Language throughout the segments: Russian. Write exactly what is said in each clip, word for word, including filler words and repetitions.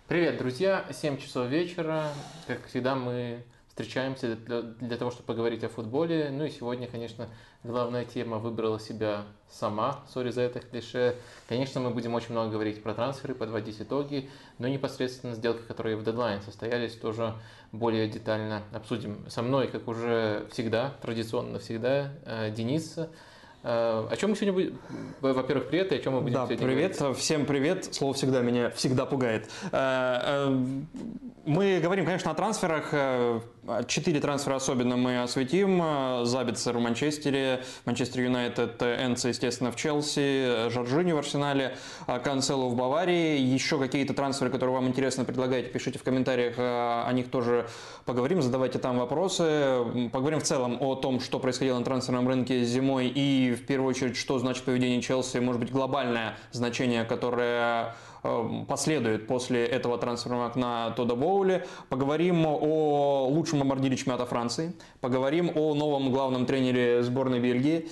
Привет, друзья! семь часов вечера. Как всегда, мы встречаемся для, для того, чтобы поговорить о футболе. Ну и сегодня, конечно, главная тема выбрала себя сама. Сори за это клише. Конечно, мы будем очень много говорить про трансферы, подводить итоги, но непосредственно сделки, которые в дедлайн состоялись, тоже более детально обсудим. Со мной, как уже всегда, традиционно всегда, Денис. О чем мы сегодня будем? Во-первых, привет, и о чем мы будем Да, сегодня привет, говорить? всем привет. Слово всегда меня всегда пугает. Мы говорим, конечно, о трансферах. Четыре трансфера особенно мы осветим. Забитцер в Манчестере, Манчестер Юнайтед, Энце, естественно, в Челси, Жоржиньо в Арсенале, Канцело в Баварии. Еще какие-то трансферы, которые вам интересно, предлагаете, пишите в комментариях, о них тоже поговорим, задавайте там вопросы. Поговорим в целом о том, что происходило на трансферном рынке зимой и, в первую очередь, что значит поведение Челси, может быть, глобальное значение, которое последует после этого трансферного окна Тодда Боули. Поговорим о лучшем бомбардире чемпионата Франции. Поговорим о новом главном тренере сборной Бельгии.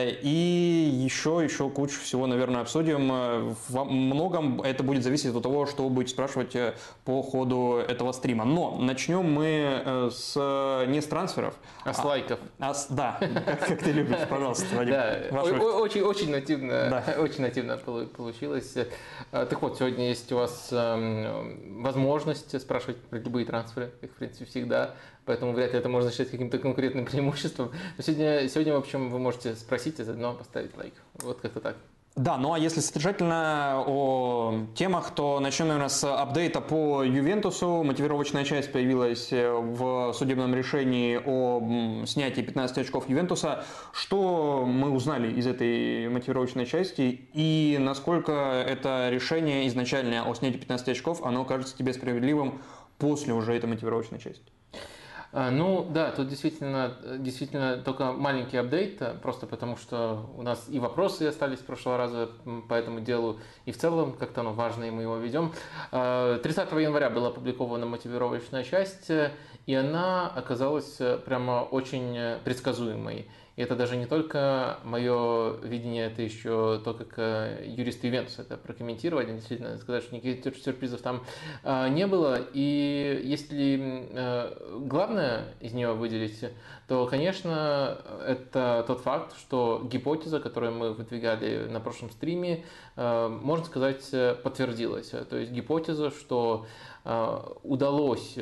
И еще, еще кучу всего, наверное, обсудим. Во многом это будет зависеть от того, что вы будете спрашивать по ходу этого стрима. Но начнем мы с, не с трансферов. А с лайков. А, с, да, как, как ты любишь, пожалуйста, Вадим. Да, очень, очень нативно, да. очень нативно получилось. Так вот, сегодня есть у вас э, возможность спрашивать про любые трансферы, как в принципе всегда, поэтому вряд ли это можно считать каким-то конкурентным преимуществом. Но сегодня, сегодня, в общем, вы можете спросить и заодно поставить лайк. Вот как-то так. Да, ну а если содержательно о темах, то начнем, наверное, с апдейта по Ювентусу. Мотивировочная часть появилась в судебном решении о снятии пятнадцати очков Ювентуса. Что мы узнали из этой мотивировочной части и насколько это решение изначальное о снятии пятнадцати очков, оно кажется тебе справедливым после уже этой мотивировочной части? Ну да, тут действительно, действительно только маленький апдейт, просто потому что у нас и вопросы остались с прошлого раза по этому делу, и в целом как-то оно важно, и мы его ведем. тридцатого января была опубликована мотивировочная часть, и она оказалась прямо очень предсказуемой. И это даже не только мое видение, это еще то, как юристы Ювентуса это прокомментировали. Действительно, сказать, что никаких сюрпризов там не было. И если главное из нее выделить, то, конечно, это тот факт, что гипотеза, которую мы выдвигали на прошлом стриме, можно сказать, подтвердилась. То есть гипотеза, что удалось,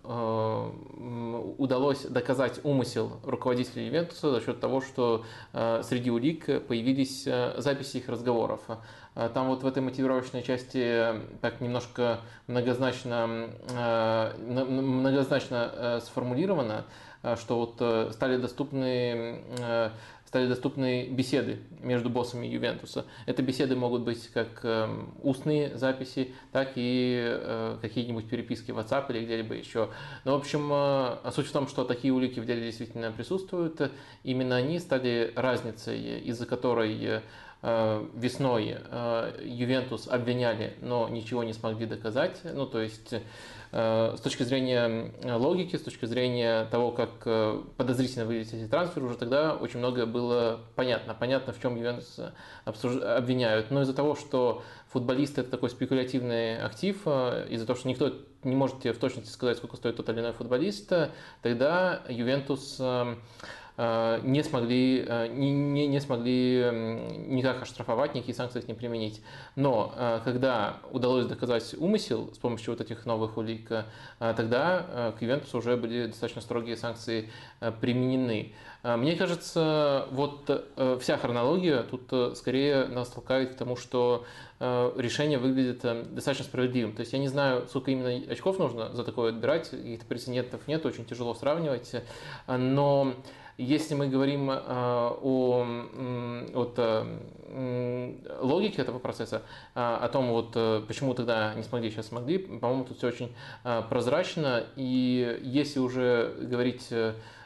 удалось доказать умысел руководителя Ювентуса за счет того, что среди улик появились записи их разговоров. Там вот в этой мотивировочной части так немножко многозначно, многозначно сформулировано, что вот стали доступны стали доступны беседы между боссами Ювентуса. Это беседы могут быть как устные записи, так и какие-нибудь переписки в WhatsApp или где-либо еще. Но, в общем, суть в том, что такие улики в деле действительно присутствуют. Именно они стали разницей, из-за которой весной Ювентус обвиняли, но ничего не смогли доказать. Ну, то есть, с точки зрения логики, с точки зрения того, как подозрительно выглядят эти трансферы, уже тогда очень многое было понятно. Понятно, в чем Ювентус обсуж... обвиняют. Но из-за того, что футболист – это такой спекулятивный актив, из-за того, что никто не может тебе в точности сказать, сколько стоит тот или иной футболист, тогда Ювентус не смогли, не, не, не смогли никак оштрафовать, никакие санкции с ним применить. Но когда удалось доказать умысел с помощью вот этих новых улик, тогда к Ювентусу уже были достаточно строгие санкции применены. Мне кажется, вот вся хронология тут скорее нас толкает к тому, что решение выглядит достаточно справедливым. То есть я не знаю, сколько именно очков нужно за такое отбирать, каких-то прецедентов нет, очень тяжело сравнивать, но если мы говорим э, о, от, э, логике этого процесса, э, о том, вот, э, почему тогда не смогли, сейчас смогли, по-моему, тут все очень э, прозрачно. И если уже говорить э,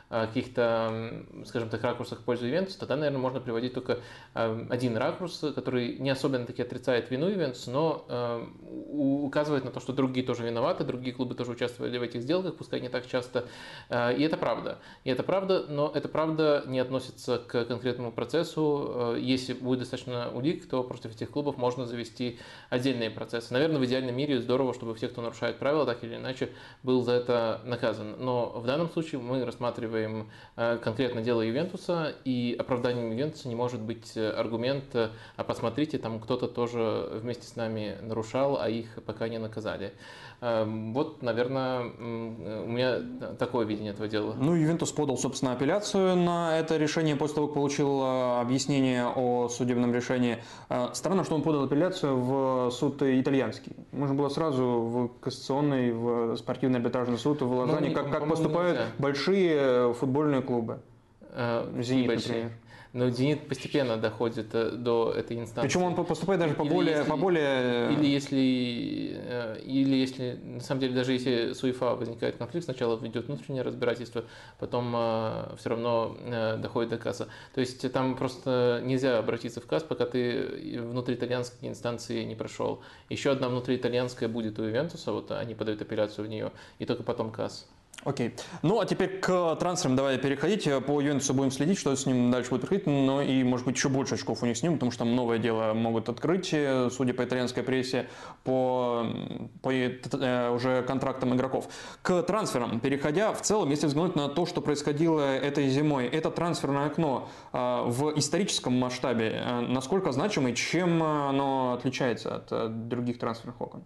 каких-то, скажем так, ракурсах в пользу Ювентуса, тогда, наверное, можно приводить только один ракурс, который не особенно-таки отрицает вину Ювентуса, но указывает на то, что другие тоже виноваты, другие клубы тоже участвовали в этих сделках, пускай не так часто. И это правда. И это правда, но эта правда не относится к конкретному процессу. Если будет достаточно улик, то против этих клубов можно завести отдельные процессы. Наверное, в идеальном мире здорово, чтобы все, кто нарушает правила, так или иначе, был за это наказан. Но в данном случае мы рассматриваем конкретно дело Ювентуса, и оправданием Ювентуса не может быть аргумент: а посмотрите, там кто-то тоже вместе с нами нарушал, а их пока не наказали. Вот, наверное, у меня такое видение этого дела. Ну, Ювентус подал, собственно, апелляцию на это решение после того, как получил объяснение о судебном решении. Странно, что он подал апелляцию в суд итальянский. Можно было сразу в кассационный, в спортивный арбитражный суд в Лозанне, ну, как, как поступают нельзя. Большие футбольные клубы. Зенит, например. Но «Зенит» постепенно доходит до этой инстанции. Причем он поступает даже по более, если, по более... Или если, или если, на самом деле, даже если с УЕФА возникает конфликт, сначала идет внутреннее разбирательство, потом все равно доходит до КАСа. То есть там просто нельзя обратиться в КАС, пока ты внутриитальянской инстанции не прошел. Еще одна внутриитальянская будет у Ювентуса, вот они подают апелляцию в нее, и только потом КАС. Окей. Ну, а теперь к трансферам давай переходить. По Ювентусу будем следить, что с ним дальше будет происходить. Но и, может быть, еще больше очков у них снимут, потому что там новое дело могут открыть, судя по итальянской прессе, по, по уже контрактам игроков. К трансферам переходя, в целом, если взглянуть на то, что происходило этой зимой, это трансферное окно в историческом масштабе, насколько значимо и чем оно отличается от других трансферных окон?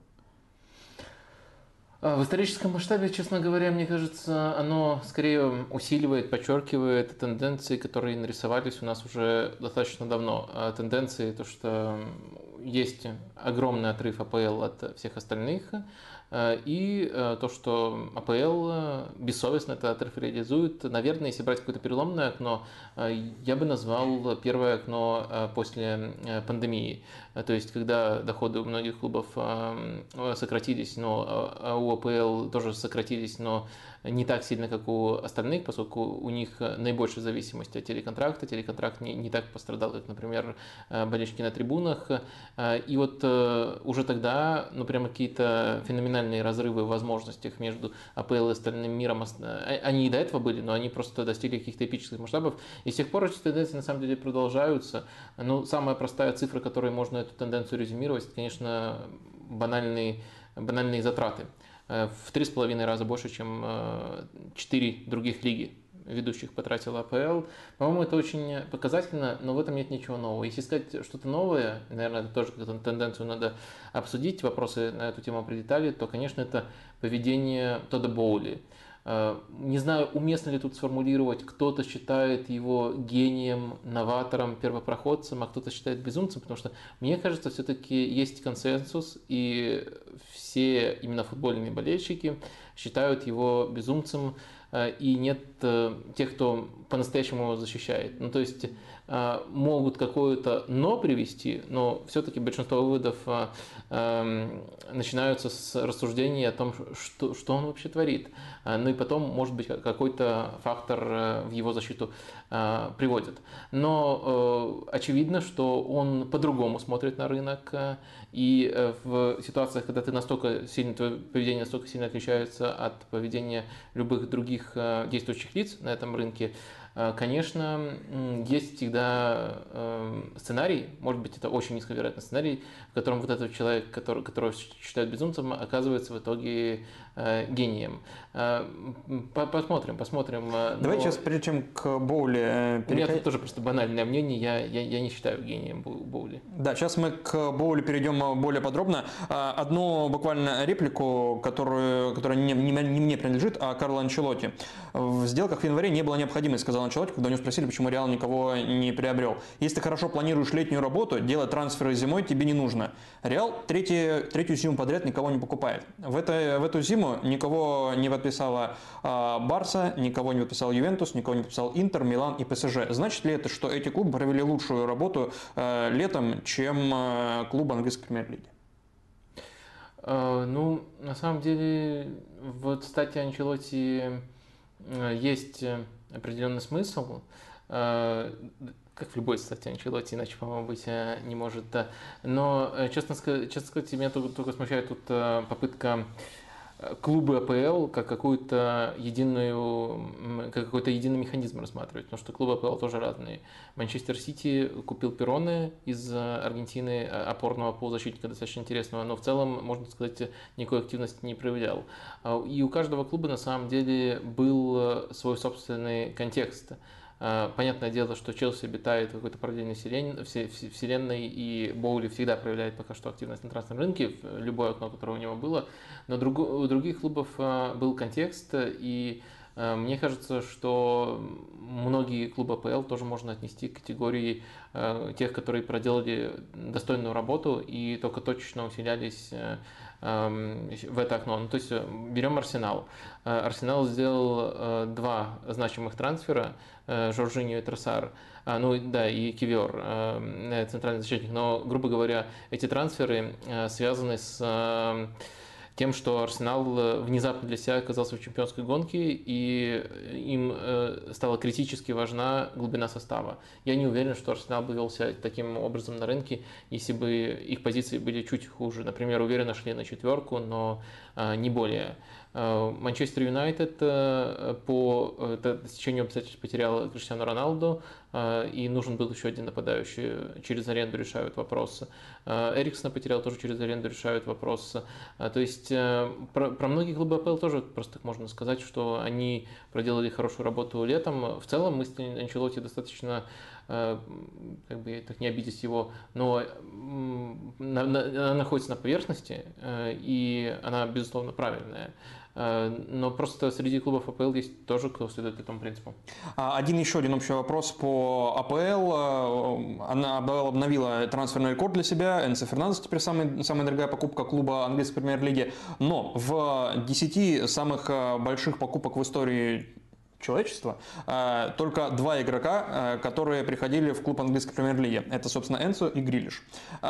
В историческом масштабе, честно говоря, мне кажется, оно скорее усиливает, подчеркивает тенденции, которые нарисовались у нас уже достаточно давно. Тенденции, то, что есть огромный отрыв АПЛ от всех остальных, и то, что АПЛ бессовестно этот отрыв реализует. Наверное, если брать какое-то переломное окно, я бы назвал первое окно после пандемии. То есть, когда доходы у многих клубов сократились, но у АПЛ тоже сократились, но не так сильно, как у остальных, поскольку у них наибольшая зависимость от телеконтракта. Телеконтракт не, не так пострадал, как, например, болельщики на трибунах. И вот уже тогда, ну, прямо какие-то феноменальные разрывы в возможностях между АПЛ и остальным миром, они и до этого были, но они просто достигли каких-то эпических масштабов. И с тех пор эти тенденции на самом деле продолжаются. Ну, самая простая цифра, которой можно эту тенденцию резюмировать, это, конечно, банальные, банальные затраты. В три с половиной раза больше, чем четыре других лиги ведущих потратила АПЛ. По-моему, это очень показательно, но в этом нет ничего нового. Если сказать что-то новое, наверное, это тоже какую-то тенденцию надо обсудить, вопросы на эту тему при детали, то, конечно, это поведение Тодда Боули. Не знаю, уместно ли тут сформулировать, кто-то считает его гением, новатором, первопроходцем, а кто-то считает безумцем, потому что, мне кажется, все-таки есть консенсус, и все именно футбольные болельщики считают его безумцем, и нет тех, кто по-настоящему его защищает. Ну, то есть могут какое-то «но» привести, но все-таки большинство выводов начинаются с рассуждений о том, что, что он вообще творит. Ну и потом, может быть, какой-то фактор в его защиту приводит. Но очевидно, что он по-другому смотрит на рынок, и в ситуациях, когда ты настолько сильно, твое поведение настолько сильно отличается от поведения любых других действующих лиц на этом рынке, конечно, есть всегда сценарий, может быть, это очень низковероятный сценарий, в котором вот этот человек, который, которого считают безумцем, оказывается в итоге гением. Посмотрим, посмотрим. Давай сейчас, прежде чем к Боули... У меня тут тоже просто банальное мнение, я, я, я не считаю гением Боули. Да, сейчас мы к Боули перейдем более подробно. Одну буквально реплику, которую, которая не, не, не мне принадлежит, а Карло Анчелотти. В сделках в январе не было необходимости, сказал Анчелотти, когда у него спросили, почему Реал никого не приобрел. Если ты хорошо планируешь летнюю работу, делать трансферы зимой тебе не нужно. Реал третий, третью зиму подряд никого не покупает. В, это, в эту зиму никого не подписала а, Барса, никого не подписал Ювентус, никого не подписал Интер, Милан и ПСЖ. Значит ли это, что эти клубы провели лучшую работу а, летом, чем а, клубы английской премьер-лиги? А, ну, на самом деле, вот в статье Анчелотти есть определенный смысл. Как в любой, кстати, Анчелотти, иначе, по-моему, быть не может. Да. Но, честно сказать, честно сказать, меня только, только смущает тут попытка клубы АПЛ как какую-то единую, как какой-то единый механизм рассматривать, потому что клубы АПЛ тоже разные. Манчестер Сити купил Перроне из Аргентины, опорного полузащитника достаточно интересного, но в целом, можно сказать, никакой активности не проявлял. И у каждого клуба на самом деле был свой собственный контекст. Понятное дело, что Челси обитает в какой-то параллельной вселенной, и Боули всегда проявляет пока что активность на трансферном рынке, любое окно, которое у него было, но у других клубов был контекст, и мне кажется, что многие клубы АПЛ тоже можно отнести к категории тех, которые проделали достойную работу и только точечно усилялись в это окно. Ну, то есть берем Арсенал. Арсенал сделал два значимых трансфера, Жоржиньо и Тросар, ну да, и Кивиор, центральный защитник. Но, грубо говоря, эти трансферы связаны с тем, что Арсенал внезапно для себя оказался в чемпионской гонке, и им стала критически важна глубина состава. Я не уверен, что Арсенал бы вел себя таким образом на рынке, если бы их позиции были чуть хуже. Например, уверенно шли на четверку, но не более. Манчестер Юнайтед по стечению обстоятельств потерял Криштиану Роналду, и нужен был еще один нападающий. Через аренду решают вопрос. Эриксона потерял, тоже через аренду решают вопрос. То есть про, про многие клубы АПЛ тоже просто так можно сказать, что они проделали хорошую работу летом. В целом мы с Анчелотти достаточно, как бы так не обидеть его, но она находится на поверхности, и она, безусловно, правильная. Но просто среди клубов АПЛ есть тоже, кто следует этому принципу. Один еще один общий вопрос по АПЛ. Она обновила трансферный рекорд для себя. Энцо Фернандес теперь самый, самая дорогая покупка клуба английской премьер-лиги. Но в десяти самых больших покупок в истории человечества, только два игрока, которые приходили в клуб английской премьер-лиги. Это, собственно, Энцо и Грилиш.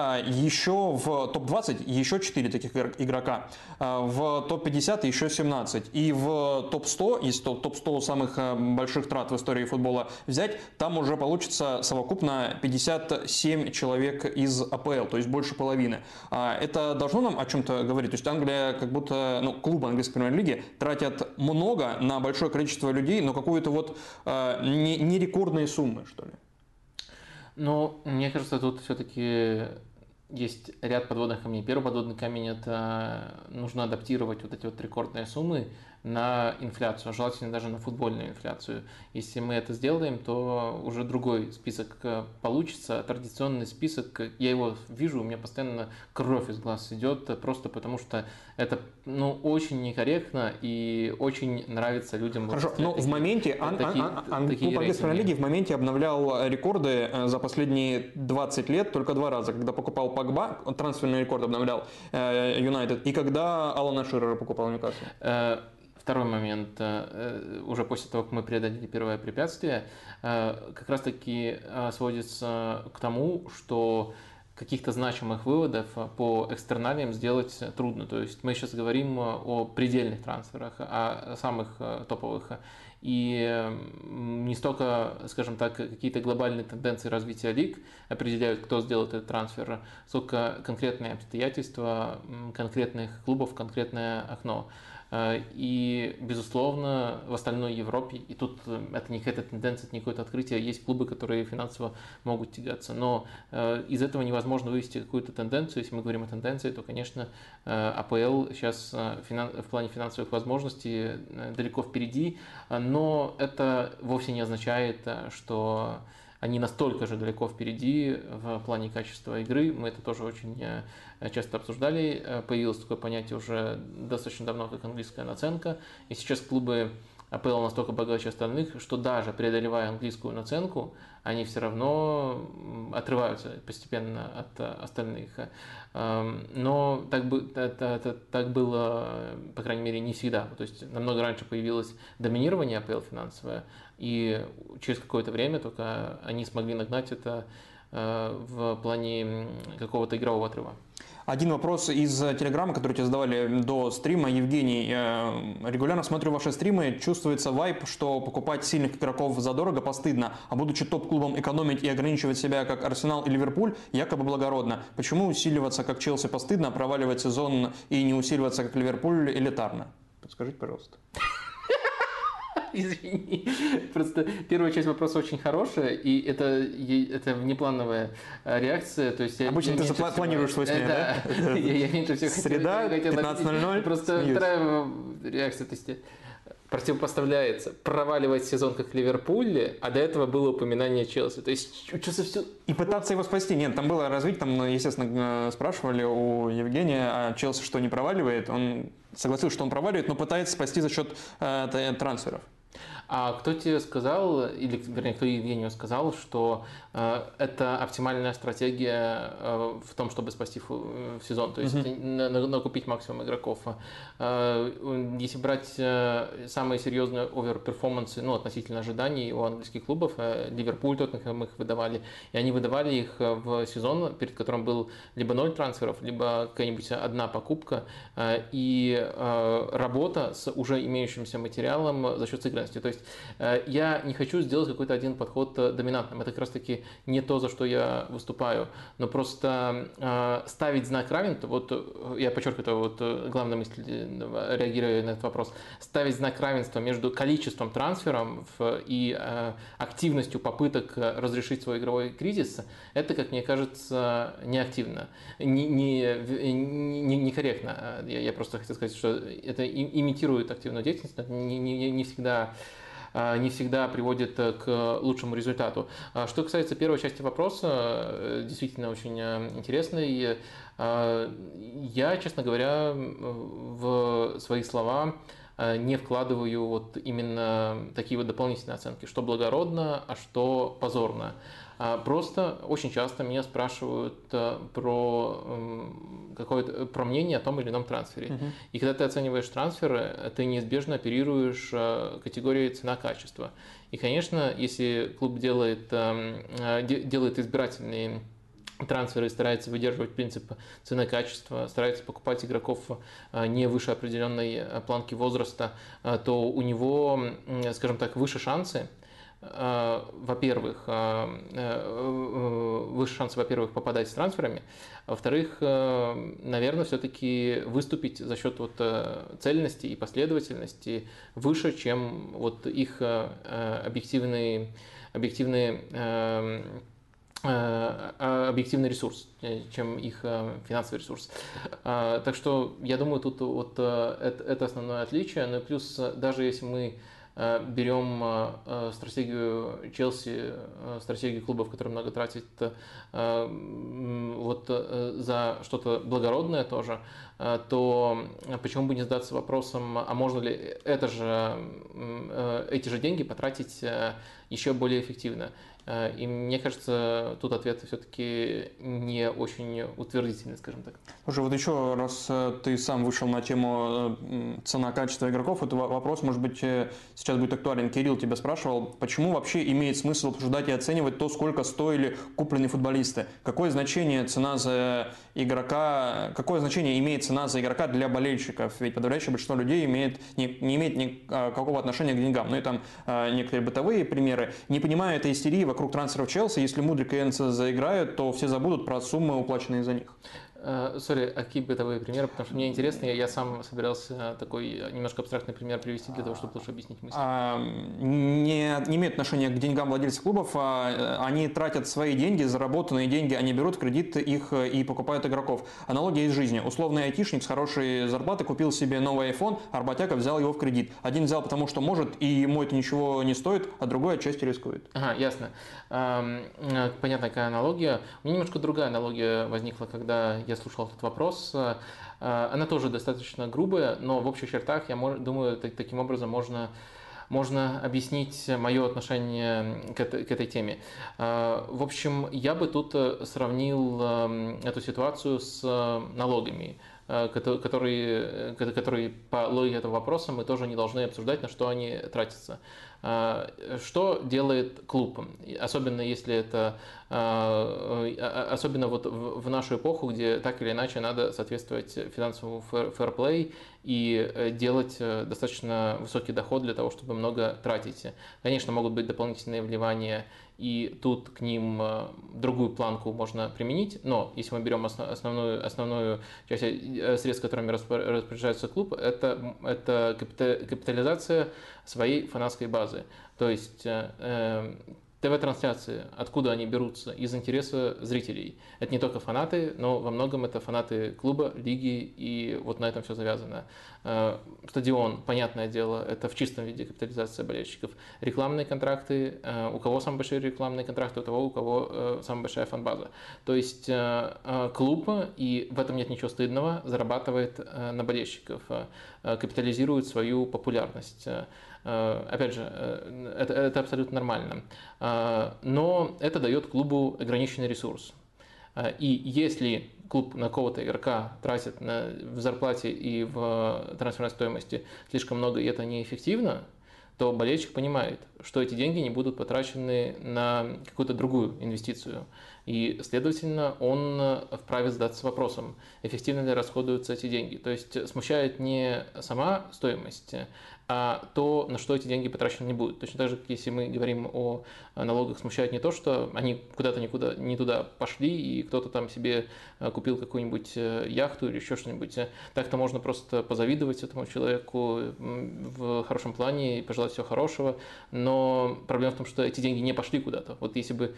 Еще в топ двадцать еще четыре таких игрока. В топ пятьдесят еще семнадцать. И в топ сто, если топ сто самых больших трат в истории футбола взять, там уже получится совокупно пятьдесят семь человек из АПЛ, то есть больше половины. Это должно нам о чем-то говорить? То есть Англия, как будто, ну, клубы английской премьер-лиги тратят много на большое количество людей, но какую-то вот э, не, не рекордные суммы, что ли? Ну, мне кажется, тут все-таки есть ряд подводных камней. Первый подводный камень – это нужно адаптировать вот эти вот рекордные суммы на инфляцию, желательно даже на футбольную инфляцию. Если мы это сделаем, то уже другой список получится. Традиционный список, я его вижу, у меня постоянно кровь из глаз идет, просто потому что это, ну, очень некорректно и очень нравится людям. Хорошо, вот но такие, в моменте ан- такие, ан- ан- такие клуб английской лиги в моменте обновлял рекорды за последние двадцать лет только два раза, когда покупал Погба, трансферный рекорд обновлял Юнайтед, и когда Алана Ширера покупал Ньюкасл. Второй момент, уже после того, как мы преодолели первое препятствие, как раз таки сводится к тому, что каких-то значимых выводов по экстерналиям сделать трудно. То есть мы сейчас говорим о предельных трансферах, о самых топовых. И не столько, скажем так, какие-то глобальные тенденции развития лиг определяют, кто сделает этот трансфер, сколько конкретные обстоятельства конкретных клубов, конкретное окно. И, безусловно, в остальной Европе, и тут это не какая-то тенденция, это не какое-то открытие, есть клубы, которые финансово могут тягаться, но из этого невозможно вывести какую-то тенденцию. Если мы говорим о тенденции, то, конечно, АПЛ сейчас в плане финансовых возможностей далеко впереди, но это вовсе не означает, что они настолько же далеко впереди в плане качества игры. Мы это тоже очень часто обсуждали. Появилось такое понятие уже достаточно давно, как английская наценка. И сейчас клубы АПЛ настолько богаче остальных, что даже преодолевая английскую наценку, они все равно отрываются постепенно от остальных. Но так, бы, это, так было, по крайней мере, не всегда. То есть намного раньше появилось доминирование АПЛ финансовое, и через какое-то время только они смогли нагнать это в плане какого-то игрового отрыва. Один вопрос из Телеграма, который тебе задавали до стрима. Евгений, регулярно смотрю ваши стримы, чувствуется вайб, что покупать сильных игроков задорого постыдно, а будучи топ-клубом экономить и ограничивать себя, как Арсенал и Ливерпуль, якобы благородно. Почему усиливаться, как Челси, постыдно, а проваливать сезон и не усиливаться, как Ливерпуль, элитарно? Подскажите, пожалуйста. Извини. Просто первая часть вопроса очень хорошая, и это, это внеплановая реакция. То есть Обычно ты запланируешь свой смех, да? Да, я меньше всего хотел. Среда, пятнадцать ноль ноль. Просто вторая реакция, то есть противопоставляется проваливать сезон как Ливерпуль, а до этого было упоминание Челси. То есть что-то все... И пытаться его спасти. Нет, там было развить, там, естественно, спрашивали у Евгения, а Челси что, не проваливает? Он согласился, что он проваливает, но пытается спасти за счет э, трансферов. А кто тебе сказал, или, вернее, кто Евгению сказал, что э, это оптимальная стратегия э, в том, чтобы спасти фу, э, сезон, то есть mm-hmm. на, на, накупить максимум игроков? Э, если брать э, самые серьезные оверперформансы, ну, относительно ожиданий у английских клубов, э, Ливерпуль, Тоттенхэм их выдавали, и они выдавали их в сезон, перед которым был либо ноль трансферов, либо какая-нибудь одна покупка э, и э, работа с уже имеющимся материалом за счет сыгранности. То есть я не хочу сделать какой-то один подход доминантным. Это как раз-таки не то, за что я выступаю. Но просто э, ставить знак равенства, вот я подчеркиваю, это вот главная мысль, реагируя на этот вопрос, ставить знак равенства между количеством трансферов и э, активностью попыток разрешить свой игровой кризис, это, как мне кажется, неактивно, не, не, не, некорректно. Я, я просто хотел сказать, что это имитирует активную деятельность, не, не, не всегда... не всегда приводит к лучшему результату. Что касается первой части вопроса, действительно очень интересный. Я, честно говоря, в свои слова не вкладываю вот именно такие вот дополнительные оценки, что благородно, а что позорно. Просто очень часто меня спрашивают про, какое-то, про мнение о том или ином трансфере. Uh-huh. И когда ты оцениваешь трансферы, ты неизбежно оперируешь категорией цена-качество. И, конечно, если клуб делает, делает избирательные трансферы, старается выдерживать принцип цены-качества, старается покупать игроков не выше определенной планки возраста, то у него, скажем так, выше шансы. Во-первых, выше шансы, во-первых, попадать с трансферами, во-вторых, наверное, все-таки выступить за счет вот цельности и последовательности выше, чем вот их объективный, объективный, объективный ресурс, чем их финансовый ресурс. Так что я думаю, тут вот это основное отличие. Ну и плюс, даже если мы берем стратегию Челси, стратегию клубов, которые много тратят вот за что-то благородное тоже, то почему бы не задаться вопросом, а можно ли это же, эти же деньги потратить еще более эффективно? И мне кажется, тут ответ все-таки не очень утвердительный, скажем так. Слушай, вот еще раз ты сам вышел на тему цена-качество игроков, это вопрос, может быть, сейчас будет актуален. Кирилл тебя спрашивал, почему вообще имеет смысл обсуждать и оценивать то, сколько стоили купленные футболисты? Какое значение цена за игрока, какое значение имеет цена за игрока для болельщиков? Ведь подавляющее большинство людей имеет, не, не имеет никакого отношения к деньгам. Ну и там некоторые бытовые примеры. Не понимаю этой истерии вокруг трансферов Челси. Если Мудрик и Энце заиграют, то все забудут про суммы, уплаченные за них. Сори, а какие бытовые примеры? Потому что мне интересно, я, я сам собирался такой немножко абстрактный пример привести для того, чтобы лучше объяснить мысль. А, не, не имеют отношения к деньгам владельцев клубов, а они тратят свои деньги, заработанные деньги, они берут в кредит их и покупают игроков. Аналогия из жизни. Условный айтишник с хорошей зарплатой купил себе новый iPhone, а работяга взял его в кредит. Один взял, потому что может, и ему это ничего не стоит, а другой отчасти рискует. Ага, ясно. Понятно, какая аналогия. У меня немножко другая аналогия возникла, когда я слушал этот вопрос. Она тоже достаточно грубая, но в общих чертах, я думаю, таким образом можно, можно объяснить мое отношение к этой, к этой теме. В общем, я бы тут сравнил эту ситуацию с налогами, которые, которые по логике этого вопроса мы тоже не должны обсуждать, на что они тратятся. Что делает клуб? Особенно если это, особенно вот в нашу эпоху, где так или иначе надо соответствовать финансовому фэрплей и делать достаточно высокий доход для того, чтобы много тратить. Конечно, могут быть дополнительные вливания, и тут к ним другую планку можно применить, но если мы берем основную, основную часть средств, которыми распоряжается клуб, это, это капитализация своей фанатской базы. То есть ТВ-трансляции, откуда они берутся? Из интереса зрителей. Это не только фанаты, но во многом это фанаты клуба, лиги, и вот на этом все завязано. Стадион, понятное дело, это в чистом виде капитализация болельщиков. Рекламные контракты, у кого самые большие рекламные контракты, у того, у кого самая большая фан-база. То есть клуб, и в этом нет ничего стыдного, зарабатывает на болельщиков, капитализирует свою популярность. Опять же, это, это абсолютно нормально. Но это дает клубу ограниченный ресурс. И если клуб на какого-то игрока тратит на, в зарплате и в трансферной стоимости слишком много, и это неэффективно, то болельщик понимает, что эти деньги не будут потрачены на какую-то другую инвестицию. И, следовательно, он вправе задаться вопросом, эффективно ли расходуются эти деньги. То есть смущает не сама стоимость, а то, на что эти деньги потрачены не будут. Точно так же, если мы говорим о налогах, смущает не то, что они куда-то никуда не туда пошли, и кто-то там себе купил какую-нибудь яхту или еще что-нибудь. Так-то можно просто позавидовать этому человеку в хорошем плане и пожелать всего хорошего, но проблема в том, что эти деньги не пошли куда-то. Вот если бы,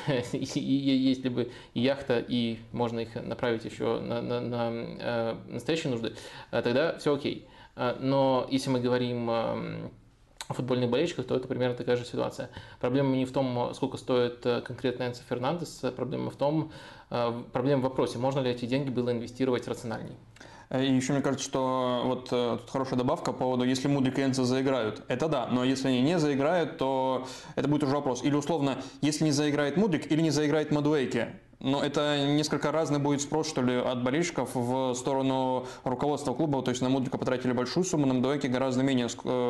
если бы и яхта, и можно их направить еще на, на, на настоящие нужды, тогда все окей. Но если мы говорим о футбольных болельщиках, то это примерно такая же ситуация. Проблема не в том, сколько стоит конкретно Энцо Фернандес, проблема в том, проблема в вопросе, можно ли эти деньги было инвестировать рациональней. И еще мне кажется, что вот тут хорошая добавка по поводу, если Мудрик и Энцо заиграют, это да, но если они не заиграют, то это будет уже вопрос. Или условно, если не заиграет Мудрик или не заиграет Мадуэйке. Но это несколько разный будет спрос, что ли, от болельщиков в сторону руководства клуба. То есть на Мудрика потратили большую сумму, на Мадуэйке гораздо менее,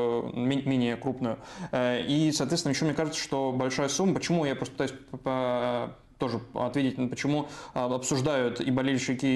менее крупную. И, соответственно, еще мне кажется, что большая сумма, почему я просто пытаюсь тоже ответить, почему обсуждают и болельщики,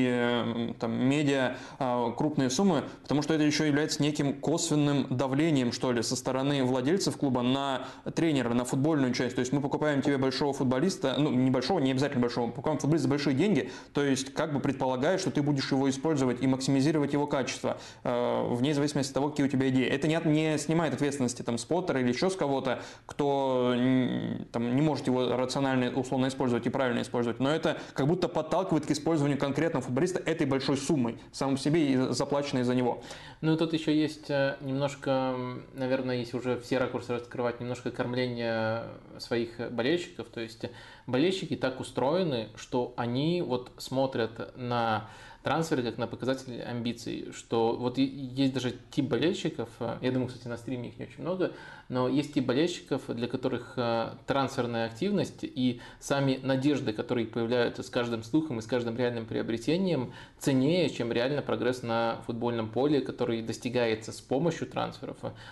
и там, медиа крупные суммы, потому что это еще является неким косвенным давлением, что ли, со стороны владельцев клуба на тренера, на футбольную часть. То есть мы покупаем тебе большого футболиста, ну, не большого, не обязательно большого, покупаем футболиста за большие деньги, то есть как бы предполагая, что ты будешь его использовать и максимизировать его качество, вне зависимости от того, какие у тебя идеи. Это не, не снимает ответственности там, с Поттера или еще с кого-то, кто там, не может его рационально, условно использовать и правильно использовать, но это как будто подталкивает к использованию конкретного футболиста этой большой суммой, самому себе и заплаченной за него. Ну и тут еще есть немножко, наверное, если уже все ракурсы раскрывать, немножко кормление своих болельщиков, то есть болельщики так устроены, что они вот смотрят на трансферы как на показатель амбиций, что вот есть даже тип болельщиков, я думаю, кстати, на стриме их не очень много, но есть тип болельщиков, для которых трансферная активность и сами надежды, которые появляются с каждым слухом и с каждым реальным приобретением, ценнее, чем реально прогресс на футбольном поле, который достигается с помощью трансферов,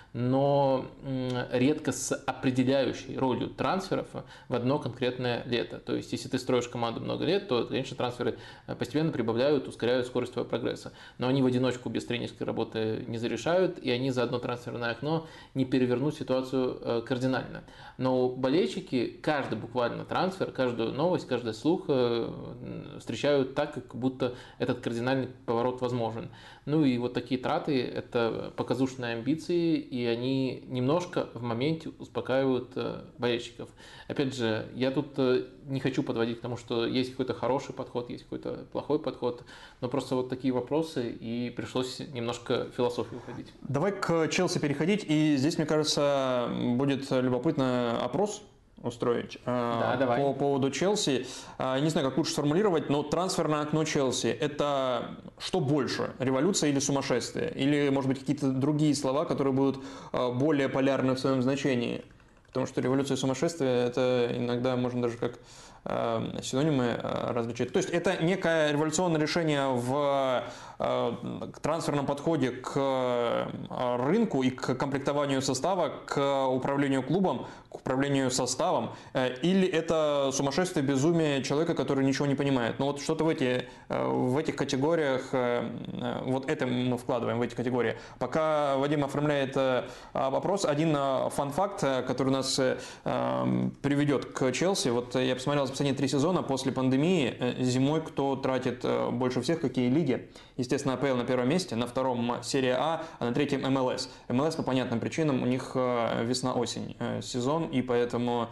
но редко с определяющей ролью трансферов в одно конкретное лето. То есть, если ты строишь команду много лет, то, конечно, трансферы постепенно прибавляют, ускоряют скорость твоего прогресса. Но они в одиночку без тренерской работы не зарешают, и они за одно трансферное окно не перевернут ситуацию кардинально. Но болельщики каждый буквально трансфер, каждую новость, каждый слух встречают так, как будто этот кардинальный поворот возможен. Ну и вот такие траты – это показушные амбиции, и они немножко в моменте успокаивают болельщиков. Опять же, я тут не хочу подводить к тому, что есть какой-то хороший подход, есть какой-то плохой подход, но просто вот такие вопросы, и пришлось немножко в философию уходить. Давай к Челси переходить, и здесь, мне кажется, будет любопытный опрос устроить да, э, по поводу Челси. Э, не знаю, как лучше сформулировать, но трансферное окно Челси – это что больше, революция или сумасшествие? Или, может быть, какие-то другие слова, которые будут э, более полярны в своем значении? Потому что революция и сумасшествие – это иногда можно даже как синонимы различить. То есть это некое революционное решение в трансферном подходе к рынку и к комплектованию состава, к управлению клубом, к управлению составом, или это сумасшествие, безумие человека, который ничего не понимает. Но вот что-то в, эти, в этих категориях, вот это мы вкладываем в эти категории. Пока Вадим оформляет вопрос, один фан-факт, который нас приведет к Челси. Вот я посмотрел за последние три сезона после пандемии, зимой кто тратит больше всех, какие лиги. Естественно, АПЛ на первом месте, на втором серия А, а на третьем эм эл эс. эм эл эс по понятным причинам, у них весна-осень сезон, и поэтому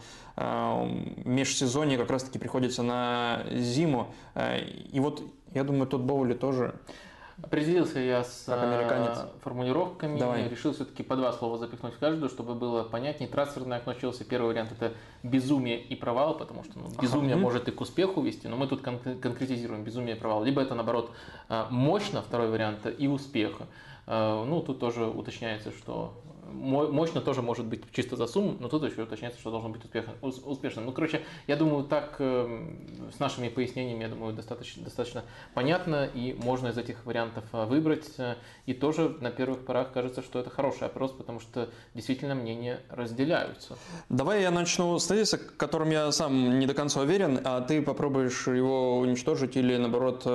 межсезонье как раз-таки приходится на зиму. И вот, я думаю, тот Боули тоже... Определился я с американец. формулировками, Давай. Решил все-таки по два слова запихнуть в каждую, чтобы было понятнее. Трансферное окно Челси, первый вариант – это безумие и провал, потому что ну, безумие ага. может и к успеху вести, но мы тут кон- конкретизируем безумие и провал. Либо это, наоборот, мощно, второй вариант, и успех. Ну, тут тоже уточняется, что мощно тоже может быть чисто за сумму, но тут еще уточняется, что должен быть успешным. Ну, короче, я думаю, так с нашими пояснениями, я думаю, достаточно, достаточно понятно, и можно из этих вариантов выбрать. И тоже на первых порах кажется, что это хороший опрос, потому что действительно мнения разделяются. Давай я начну с тезиса, которым я сам не до конца уверен, а ты попробуешь его уничтожить или, наоборот,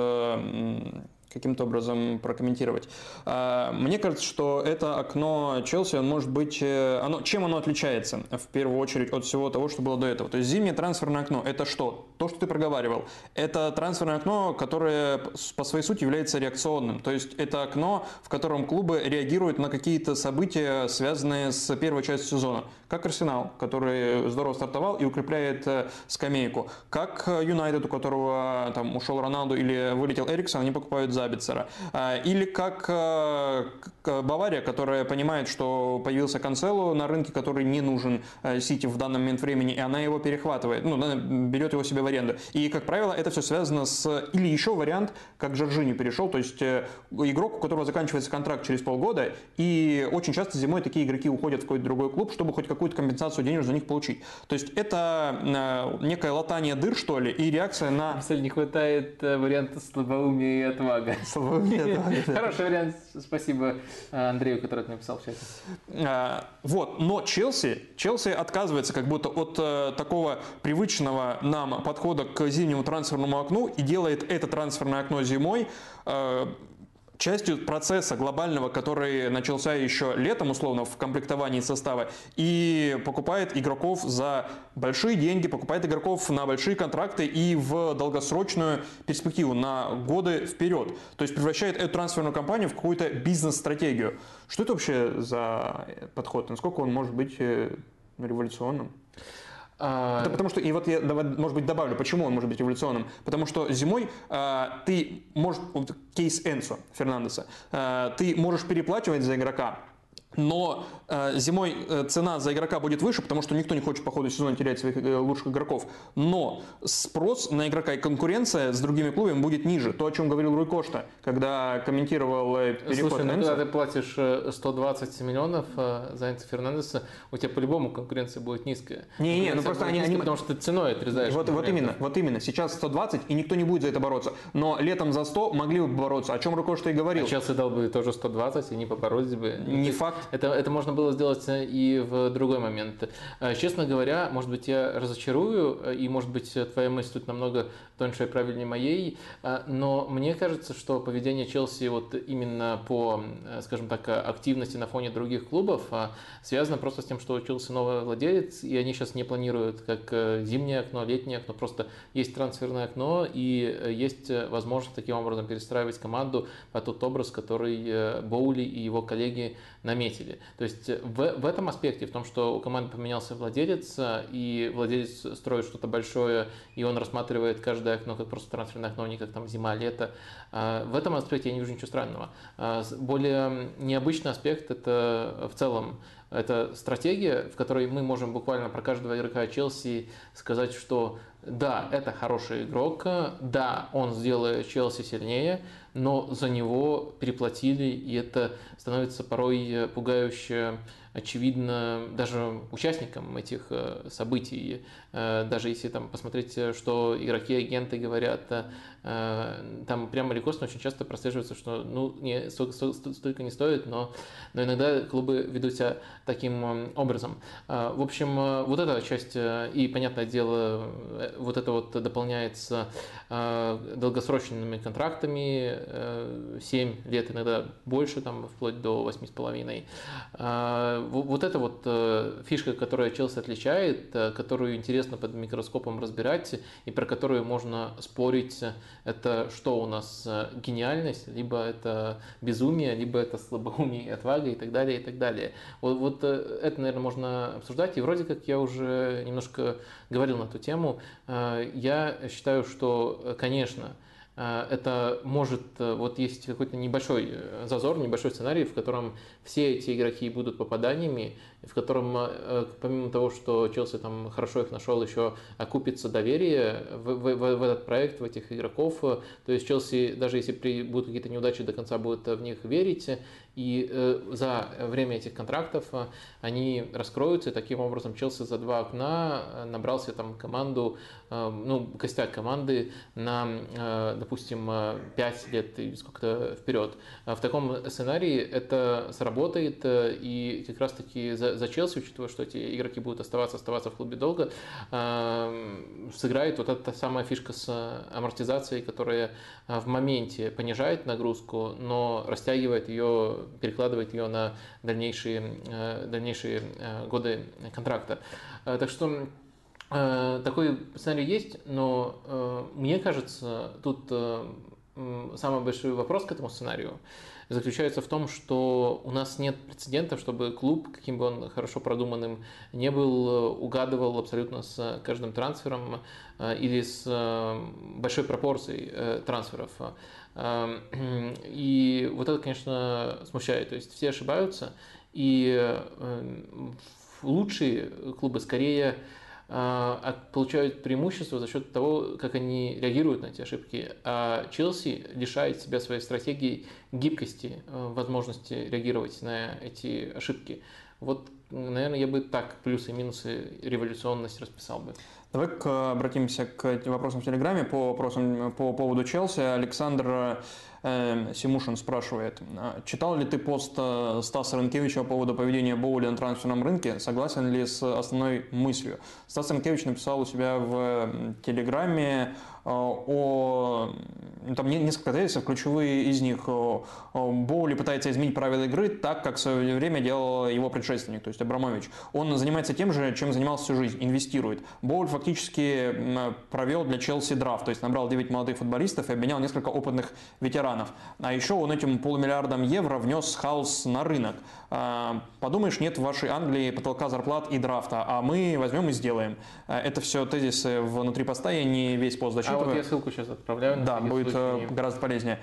каким-то образом прокомментировать. Мне кажется, что это окно Челси, он может быть, оно, чем оно отличается в первую очередь от всего того, что было до этого. То есть зимнее трансферное окно – это что? То, что ты проговаривал. Это трансферное окно, которое по своей сути является реакционным. То есть это окно, в котором клубы реагируют на какие-то события, связанные с первой частью сезона. Как Арсенал, который здорово стартовал и укрепляет скамейку. Как Юнайтед, у которого там ушел Роналду или вылетел Эриксон, они покупают Забицера. Или как Бавария, которая понимает, что появился Канцело на рынке, который не нужен Сити в данный момент времени, и она его перехватывает, ну, берет его себе в аренду. И, как правило, это все связано с... Или еще вариант, как Жоржиньо перешел, то есть игрок, у которого заканчивается контракт через полгода, и очень часто зимой такие игроки уходят в какой-то другой клуб, чтобы хоть какую-то компенсацию денежную за них получить. То есть это некое латание дыр, что ли, и реакция на... Если не хватает варианта слабоумия и отвага. Хороший вариант, спасибо Андрею, который это написал в чате. Вот, но Челси, Челси отказывается как будто от такого привычного нам подхода к зимнему трансферному окну и делает это трансферное окно зимой частью процесса глобального, который начался еще летом, условно, в комплектовании состава, и покупает игроков за большие деньги, покупает игроков на большие контракты и в долгосрочную перспективу, на годы вперед. То есть превращает эту трансферную кампанию в какую-то бизнес-стратегию. Что это вообще за подход? Насколько он может быть революционным? А... Это потому что, и вот я, может быть, добавлю, почему он может быть революционным. Потому что зимой а, ты можешь, вот, кейс Энсо Фернандеса, а, ты можешь переплачивать за игрока, но э, зимой э, цена за игрока будет выше, потому что никто не хочет по ходу сезона терять своих э, лучших игроков. Но спрос на игрока и конкуренция с другими клубами будет ниже. То, о чем говорил Руй Кошта, когда комментировал э, переход. Слушай, на ну, когда ты платишь сто двадцать миллионов э, за Энсо Фернандеса, у тебя по-любому конкуренция будет низкая. Не-не, ну просто они, низкая, они... Потому что ты ценой отрезаешь. Вот, вот именно, вот именно. Сейчас сто двадцать, и никто не будет за это бороться. Но летом за сто могли бы бороться, о чем Руй Кошта и говорил. А Челси дал бы тоже сто двадцать, и не поборолись бы. Не факт. Это, это можно было сделать и в другой момент. Честно говоря, может быть, я разочарую, и, может быть, твоя мысль тут намного тоньше и правильнее моей, но мне кажется, что поведение Челси вот именно по, скажем так, активности на фоне других клубов связано просто с тем, что у Челси новый владелец, и они сейчас не планируют как зимнее окно, летнее окно, просто есть трансферное окно, и есть возможность таким образом перестраивать команду по тот образ, который Боули и его коллеги наметили. То есть в, в этом аспекте, в том, что у команды поменялся владелец, и владелец строит что-то большое, и он рассматривает каждое окно как просто трансферное окно, не как там зима, лето. В этом аспекте я не вижу ничего странного. Более необычный аспект – это в целом это стратегия, в которой мы можем буквально про каждого игрока Челси сказать, что Да, это хороший игрок, да, он сделает Челси сильнее, но за него переплатили, и это становится порой пугающе очевидно даже участникам этих э, событий. Э, Даже если там посмотреть, э, что игроки, агенты говорят, э, там прямо или косвенно очень часто прослеживается, что ну, не, столько, столько, столько не стоит, но, но иногда клубы ведут себя таким э, образом. Э, В общем, э, вот эта часть, э, и, понятное дело, э, вот это вот дополняется э, долгосрочными контрактами, э, семь лет, иногда больше, там, вплоть до восьми с половиной. Э, Вот это вот э, фишка, которая Челси отличает, э, которую интересно под микроскопом разбирать и про которую можно спорить, это что у нас э, гениальность, либо это безумие, либо это слабоумие и отвага и так далее, и так далее. Вот, вот э, это, наверное, можно обсуждать. И вроде как я уже немножко говорил на эту тему. Э, Я считаю, что, э, конечно, э, это может, э, вот есть какой-то небольшой э, зазор, небольшой сценарий, в котором все эти игроки будут попаданиями, в котором, э, помимо того, что Челси там хорошо их нашел, еще окупится доверие в, в- в- в этот проект, в этих игроков. То есть Челси, даже если при, будут какие-то неудачи, до конца будет в них верить. И э, за время этих контрактов э, они раскроются, и таким образом Челси за два окна э, набрал себе там команду, э, ну, костяк команды на, э, допустим, э, пять лет или сколько-то вперед. А В таком сценарии это сработает, э, и как раз-таки за, за Челси, учитывая, что эти игроки будут оставаться, оставаться в клубе долго, э, сыграет вот эта самая фишка с амортизацией, которая э, в моменте понижает нагрузку, но растягивает ее, перекладывает ее на дальнейшие, э, дальнейшие э, годы контракта. Э, Так что э, такой сценарий есть, но э, мне кажется, тут э, м, самый большой вопрос к этому сценарию заключается в том, что у нас нет прецедентов, чтобы клуб, каким бы он хорошо продуманным не был, э, угадывал абсолютно с каждым трансфером э, или с э, большой пропорцией э, трансферов. Эм, И вот это, конечно, смущает. То есть все ошибаются, и э, лучшие клубы скорее а, от- получают преимущество за счет того, как они реагируют на эти ошибки. А Челси лишает себя своей стратегии гибкости, э, возможности реагировать на эти ошибки. Вот, наверное, я бы так плюсы и минусы революционность расписал бы. Давай к- обратимся к вопросам в Телеграме по вопросам по поводу Челси. Александр э, Симушин спрашивает: «А читал ли ты пост э, Стаса Рынкевича по поводу поведения Боули на трансферном рынке? Согласен ли с основной мыслью?» Стас Рынкевич написал у себя в м, Телеграме э, о... ну, там не- несколько тезисов, ключевые из них. О, о, Боули пытается изменить правила игры так, как в свое время делал его предшественник, то есть Абрамович. Он занимается тем же, чем занимался всю жизнь, инвестирует. Боуль фактически м, провел для Челси драфт, то есть набрал девять молодых футболистов и обменял несколько опытных ветеранов. А еще он этим полумиллиардом евро внес хаос на рынок. А, Подумаешь, нет в вашей Англии потолка зарплат и драфта, а мы возьмем и сделаем. А, Это все тезисы внутри поста, я не весь пост А вот зачитываю. я ссылку сейчас отправляю на Да, всякий будет э, случай. гораздо полезнее.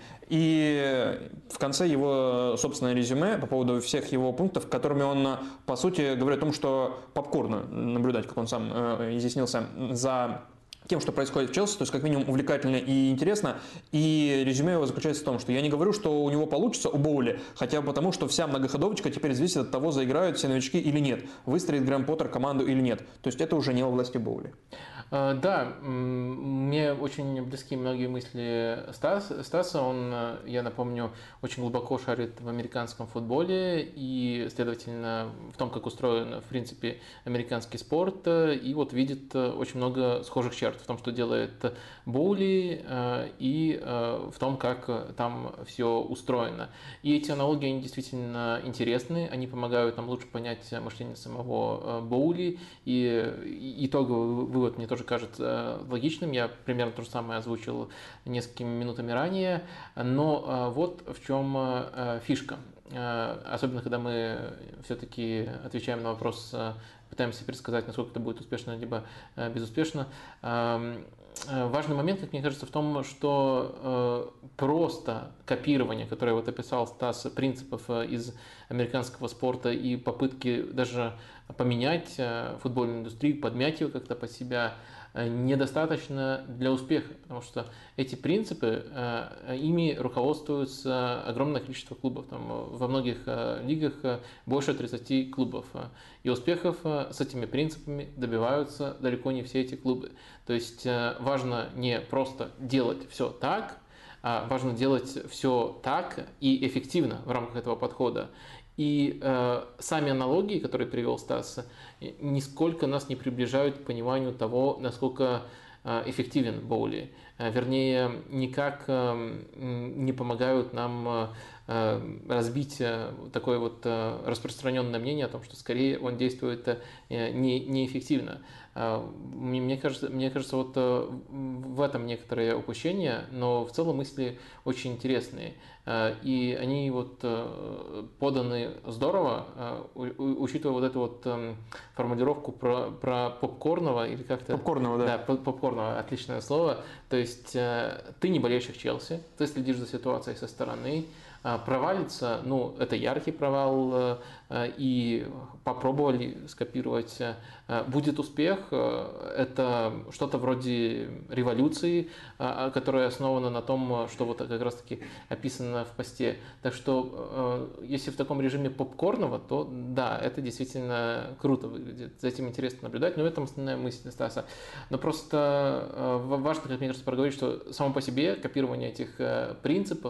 И в конце его собственное резюме по поводу всех его пунктов, которыми он, э, по сути, говорит о том, что попкорно наблюдать, как он сам э, изъяснился, за тем, что происходит в Челси, то есть как минимум увлекательно и интересно. И резюме его заключается в том, что я не говорю, что у него получится, у Боули, хотя бы потому, что вся многоходовочка теперь зависит от того, заиграют все новички или нет, выстроит Грэм Поттер команду или нет. То есть это уже не во власти Боули. А, Да, м, мне очень близки многие мысли Стас, Стаса. Он, э, я напомню, очень глубоко шарит в американском футболе и, следовательно, в том, как устроен, в принципе, американский спорт. э, И вот видит э, очень много схожих черт в том, что делает Боули, э, и э, в том, как э, там все устроено. И эти аналогии, они действительно интересны, они помогают нам лучше понять мышление самого э, Боули, и и итоговый вывод мне тоже кажется э, логичным. Я примерно то же самое озвучил несколькими минутами ранее. Но э, вот в чем э, фишка. Э, Особенно, когда мы все-таки отвечаем на вопрос, э, пытаемся предсказать, насколько это будет успешно либо э, безуспешно. Эм, э, Важный момент, как мне кажется, в том, что э, просто копирование, которое вот описал Стас, принципов э, из американского спорта и попытки даже поменять э, футбольную индустрию, подмять ее как-то под себя, недостаточно для успеха, потому что эти принципы, ими руководствуются огромное количество клубов. Там во многих лигах больше тридцати клубов. И успехов с этими принципами добиваются далеко не все эти клубы. То есть важно не просто делать все так, а важно делать все так и эффективно в рамках этого подхода. И э, сами аналогии, которые привел Стас, нисколько нас не приближают к пониманию того, насколько э, эффективен Боули. Э, вернее, никак э, не помогают нам э, разбить э, такое вот э, распространенное мнение о том, что скорее он действует э, не, неэффективно. Э, мне кажется, мне кажется, вот э, в этом некоторые упущения, но в целом мысли очень интересные. И они вот поданы здорово, учитывая вот эту вот формулировку про, про попкорного или как-то... Попкорного, да. Да, попкорного, отличное слово. То есть ты не болельщик Челси, ты следишь за ситуацией со стороны, провалится, ну, это яркий провал, и попробовали скопировать. Будет успех, это что-то вроде революции, которая основана на том, что вот как раз-таки описано в посте. Так что, если в таком режиме попкорного, то да, это действительно круто выглядит. За этим интересно наблюдать, но в этом основная мысль Стаса. Но просто важно, как мне кажется, проговорить, что само по себе копирование этих принципов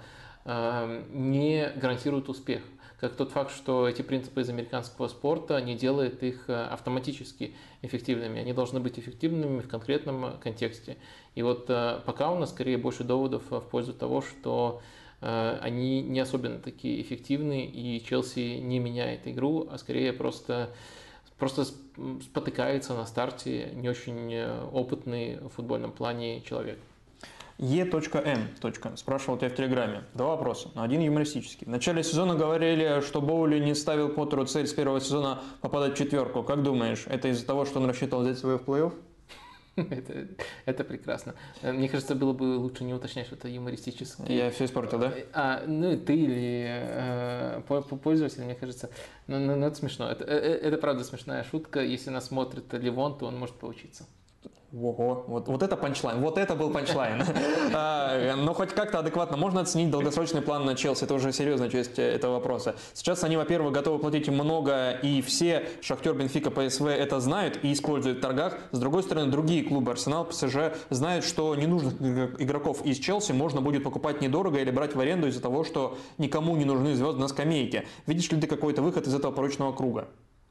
не гарантирует успех. Как тот факт, что эти принципы из американского спорта не делает их автоматически эффективными. Они должны быть эффективными в конкретном контексте. И вот пока у нас скорее больше доводов в пользу того, что они не особенно такие эффективны, и Челси не меняет игру, а скорее просто, просто спотыкается на старте не очень опытный в футбольном плане человек. Е.Н. спрашивал тебя в Телеграме. Два вопроса. Один юмористический. В начале сезона говорили, что Боули не ставил Поттеру цель с первого сезона попадать в четверку. Как думаешь, это из-за того, что он рассчитывал взять свое в плей-офф? Это, это прекрасно. Мне кажется, было бы лучше не уточнять, что это юмористически. Я все испортил, да? А, ну, ты или э, пользователь, мне кажется, ну, ну, ну это смешно. Это, это, это правда смешная шутка. Если нас смотрит Левон, то он может поучиться. Ого, вот, вот это панчлайн, вот это был панчлайн. Но хоть как-то адекватно можно оценить долгосрочный план на Челси, это уже серьезная часть этого вопроса. Сейчас они, во-первых, готовы платить много, и все, Шахтер, Бенфика, ПСВ это знают и используют в торгах. С другой стороны, другие клубы, Арсенал, ПСЖ, знают, что ненужных игроков из Челси можно будет покупать недорого или брать в аренду из-за того, что никому не нужны звезды на скамейке. Видишь ли ты какой-то выход из этого порочного круга?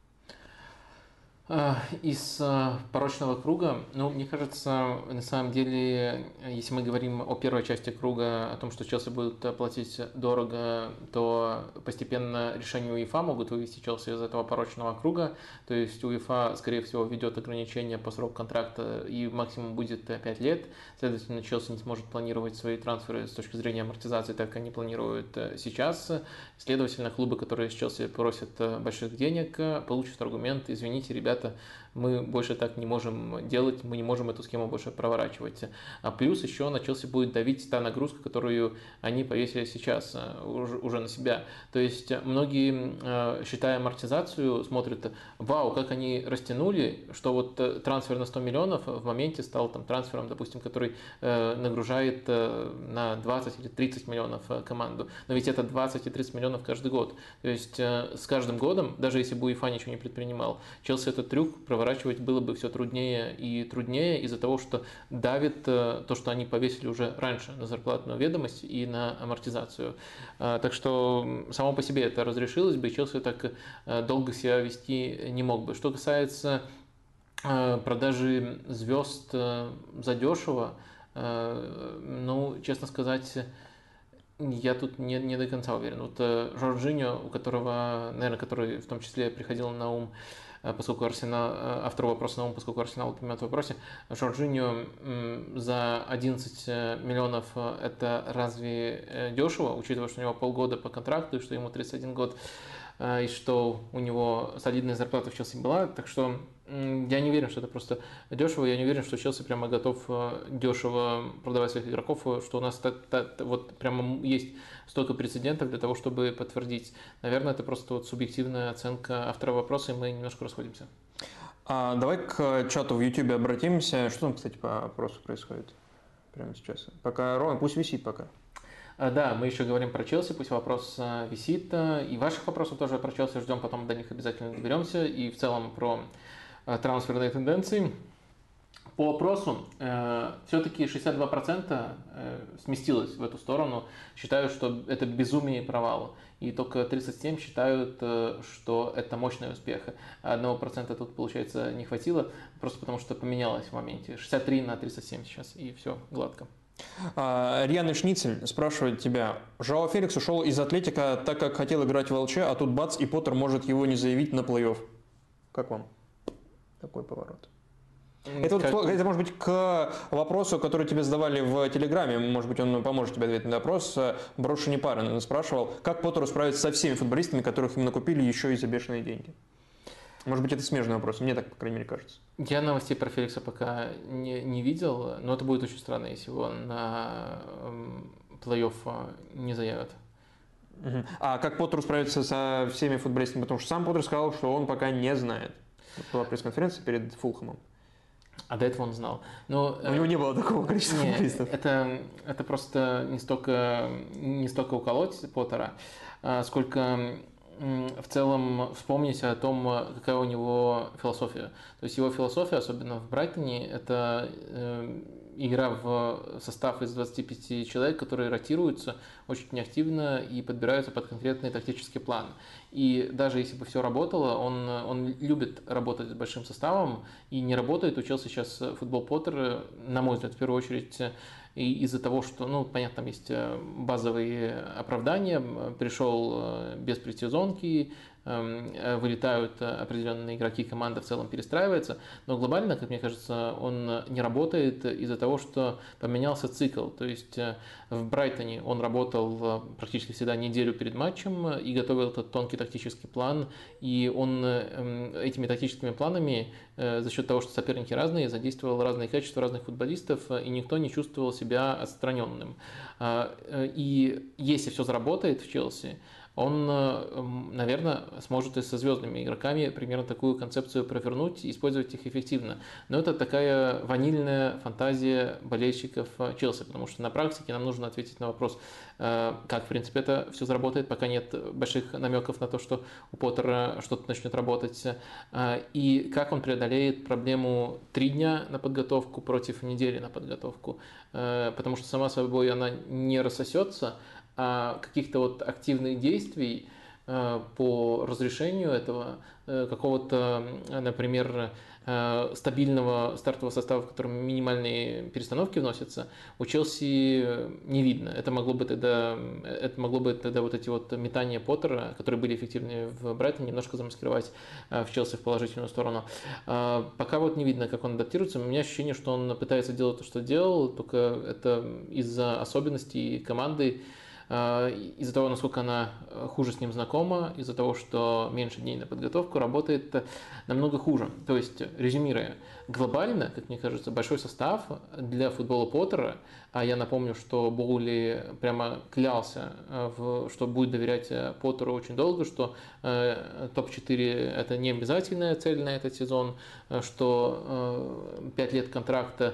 Из порочного круга, ну, мне кажется, на самом деле, если мы говорим о первой части круга, о том, что Челси будет платить дорого, то постепенно решения УЕФА могут вывести Челси из этого порочного круга. То есть УЕФА, скорее всего, введет ограничения по сроку контракта и максимум будет пять лет. Следовательно, Челси не сможет планировать свои трансферы с точки зрения амортизации, так как они планируют сейчас. Следовательно, клубы, которые с Челси просят больших денег, получат аргумент: извините, ребята, мы больше так не можем делать, мы не можем эту схему больше проворачивать. А плюс еще на Челси будет давить та нагрузка, которую они повесили сейчас уже, уже на себя. То есть многие, считая амортизацию, смотрят: вау, как они растянули, что вот трансфер на сто миллионов в моменте стал там трансфером, допустим, который нагружает на двадцать или тридцать миллионов команду. Но ведь это двадцать и тридцать миллионов каждый год. То есть с каждым годом, даже если бы УЕФА ничего не предпринимал, Челси этот трюк проворачивать было бы все труднее и труднее из-за того, что давит то, что они повесили уже раньше на зарплатную ведомость и на амортизацию. Так что само по себе это разрешилось бы, и Челси так долго себя вести не мог бы. Что касается продажи звезд задешево, ну, честно сказать, я тут не, не до конца уверен. Вот Жоржиньо, у которого, наверное, который в том числе приходил на ум, поскольку Арсенал, автор вопроса на ум, поскольку Арсенал упомянут в вопросе, Жоржиньо за одиннадцать миллионов это разве дешево, учитывая, что у него полгода по контракту, и что ему тридцать один год, и что у него солидная зарплата в Челси была, так что я не уверен, что это просто дешево, я не уверен, что Челси прямо готов дешево продавать своих игроков, что у нас вот прямо есть столько прецедентов для того, чтобы подтвердить. Наверное, это просто вот субъективная оценка автора вопроса, и мы немножко расходимся. А давай к чату в YouTube обратимся. Что там, кстати, по вопросу происходит прямо сейчас? Пока, Рома, пусть висит пока. Да, мы еще говорим про Челси, пусть вопрос висит. И ваших вопросов тоже про Челси ждем, потом до них обязательно доберемся. И в целом про трансферные тенденции. По опросу э, все-таки шестьдесят два процента э, сместилось в эту сторону, считают, что это безумие и провал. И только тридцать семь процентов считают, э, что это мощный успех. Одного процента тут, получается, не хватило, просто потому что поменялось в моменте. шестьдесят три на тридцать семь сейчас, и все гладко. А, Рьяный Шницель спрашивает тебя. Жоао Феликс ушел из Атлетика, так как хотел играть в ЛЧ, а тут бац, и Поттер может его не заявить на плей-офф. Как вам такой поворот? Это, как... вот, это может быть к вопросу, который тебе задавали в Телеграме, может быть, он поможет тебе ответить на вопрос. Броша не пара спрашивал, как Поттеру справиться со всеми футболистами, которых именно купили еще и за бешеные деньги. Может быть, это смежный вопрос, мне так, по крайней мере, кажется. Я новостей про Феликса пока не, не видел, но это будет очень странно, если его на плей-офф не заявят. Угу. А как Поттеру справиться со всеми футболистами? Потому что сам Поттер сказал, что он пока не знает. Была пресс-конференция перед Фулхэмом. А до этого он знал. Но, У него не было такого количества не, футболистов. Это, это просто не столько, не столько уколоть Поттера, сколько в целом вспомнить о том, какая у него философия. То есть его философия, особенно в Брайтоне, это игра в состав из двадцати пяти человек, которые ротируются очень неактивно и подбираются под конкретный тактический план. И даже если бы все работало, он, он любит работать с большим составом и не работает. Учился сейчас футбол Поттер, на мой взгляд, в первую очередь, и из-за того, что, ну, понятно, там есть базовые оправдания, пришел без предсезонки, вылетают определенные игроки, команда в целом перестраивается, но глобально, как мне кажется, он не работает из-за того, что поменялся цикл. То есть в Брайтоне он работал практически всегда неделю перед матчем и готовил этот тонкий тактический план, и он этими тактическими планами за счет того, что соперники разные, задействовал разные качества разных футболистов, и никто не чувствовал себя отстраненным. И если все заработает в Челси, он, наверное, сможет и со звездными игроками примерно такую концепцию провернуть и использовать их эффективно. Но это такая ванильная фантазия болельщиков Челси, потому что на практике нам нужно ответить на вопрос, как, в принципе, это все заработает, пока нет больших намеков на то, что у Поттера что-то начнет работать, и как он преодолеет проблему три дня на подготовку против недели на подготовку, потому что сама собой она не рассосется, а каких-то вот активных действий э, по разрешению этого, э, какого-то, например, э, стабильного стартового состава, в котором минимальные перестановки вносятся, у Челси не видно. Это могло бы тогда, это могло бы тогда вот эти вот метания Поттера, которые были эффективны в Брайтоне, немножко замаскировать э, в Челси в положительную сторону. Э, пока вот не видно, как он адаптируется. У меня ощущение, что он пытается делать то, что делал, только это из-за особенностей команды, из-за того, насколько она хуже с ним знакома, из-за того, что меньше дней на подготовку, работает намного хуже. То есть, резюмируя, глобально, как мне кажется, большой состав для футбола Поттера, а я напомню, что Боули прямо клялся, в, что будет доверять Поттеру очень долго, что э, топ четыре это не обязательная цель на этот сезон, что э, пять лет контракта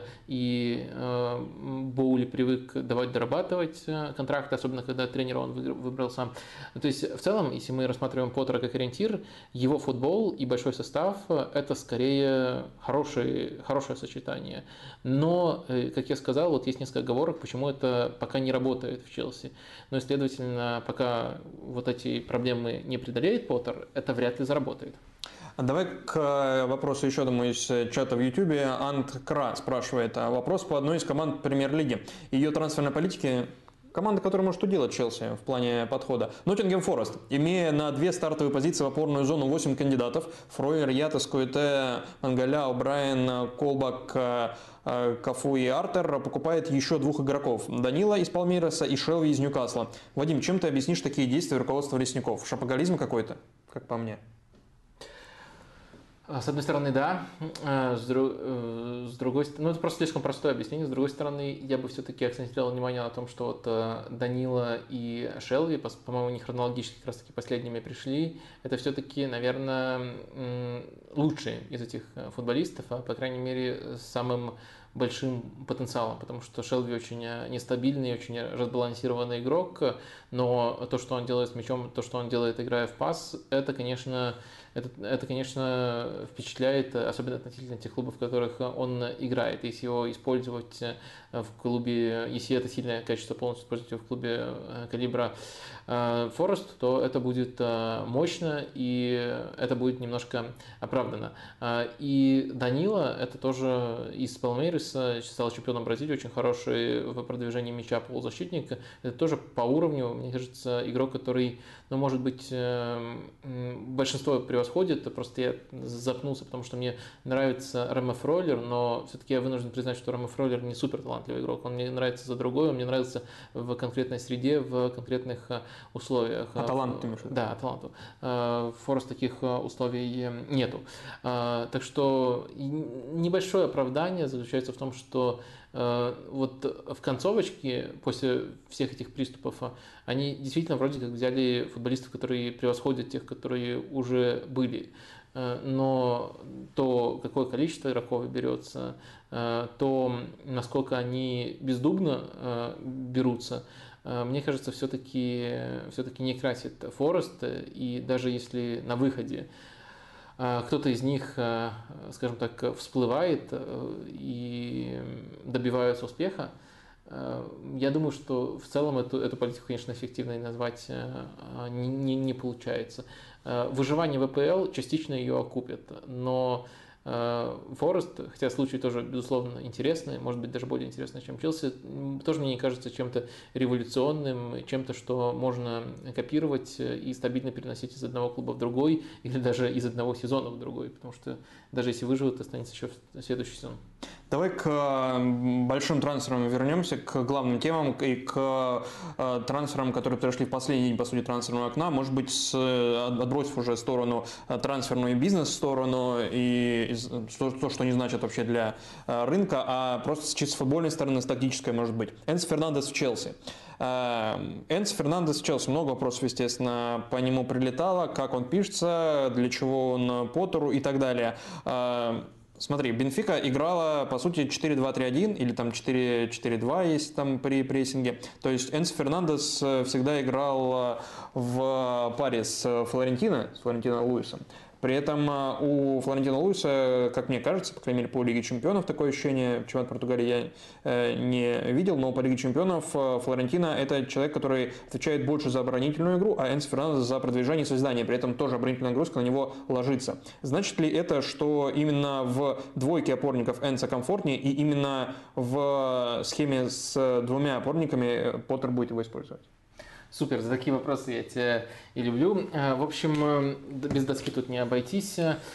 и э, Боули привык давать дорабатывать контракты, особенно когда тренера он выбрал сам. То есть в целом, если мы рассматриваем Поттера как ориентир, его футбол и большой состав это скорее хорошее, хорошее сочетание. Но, как я сказал, вот есть несколько оговорок, почему это пока не работает в Челси. Но, следовательно, пока вот эти проблемы не преодолеет Поттер, это вряд ли заработает. Давай к вопросу еще одному из чата в Ютубе. Ант Кра спрашивает. Вопрос по одной из команд Премьер-лиги. Ее трансферной политики. Команда, которая может уделать Челси в плане подхода. Ноттингем Форест, имея на две стартовые позиции в опорную зону восемь кандидатов, Фройер, Ятес, Куэте, Мангаля, О'Брайен, Колбак, Кафу и Артер, покупает еще двух игроков. Данила из Палмейраса и Шелви из Ньюкасла. Вадим, чем ты объяснишь такие действия руководства Лесников? Шапоголизм какой-то, как по мне? С одной стороны, да, с, друг, с другой стороны, ну это просто слишком простое объяснение. С другой стороны, я бы все-таки акцентировал внимание на том, что вот Данила и Шелви, по-моему, они хронологически как раз таки последними пришли. Это все-таки, наверное, лучшие из этих футболистов, а по крайней мере, с самым большим потенциалом, потому что Шелви очень нестабильный, очень разбалансированный игрок, но то, что он делает с мячом, то, что он делает, играя в пас, это, конечно, это, это, конечно, впечатляет, особенно относительно тех клубов, в которых он играет. Если его использовать в клубе, если это сильное качество полностью использовать его в клубе калибра Форест, то это будет мощно и это будет немножко оправдано. И Данила, это тоже из Палмейреса, стал чемпионом Бразилии, очень хороший в продвижении мяча полузащитник. Это тоже по уровню, мне кажется, игрок, который, ну, может быть, большинство превосходит. Просто я запнулся, потому что мне нравится Ремо Фройлер, но все-таки я вынужден признать, что Ремо Фройлер не супер талантливый игрок. Он мне нравится за другое, он мне нравится в конкретной среде, в конкретных условиях. А талант ты имеешь в виду? Да, таланту. Форест таких условий нету. Так что небольшое оправдание заключается в том, что вот в концовочке после всех этих приступов они действительно вроде как взяли футболистов, которые превосходят тех, которые уже были. Но то, какое количество игроков берется, то, насколько они бездумно берутся, мне кажется, все-таки все-таки не красит Форест. И даже если на выходе кто-то из них, скажем так, всплывает и добивается успеха, я думаю, что в целом эту, эту политику, конечно, эффективной назвать не, не, не получается. Выживание в ВПЛ частично ее окупит, но Форест, хотя случай тоже, безусловно, интересный, может быть, даже более интересный, чем Челси, тоже мне не кажется чем-то революционным, чем-то, что можно копировать и стабильно переносить из одного клуба в другой, или даже из одного сезона в другой, потому что даже если выживут, останется еще в следующий сезон. Давай к большим трансферам вернемся, к главным темам и к трансферам, которые произошли в последний день, по сути, трансферного окна. Может быть, с, отбросив уже сторону трансферную и бизнес-сторону и то, что не значит вообще для рынка, а просто с чисто футбольной стороны, с тактической, может быть. Энцо Фернандес в Челси. Энцо Фернандес в Челси. Много вопросов, естественно, по нему прилетало. Как он пишется, для чего он Поттеру и так далее. Смотри, Бенфика играла, по сути, четыре два три один или там четыре четыре два, если там при прессинге. То есть Энцо Фернандес всегда играл в паре с Флорентино, с Флорентино Луисом. При этом у Флорентино Луиса, как мне кажется, по крайней мере, по Лиге Чемпионов такое ощущение, чемпионат Португалии я не видел, но по Лиге Чемпионов Флорентино – это человек, который отвечает больше за оборонительную игру, а Энцо Фернандес за продвижение и создание. При этом тоже оборонительная нагрузка на него ложится. Значит ли это, что именно в двойке опорников Энцо комфортнее, и именно в схеме с двумя опорниками Поттер будет его использовать? Супер, за такие вопросы я тебя и люблю. В общем, без доски тут не обойтись.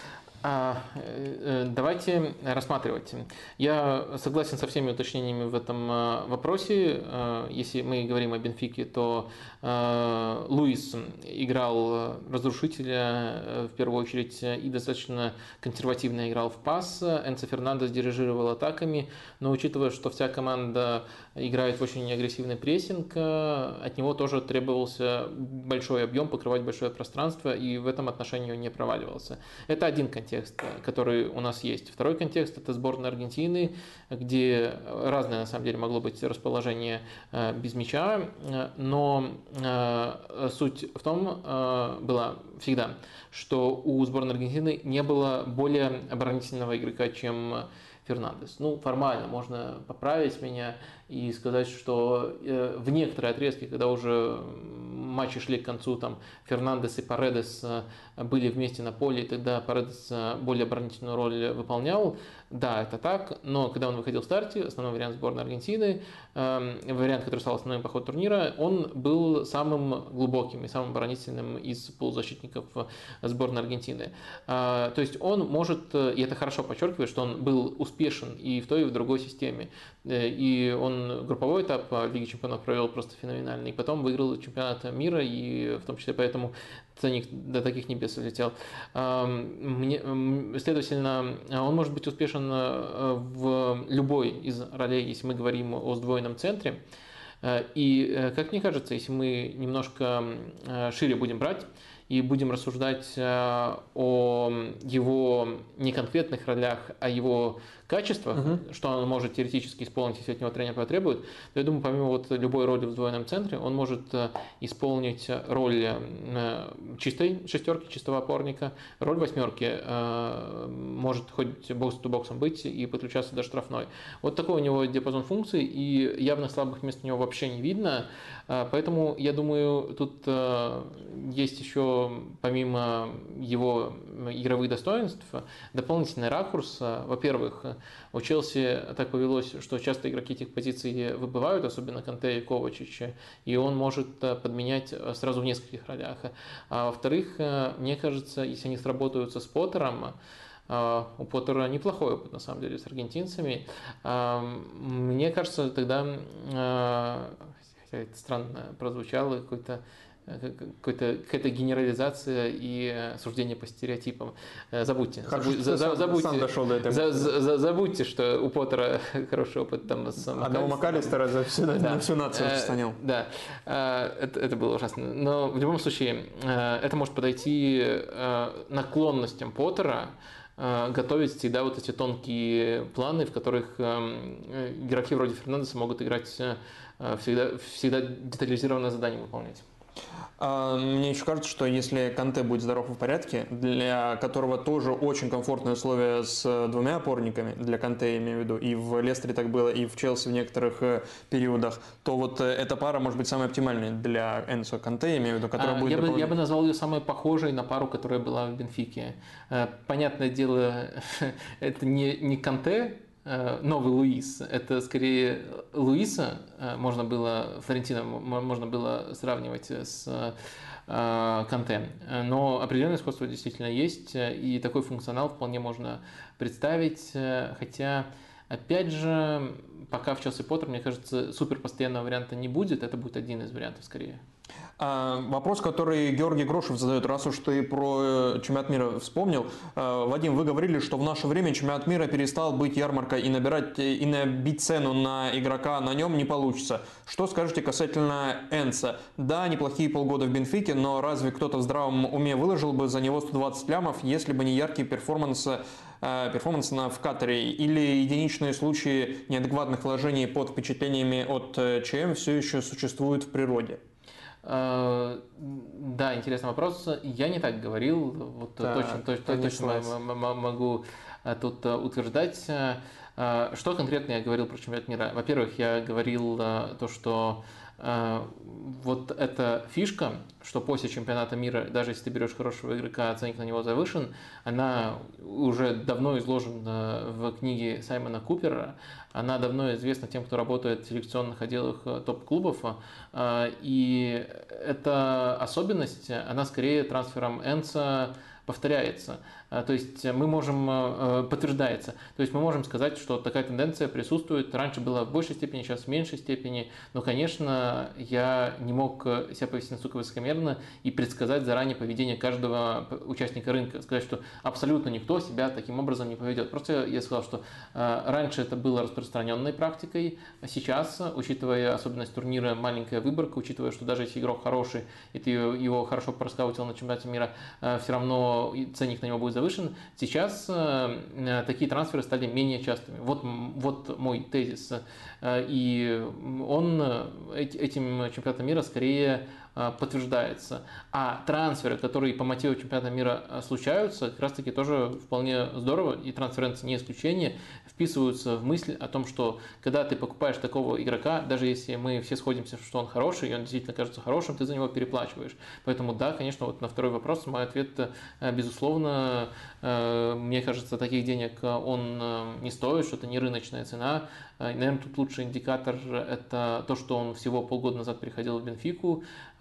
Давайте рассматривать. Я согласен со всеми уточнениями в этом вопросе. Если мы говорим о Бенфике, то Луис играл разрушителя в первую очередь и достаточно консервативно играл в пас. Энцо Фернандес дирижировал атаками, но учитывая, что вся команда играет в очень агрессивный прессинг, от него тоже требовался большой объем, покрывать большое пространство, и в этом отношении он не проваливался. Это один контекст, который у нас есть. Второй контекст – это сборная Аргентины, где разное, на самом деле, могло быть расположение без мяча, но суть в том была всегда, что у сборной Аргентины не было более оборонительного игрока, чем Фернандес. Ну, формально можно поправить меня и сказать, что в некоторые отрезки, когда уже матчи шли к концу, там Фернандес и Паредес были вместе на поле, и тогда Паредес более оборонительную роль выполнял. Да, это так, но когда он выходил в старте, основной вариант сборной Аргентины, вариант, который стал основным по ходу турнира, он был самым глубоким и самым оборонительным из полузащитников сборной Аргентины. То есть он может, и это хорошо подчеркивает, что он был успешен и в той, и в другой системе. И он групповой этап Лиги Чемпионов провел просто феноменальный, и потом выиграл чемпионат мира. мира, и в том числе поэтому ценник до таких небес взлетел. Мне, следовательно, он может быть успешен в любой из ролей, если мы говорим о сдвоенном центре. И, как мне кажется, если мы немножко шире будем брать и будем рассуждать о его не конкретных ролях, а его качествах, угу. что он может теоретически исполнить, если от него тренер потребует, то я думаю, помимо вот любой роли в сдвоенном центре, он может исполнить роль чистой шестерки, чистого опорника, роль восьмерки, может хоть бокс-то-боксом быть и подключаться до штрафной. Вот такой у него диапазон функций, и явно слабых мест у него вообще не видно, поэтому я думаю, тут есть еще, помимо его игровых достоинств, дополнительный ракурс. Во-первых, у Челси так повелось, что часто игроки этих позиций выбывают, особенно Канте и Ковачич, и он может подменять сразу в нескольких ролях. А во-вторых, мне кажется, если они сработаются с Поттером, у Поттера неплохой опыт, на самом деле, с аргентинцами, мне кажется, тогда, хотя это странно прозвучало, какой-то какой-то, какая-то генерализация и суждение по стереотипам. Забудьте. Хорошо, забудь, за, сам, забудьте, сам дошел до этого. За, за, забудьте, что у Поттера хороший опыт там с Макалистером. Одного Макалистера за всю, да. на всю нацию распространил. Да, это, это было ужасно. Но в любом случае, это может подойти наклонностям Поттера, готовить всегда вот эти тонкие планы, в которых игроки вроде Фернандеса могут играть всегда, всегда детализированное задание выполнять. Мне еще кажется, что если Канте будет здоров и в порядке, для которого тоже очень комфортные условия с двумя опорниками, для Канте я имею в виду, и в Лестере так было, и в Челси в некоторых периодах, то вот эта пара может быть самой оптимальной для Энцо Канте, я имею в виду, которая а, будет... Я допол... бы, я бы назвал ее самой похожей на пару, которая была в Бенфике. Понятное дело, это не, не Канте, новый Луис, это скорее Луиса можно было, Флорентино можно было сравнивать с Канте, но определенное сходство действительно есть, и такой функционал вполне можно представить, хотя, опять же, пока в Челси Поттер, мне кажется, супер постоянного варианта не будет, это будет один из вариантов скорее. А, вопрос, который Георгий Грошев задает, раз уж ты про чемпионат мира вспомнил. А, Вадим, вы говорили, что в наше время чемпионат мира перестал быть ярмаркой и набирать и набить цену на игрока на нем не получится. Что скажете касательно Энца? Да, неплохие полгода в Бенфике, но разве кто-то в здравом уме выложил бы за него сто двадцать лямов, если бы не яркий перформанс перформанс на, в Катаре или единичные случаи неадекватных вложений под впечатлениями от ЧМ все еще существуют в природе? Да, интересный вопрос. Я не так говорил, вот да, точно, точно, точно могу тут утверждать. Что конкретно я говорил про чемпионат мира? Во-первых, я говорил то, что вот эта фишка, что после чемпионата мира, даже если ты берешь хорошего игрока, ценник на него завышен, она уже давно изложена в книге Саймона Купера, она давно известна тем, кто работает в селекционных отделах топ-клубов, и эта особенность, она скорее трансфером Энца повторяется. То есть мы можем, подтверждается, то есть мы можем сказать, что такая тенденция присутствует. Раньше была в большей степени, сейчас в меньшей степени. Но, конечно, я не мог себя повести настолько высокомерно и предсказать заранее поведение каждого участника рынка. Сказать, что абсолютно никто себя таким образом не поведет. Просто я сказал, что раньше это было распространенной практикой. А сейчас, учитывая особенность турнира, маленькая выборка, учитывая, что даже если игрок хороший, и ты его хорошо проскаутил на чемпионате мира, все равно ценник на него будет завышен. Сейчас э, такие трансферы стали менее частыми. Вот, вот мой тезис. И он этим чемпионатом мира скорее подтверждается. А трансферы, которые по мотиву чемпионата мира случаются, как раз таки тоже вполне здорово, и трансференция не исключение, вписываются в мысль о том, что когда ты покупаешь такого игрока, даже если мы все сходимся, что он хороший, и он действительно кажется хорошим, ты за него переплачиваешь. Поэтому да, конечно, вот на второй вопрос мой ответ, безусловно, мне кажется, таких денег он не стоит, что это не рыночная цена. Наверное, тут лучший индикатор – это то, что он всего полгода назад переходил в Бенфику,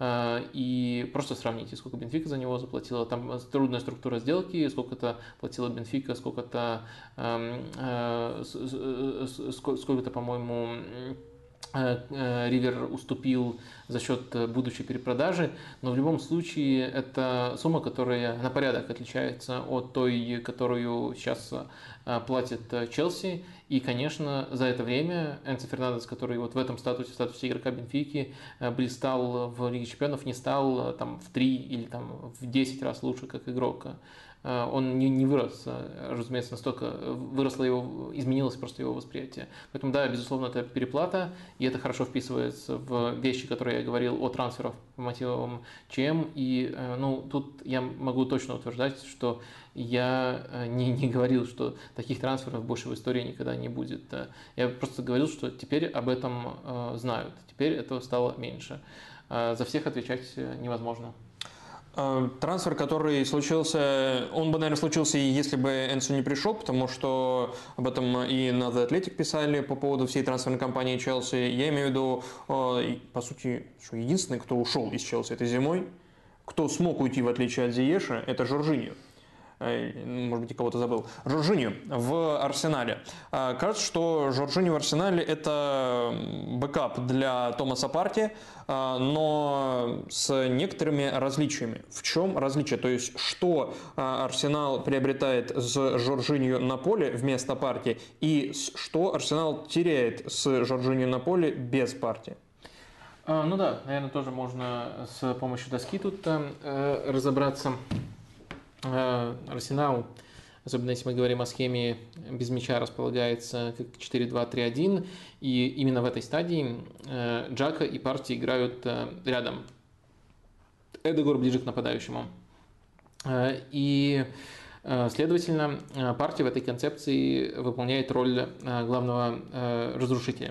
и просто сравните, сколько Бенфика за него заплатила. Там трудная структура сделки, сколько-то платила Бенфика, сколько-то, сколько-то, по-моему, Ривер уступил за счет будущей перепродажи, но в любом случае это сумма, которая на порядок отличается от той, которую сейчас платит Челси. И, конечно, за это время Энцо Фернандес, который вот в этом статусе, в статусе игрока Бенфики, блистал в Лиге Чемпионов, не стал там в три или там в десять раз лучше как игрок. Он не, не вырос, разумеется, настолько, выросло его, изменилось просто его восприятие. Поэтому, да, безусловно, это переплата, и это хорошо вписывается в вещи, которые я говорил о трансферах по мотивам ЧМ. И, ну, тут я могу точно утверждать, что я не, не говорил, что таких трансферов больше в истории никогда не будет. Я просто говорил, что теперь об этом знают, теперь этого стало меньше. За всех отвечать невозможно. Трансфер, который случился, он бы, наверное, случился, и если бы Энцо не пришел, потому что об этом и на The Athletic писали по поводу всей трансферной кампании Челси. Я имею в виду, по сути, что единственный, кто ушел из Челси этой зимой, кто смог уйти, в отличие от Зиеша, это Жоржиньо. Может быть, я кого-то забыл. Жоржиньо в Арсенале. Кажется, что Жоржиньо в Арсенале это бэкап для Томаса Парти, но с некоторыми различиями. В чем различие? То есть, что Арсенал приобретает с Жоржиньо на поле вместо Парти, и что Арсенал теряет с Жоржиньо на поле без Парти? Ну да, наверное, тоже можно с помощью доски тут э, разобраться. Арсенал, особенно если мы говорим о схеме без мяча, располагается как четыре два три один, и именно в этой стадии Джака и Парти играют рядом. Эдегор ближе к нападающему. И, следовательно, Парти в этой концепции выполняет роль главного разрушителя.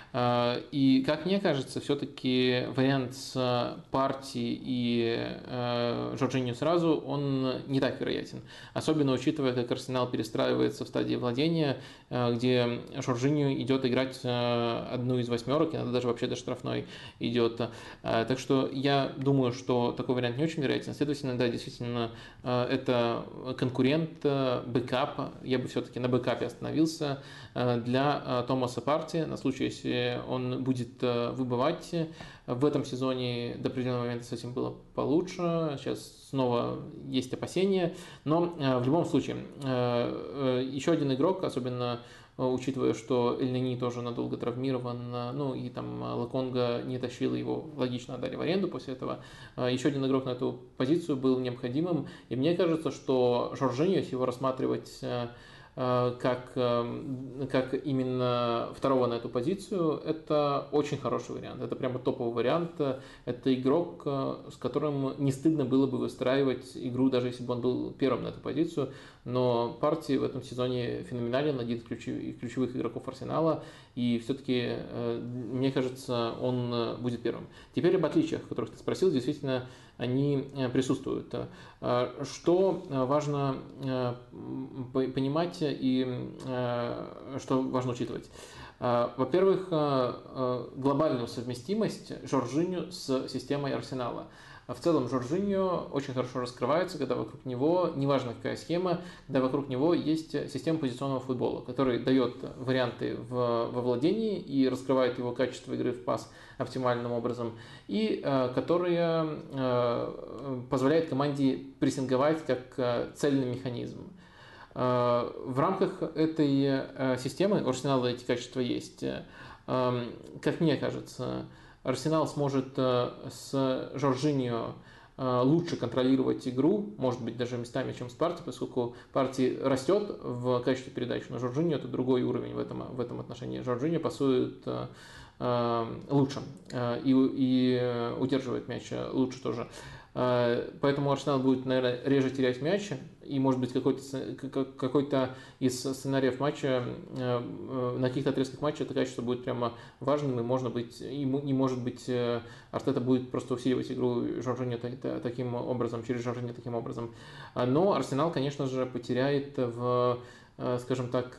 И, как мне кажется, все-таки вариант с Парти и э, Жоржиньо сразу, он не так вероятен. Особенно учитывая, как Арсенал перестраивается в стадии владения, э, где Жоржиньо идет играть э, одну из восьмерок, иногда даже вообще до штрафной идет. Э, так что я думаю, что такой вариант не очень вероятен. Следовательно, да, действительно, э, это конкурент, э, бэкап. Я бы все-таки на бэкапе остановился э, для э, Томаса Парти на случай, если он будет выбывать. В этом сезоне до определенного момента с этим было получше, сейчас снова есть опасения, но в любом случае, еще один игрок, особенно учитывая, что Эльнени тоже надолго травмирован, ну и там Лаконга не тащил его, логично отдали в аренду после этого, еще один игрок на эту позицию был необходимым, и мне кажется, что Жоржиньо, если его рассматривать как, как именно второго на эту позицию, это очень хороший вариант. Это прямо топовый вариант. Это игрок, с которым не стыдно было бы выстраивать игру, даже если бы он был первым на эту позицию. Но Парти в этом сезоне феноменален, один из ключевых игроков Арсенала. И все-таки, мне кажется, он будет первым. Теперь об отличиях, о которых ты спросил, действительно, они присутствуют. Что важно понимать и что важно учитывать? Во-первых, глобальную совместимость Жоржиньо с системой Арсенала. В целом Жоржиньо очень хорошо раскрывается, когда вокруг него, неважно какая схема, когда вокруг него есть система позиционного футбола, который дает варианты в, во владении и раскрывает его качество игры в пас оптимальным образом, и э, которая э, позволяет команде прессинговать как э, цельный механизм. Э, в рамках этой э, системы у Арсенала эти качества есть. Э, как мне кажется, Арсенал сможет с Жоржиньо лучше контролировать игру, может быть, даже местами, чем с Парти, поскольку Парти растет в качестве передач, но Жоржиньо это другой уровень в этом, в этом отношении. Жоржиньо пасует лучше и, и удерживает мяч лучше тоже. Поэтому Арсенал будет, наверное, реже терять мяч, и, может быть, какой-то, какой-то из сценариев матча, на каких-то отрезках матча это качество будет прямо важным, и, можно быть, и, и может быть, Артета будет просто усиливать игру Жоржиньо таким образом, через Жоржиньо таким образом. Но Арсенал, конечно же, потеряет в, скажем так,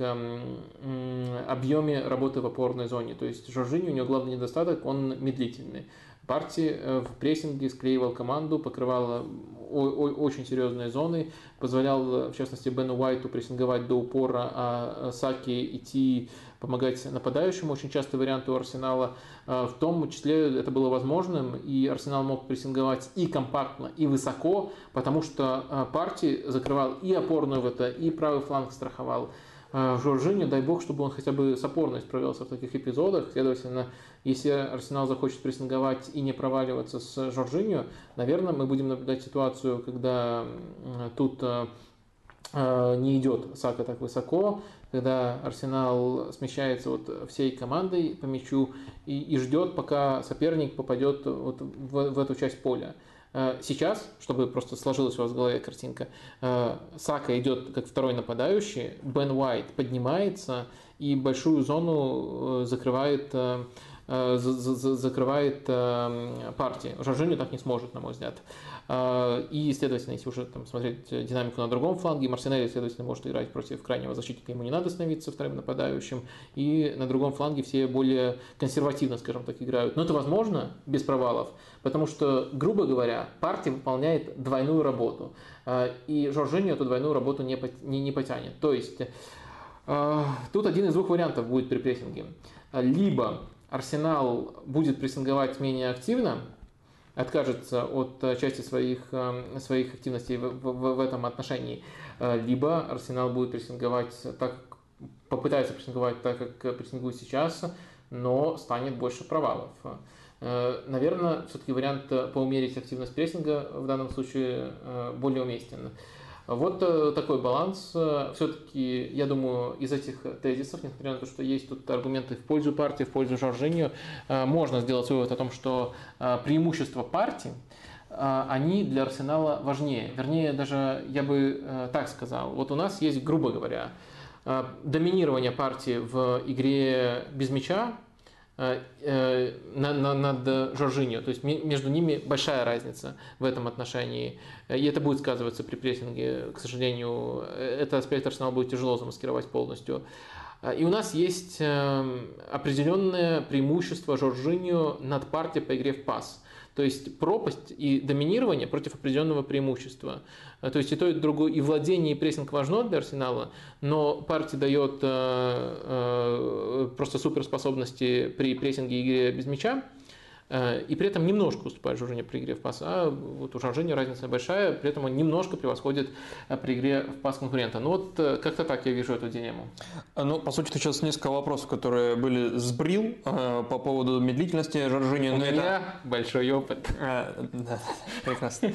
объеме работы в опорной зоне. То есть Жоржиньо, у него главный недостаток, он медлительный. партии в прессинге, склеивал команду, покрывал очень серьезные зоны, позволял, в частности, Бену Уайту прессинговать до упора, а Саке идти помогать нападающему. Очень частый вариант у Арсенала. В том числе это было возможным, и Арсенал мог прессинговать и компактно, и высоко, потому что партий закрывал и опорную ВТ, и правый фланг страховал. Жоржиньо, дай бог, чтобы он хотя бы с опорной справился в таких эпизодах. Следовательно, если Арсенал захочет прессинговать и не проваливаться с Жоржиньо, наверное, мы будем наблюдать ситуацию, когда тут не идет Сака так высоко, когда Арсенал смещается вот всей командой по мячу и, и ждет, пока соперник попадет вот в, в эту часть поля. Сейчас, чтобы просто сложилась у вас в голове картинка, Сака идет как второй нападающий, Бен Уайт поднимается и большую зону закрывает, закрывает партии. Жоржиньо так не сможет, на мой взгляд. И, следовательно, если уже там, смотреть динамику на другом фланге, Марсинелли, следовательно, может играть против крайнего защитника, ему не надо становиться вторым нападающим. И на другом фланге все более консервативно, скажем так, играют. Но это возможно без провалов, потому что, грубо говоря, партия выполняет двойную работу. И Жоржиньо эту двойную работу не, не, не потянет. То есть, тут один из двух вариантов будет при прессинге. Либо Арсенал будет прессинговать менее активно, откажется от части своих, своих активностей в, в, в этом отношении, либо Арсенал будет прессинговать так, попытается прессинговать так, как прессингует сейчас, но станет больше провалов. Наверное, все-таки вариант поумерить активность прессинга в данном случае более уместен. Вот такой баланс. Все-таки, я думаю, из этих тезисов, несмотря на то, что есть тут аргументы в пользу партии, в пользу Жоржиньо, можно сделать вывод о том, что преимущества партии, они для Арсенала важнее. Вернее, даже я бы так сказал. Вот у нас есть, грубо говоря, доминирование партии в игре без мяча над Жоржиньо. То есть между ними большая разница в этом отношении. И это будет сказываться при прессинге. К сожалению, этот аспект Арсенал будет тяжело замаскировать полностью. И у нас есть определенное преимущество Жоржиньо над партией по игре в пас. То есть пропасть и доминирование против определенного преимущества. То есть и то, и другое, и владение, и прессинг важно для Арсенала, но партия дает э, э, просто суперспособности при прессинге и игре без мяча, э, и при этом немножко уступает Жоржиньо при игре в пас. А вот у Жоржиньо разница большая, при этом он немножко превосходит при игре в пас конкурента. Ну вот э, как-то так я вижу эту дилемму. Ну, по сути, ты сейчас несколько вопросов, которые были сбрил э, по поводу медлительности Жоржиньо. У но меня это... большой опыт. Э, да, прекрасно.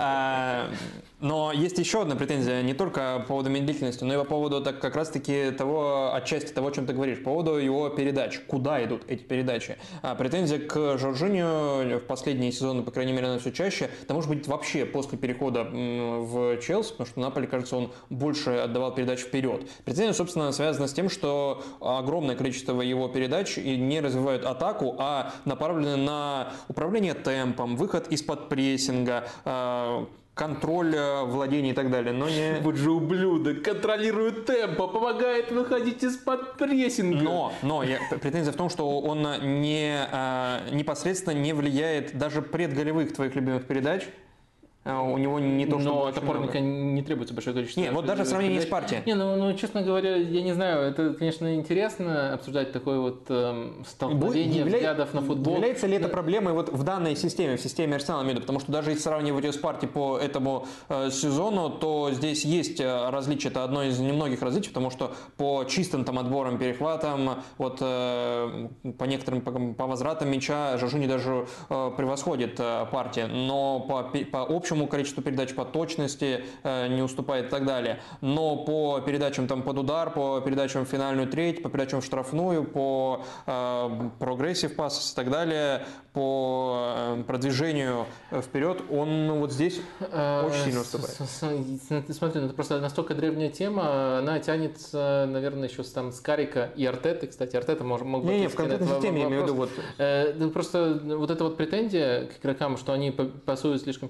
Но есть еще одна претензия не только по поводу медлительности, но и по поводу так, как раз-таки того, отчасти того, о чем ты говоришь, по поводу его передач. Куда идут эти передачи? А, претензия к Жоржиньо в последние сезоны, по крайней мере, она все чаще, да может быть вообще после перехода в Челси, потому что Наполе, кажется, он больше отдавал передач вперед. Претензия, собственно, связана с тем, что огромное количество его передач не развивают атаку, а направлены на управление темпом, выход из-под прессинга, контроль владения и так далее, но не... Вот же ублюдок, контролирует темпо, помогает выходить из-под прессинга. Но, но я, претензия в том, что он не, а, непосредственно не влияет даже предголевых твоих любимых передач. У него не то, что но от опорника не требуется большое количество. Не, вот даже в сравнении с партией. Не, ну, ну, честно говоря, я не знаю, это, конечно, интересно обсуждать такое вот эм, столкновение Явля... взглядов на футбол. Является ли это проблемой вот в данной системе, в системе Арсенала, потому что даже если сравнивать ее с партией по этому э, сезону, то здесь есть различие, это одно из немногих различий, потому что по чистым там отборам, перехватам, вот э, по некоторым, по, по возвратам мяча Жоржиньо даже э, превосходит э, партию, но по, по общему количеству передач, по точности э, не уступает и так далее. Но по передачам там под удар, по передачам в финальную треть, по передачам в штрафную, по э, прогрессив пас и так далее, по э, продвижению вперед, он ну, вот здесь очень сильно уступает. Смотри, это просто настолько древняя тема, она тянется, наверное, еще с, там, с Карика и Артеты. Кстати, Артета мог бы... Не, не, в конкретной системе я имею в виду. Вот. Просто вот эта вот претензия к игрокам, что они пасуют слишком часто поперед,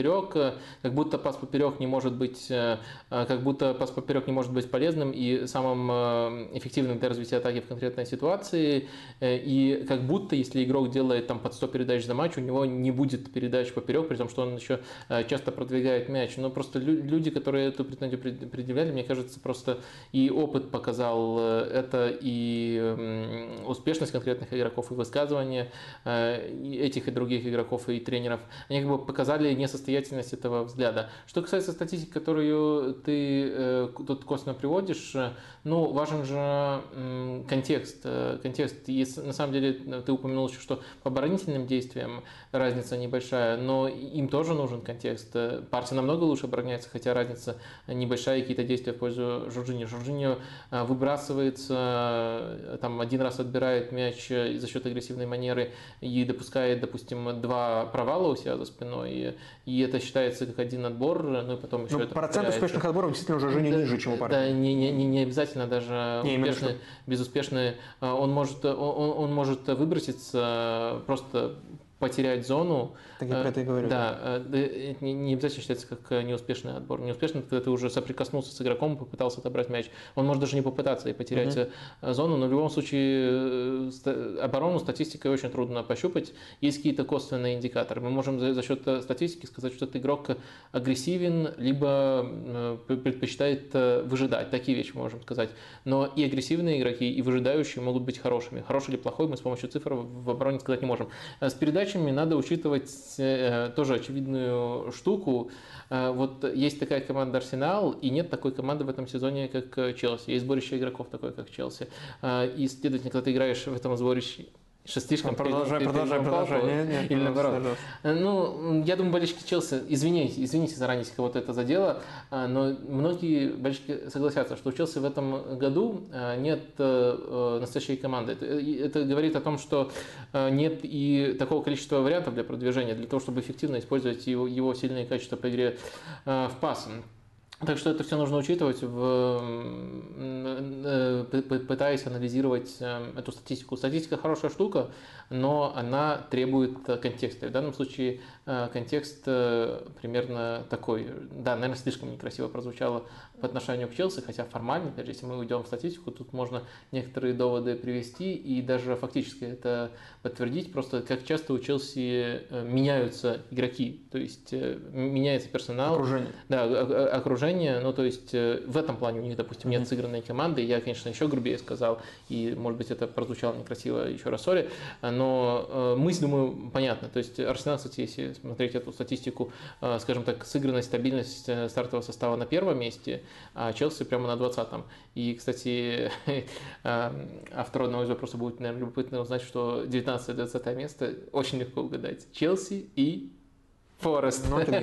поперек, как будто пас поперек не может быть, как будто пас поперек не может быть полезным и самым эффективным для развития атаки в конкретной ситуации, и как будто если игрок делает там под сто передач за матч, у него не будет передач поперек, при том, что он еще часто продвигает мяч. Но просто люди, которые эту претензию предъявляли, мне кажется, просто и опыт показал это, и успешность конкретных игроков, и высказывания этих и других игроков и тренеров, они как бы показали несостоятельность этого взгляда. Что касается статистики, которую ты тут косвенно приводишь, ну, важен же контекст. Контекст. Если, на самом деле, ты упомянул еще, что по оборонительным действиям разница небольшая, но им тоже нужен контекст. Партия намного лучше обороняется, хотя разница небольшая, какие-то действия в пользу Жоржиньо. Жоржиньо выбрасывается, там один раз отбирает мяч за счет агрессивной манеры и допускает, допустим, два провала у себя за спиной, и это считается как один отбор, ну и потом еще но это процент повторяется. Успешных отборов действительно уже Жоржиньо да, ниже, чем у партии. Да, не, не, не обязательно даже не, успешные, безуспешные. Он может, он, он может выброситься, просто потерять зону. Так я про это и говорю. Да, это не обязательно считается как неуспешный отбор. Неуспешный, когда ты уже соприкоснулся с игроком и попытался отобрать мяч. Он может даже не попытаться и потерять uh-huh. зону, но в любом случае оборону статистикой очень трудно пощупать. Есть какие-то косвенные индикаторы. Мы можем за, за счет статистики сказать, что этот игрок агрессивен, либо предпочитает выжидать. Такие вещи мы можем сказать. Но и агрессивные игроки, и выжидающие могут быть хорошими. Хороший или плохой мы с помощью цифр в обороне сказать не можем. С передачей надо учитывать тоже очевидную штуку. Вот есть такая команда Арсенал, и нет такой команды в этом сезоне, как Челси. Есть сборище игроков такое, как Челси. И, следовательно, когда ты играешь в этом сборище, что слишком продолжай, продолжай, продолжай. Нет, нет, или наоборот. Пожалуйста. Ну, я думаю, болельщики Челси, извините, извините заранее, если кого-то это задело, но многие болельщики согласятся, что у Челси в этом году нет настоящей команды. Это, это говорит о том, что нет и такого количества вариантов для продвижения, для того, чтобы эффективно использовать его, его сильные качества по игре в пас. Так что это все нужно учитывать, в, пытаясь анализировать эту статистику. Статистика хорошая штука, но она требует контекста. В данном случае контекст примерно такой. Да, наверное, слишком некрасиво прозвучало по отношению к Челси, хотя формально, опять же, если мы уйдем в статистику, тут можно некоторые доводы привести и даже фактически это подтвердить. Просто как часто у Челси меняются игроки, то есть меняется персонал. Окружение. Да, окружение. Ну, то есть в этом плане у них, допустим, нет сыгранной команды. Я, конечно, еще грубее сказал, и, может быть, это прозвучало некрасиво еще раз, сори, но мысль, думаю, понятна. То есть Арсенал, кстати, если смотреть эту статистику, скажем так, сыгранность, стабильность стартового состава на первом месте, а Челси прямо на двадцатом. И, кстати, автор одного из вопросов будет, наверное, любопытно узнать, что девятнадцатое-двадцатое место очень легко угадать. Челси и Форест.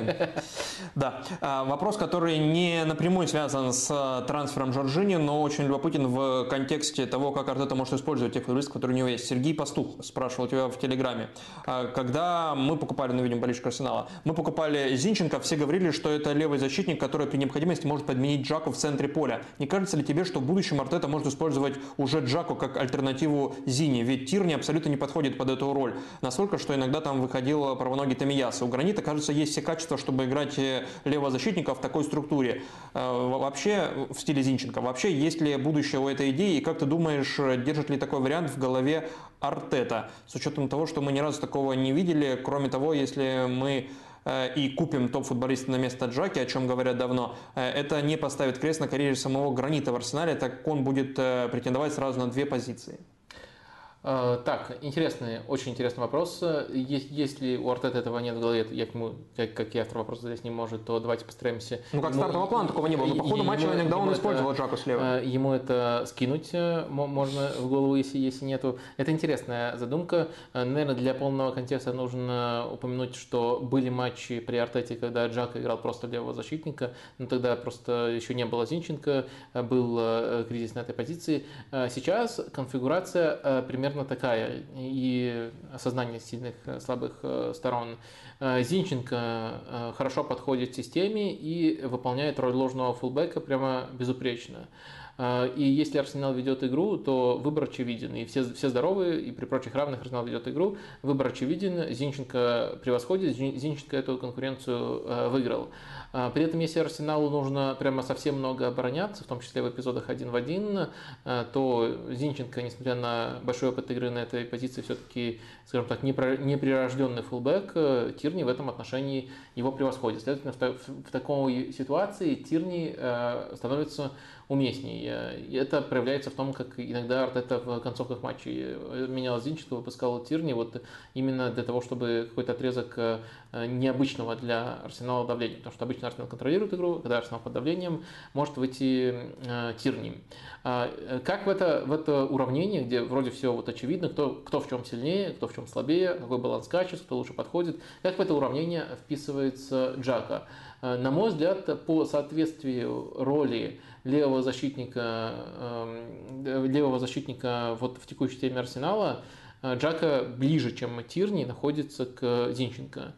Да. Вопрос, который не напрямую связан с трансфером Жоржиньо, но очень любопытен в контексте того, как Артета может использовать тех футболистов, которые у него есть. Сергей Пастух спрашивал тебя в Телеграме. Когда мы покупали, ну, видим, болельщик Арсенала, мы покупали Зинченко, все говорили, что это левый защитник, который при необходимости может подменить Джаку в центре поля. Не кажется ли тебе, что в будущем Артета может использовать уже Джаку как альтернативу Зине? Ведь Тирни абсолютно не подходит под эту роль. Настолько, что иногда там выходил правоногий Томиясу. У Гранита, кажется, есть все качества, чтобы играть левого защитника в такой структуре. Вообще, в стиле Зинченко. Вообще, есть ли будущее у этой идеи? И как ты думаешь, держит ли такой вариант в голове Артета? С учетом того, что мы ни разу такого не видели. Кроме того, если мы и купим топ-футболиста на место Джаки, о чем говорят давно, это не поставит крест на карьере самого Гранита в Арсенале, так как он будет претендовать сразу на две позиции. Так, интересный, очень интересный вопрос. Если у Артета этого нет в голове, я к нему, как, как и автор вопроса здесь не может, то давайте постараемся... Ну, как стартового плана такого не было, но по ходу матча иногда он использовал Джаку слева. Ему это скинуть можно в голову, если, если нету. Это интересная задумка. Наверное, для полного контекста нужно упомянуть, что были матчи при Артете, когда Джака играл просто левого защитника, но тогда просто еще не было Зинченко, был кризис на этой позиции. Сейчас конфигурация примерно такая, и осознание сильных, слабых сторон. Зинченко хорошо подходит системе и выполняет роль ложного фулбека прямо безупречно. И если Арсенал ведет игру, то выбор очевиден. И все, все здоровы, и при прочих равных Арсенал ведет игру. Выбор очевиден, Зинченко превосходит, Зинченко эту конкуренцию выиграл. При этом, если Арсеналу нужно прямо совсем много обороняться, в том числе в эпизодах один в один, то Зинченко, несмотря на большой опыт игры на этой позиции, все-таки, скажем так, неприрожденный фулбэк, Тирни в этом отношении его превосходит. Следовательно, в, в такой ситуации Тирни становится уместнее. И это проявляется в том, как иногда Артета в концовках матчей менял Зинченко, выпускал Тирни, вот именно для того, чтобы какой-то отрезок необычного для Арсенала давления. Потому что обычно Арсенал контролирует игру, когда Арсенал под давлением, может выйти Тирни. Как в это, в это уравнение, где вроде все вот очевидно, кто, кто в чем сильнее, кто в чем слабее, какой баланс качеств, кто лучше подходит, как в это уравнение вписывается Джака? На мой взгляд, по соответствию роли левого защитника, левого защитника вот в текущей теме Арсенала, Джака ближе, чем Тирни, находится к Зинченко.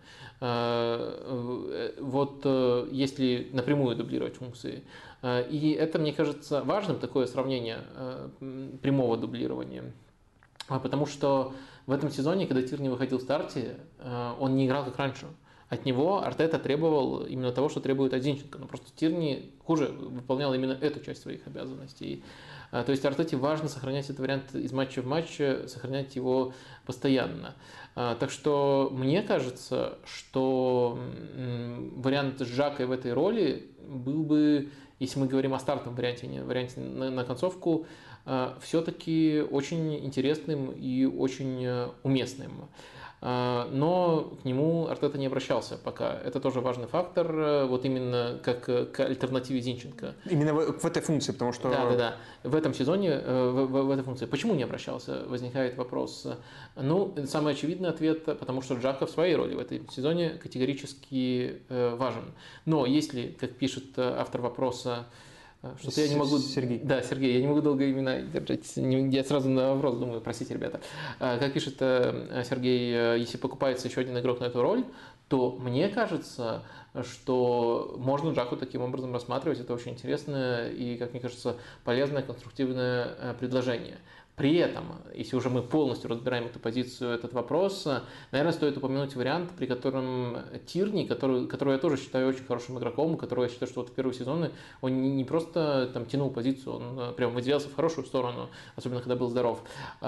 Вот если напрямую дублировать функции. И это, мне кажется, важным, такое сравнение прямого дублирования. Потому что в этом сезоне, когда Тирни выходил в старте, он не играл как раньше. От него Артета требовал именно того, что требует от Зинченко. Но просто Тирни хуже выполнял именно эту часть своих обязанностей. То есть Артете важно сохранять этот вариант из матча в матч, сохранять его постоянно. Так что мне кажется, что вариант с Жакой в этой роли был бы, если мы говорим о стартовом варианте, не варианте на, на концовку, все-таки очень интересным и очень уместным. Но к нему Артета не обращался пока. Это тоже важный фактор, вот именно как к альтернативе Зинченко. Именно в, в этой функции, потому что... Да, да, да. В этом сезоне, в, в, в этой функции. Почему не обращался, возникает вопрос. Ну, самый очевидный ответ, потому что Джака в своей роли в этом сезоне категорически важен. Но если, как пишет автор вопроса, что-то я не могу... Сергей. Да, Сергей, я не могу долго имена держать. Я сразу на вопрос думаю, простите, ребята. Как пишет Сергей, если покупается еще один игрок на эту роль, то мне кажется, что можно Джаку таким образом рассматривать. Это очень интересное и, как мне кажется, полезное, конструктивное предложение. При этом, если уже мы полностью разбираем эту позицию, этот вопрос, наверное, стоит упомянуть вариант, при котором Тирни, который, которого я тоже считаю очень хорошим игроком, которого я считаю, что вот в первые сезоны он не просто там тянул позицию, он прям выделялся в хорошую сторону, особенно когда был здоров.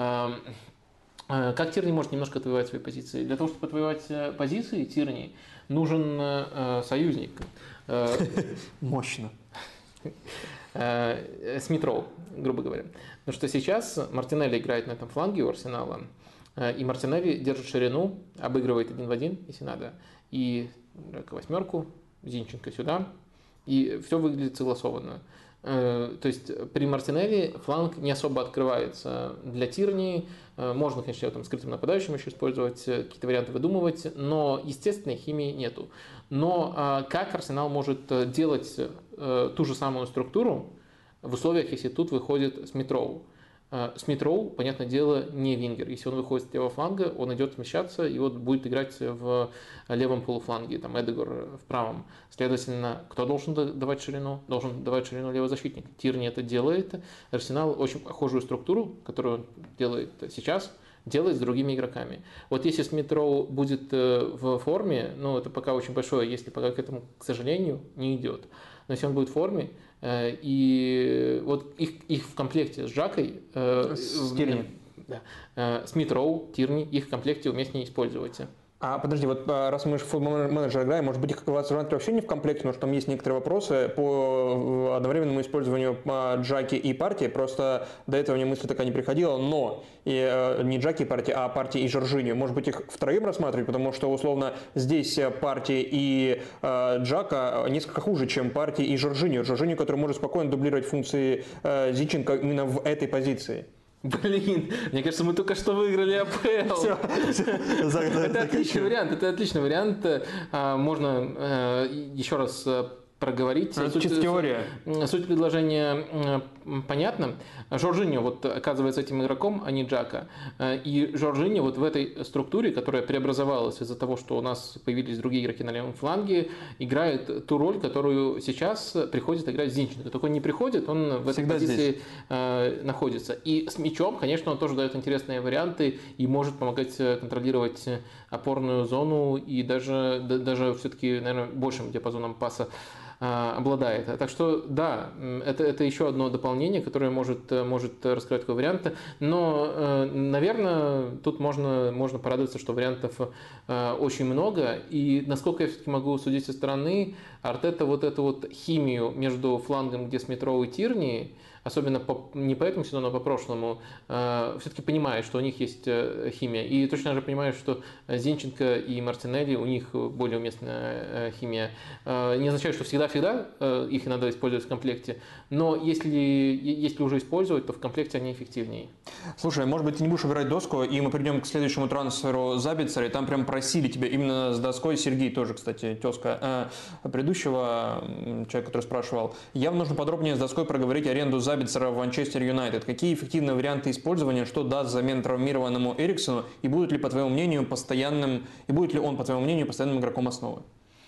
Как Тирни может немножко отвоевать свои позиции? Для того, чтобы отвоевать позиции Тирни, нужен союзник. Мощно. Смит-Роу, грубо говоря. Потому что сейчас Мартинелли играет на этом фланге у Арсенала, и Мартинелли держит ширину, обыгрывает один в один, если надо, и восьмерку, Зинченко сюда, и все выглядит согласованно. То есть при Мартинелли фланг не особо открывается для Тирни. Можно, конечно, там скрытым нападающим еще использовать, какие-то варианты выдумывать, но естественной химии нету. Но как Арсенал может делать ту же самую структуру в условиях, если тут выходит Смит-Роу? Смит-Роу, понятное дело, не вингер. Если он выходит с левого фланга, он идет смещаться и вот будет играть в левом полуфланге, там Эдегор в правом. Следовательно, кто должен давать ширину? Должен давать ширину левый защитник. Тирни это делает. Арсенал очень похожую структуру, которую он делает сейчас, делает с другими игроками. Вот если Смит-Роу будет в форме, ну это пока очень большое, если пока к этому, к сожалению, не идет. Но если он будет в форме, и вот их, их в комплекте с Жакой, с Тирни. Да, Смит-Роу, Тирни, их в комплекте уместнее использовать. А подожди, вот раз мы в футбол-менеджер играем, может быть, их вообще не в комплекте, потому что там есть некоторые вопросы по одновременному использованию Джаки и партии, просто до этого мне мысль такая не приходила, но и, не Джаки и партии, а партии и Жоржиньо, может быть, их втроем рассматривать, потому что, условно, здесь партии и э, Джака несколько хуже, чем партии и Жоржиньо. Жоржиньо, который может спокойно дублировать функции э, Зинченко именно в этой позиции. Блин, мне кажется, мы только что выиграли АПЛ. Все, это отличный вариант, это отличный вариант. Можно еще раз проговорить. Это суть, чисто теория. Суть предложения понятна. Жоржиньо вот оказывается этим игроком, а не Джака. И Жоржиньо вот в этой структуре, которая преобразовалась из-за того, что у нас появились другие игроки на левом фланге, играет ту роль, которую сейчас приходится играть Зинченко. Только он не приходит, он в этой Всегда позиции здесь. находится. И с мячом, конечно, он тоже дает интересные варианты и может помогать контролировать опорную зону и даже, даже все-таки, наверное, большим диапазоном паса обладает. Так что да, это, это еще одно дополнение, которое может, может раскрывать такой вариант. Но, наверное, тут можно, можно порадоваться, что вариантов очень много. И насколько я все-таки могу судить со стороны, Артета вот эту вот химию между флангом, где Смит-Роу и Тирни, особенно по, не по этому сезону, а по прошлому, э, все-таки понимает, что у них есть э, химия. И точно же понимает, что Зинченко и Мартинелли, у них более уместная э, химия. Э, не означает, что всегда-всегда э, их надо использовать в комплекте, но если, если уже использовать, то в комплекте они эффективнее. Слушай, может быть, ты не будешь убирать доску, и мы придем к следующему трансферу Забицера, и там прям просили тебя именно с доской. Сергей тоже, кстати, тезка э, предыдущего человека, который спрашивал. Явно нужно подробнее с доской проговорить аренду Забицера в Манчестер Юнайтед. Какие эффективные варианты использования, что даст взамен травмированному Эриксону, и будет ли, по твоему мнению, постоянным, и будет ли он, по твоему мнению, постоянным игроком основы?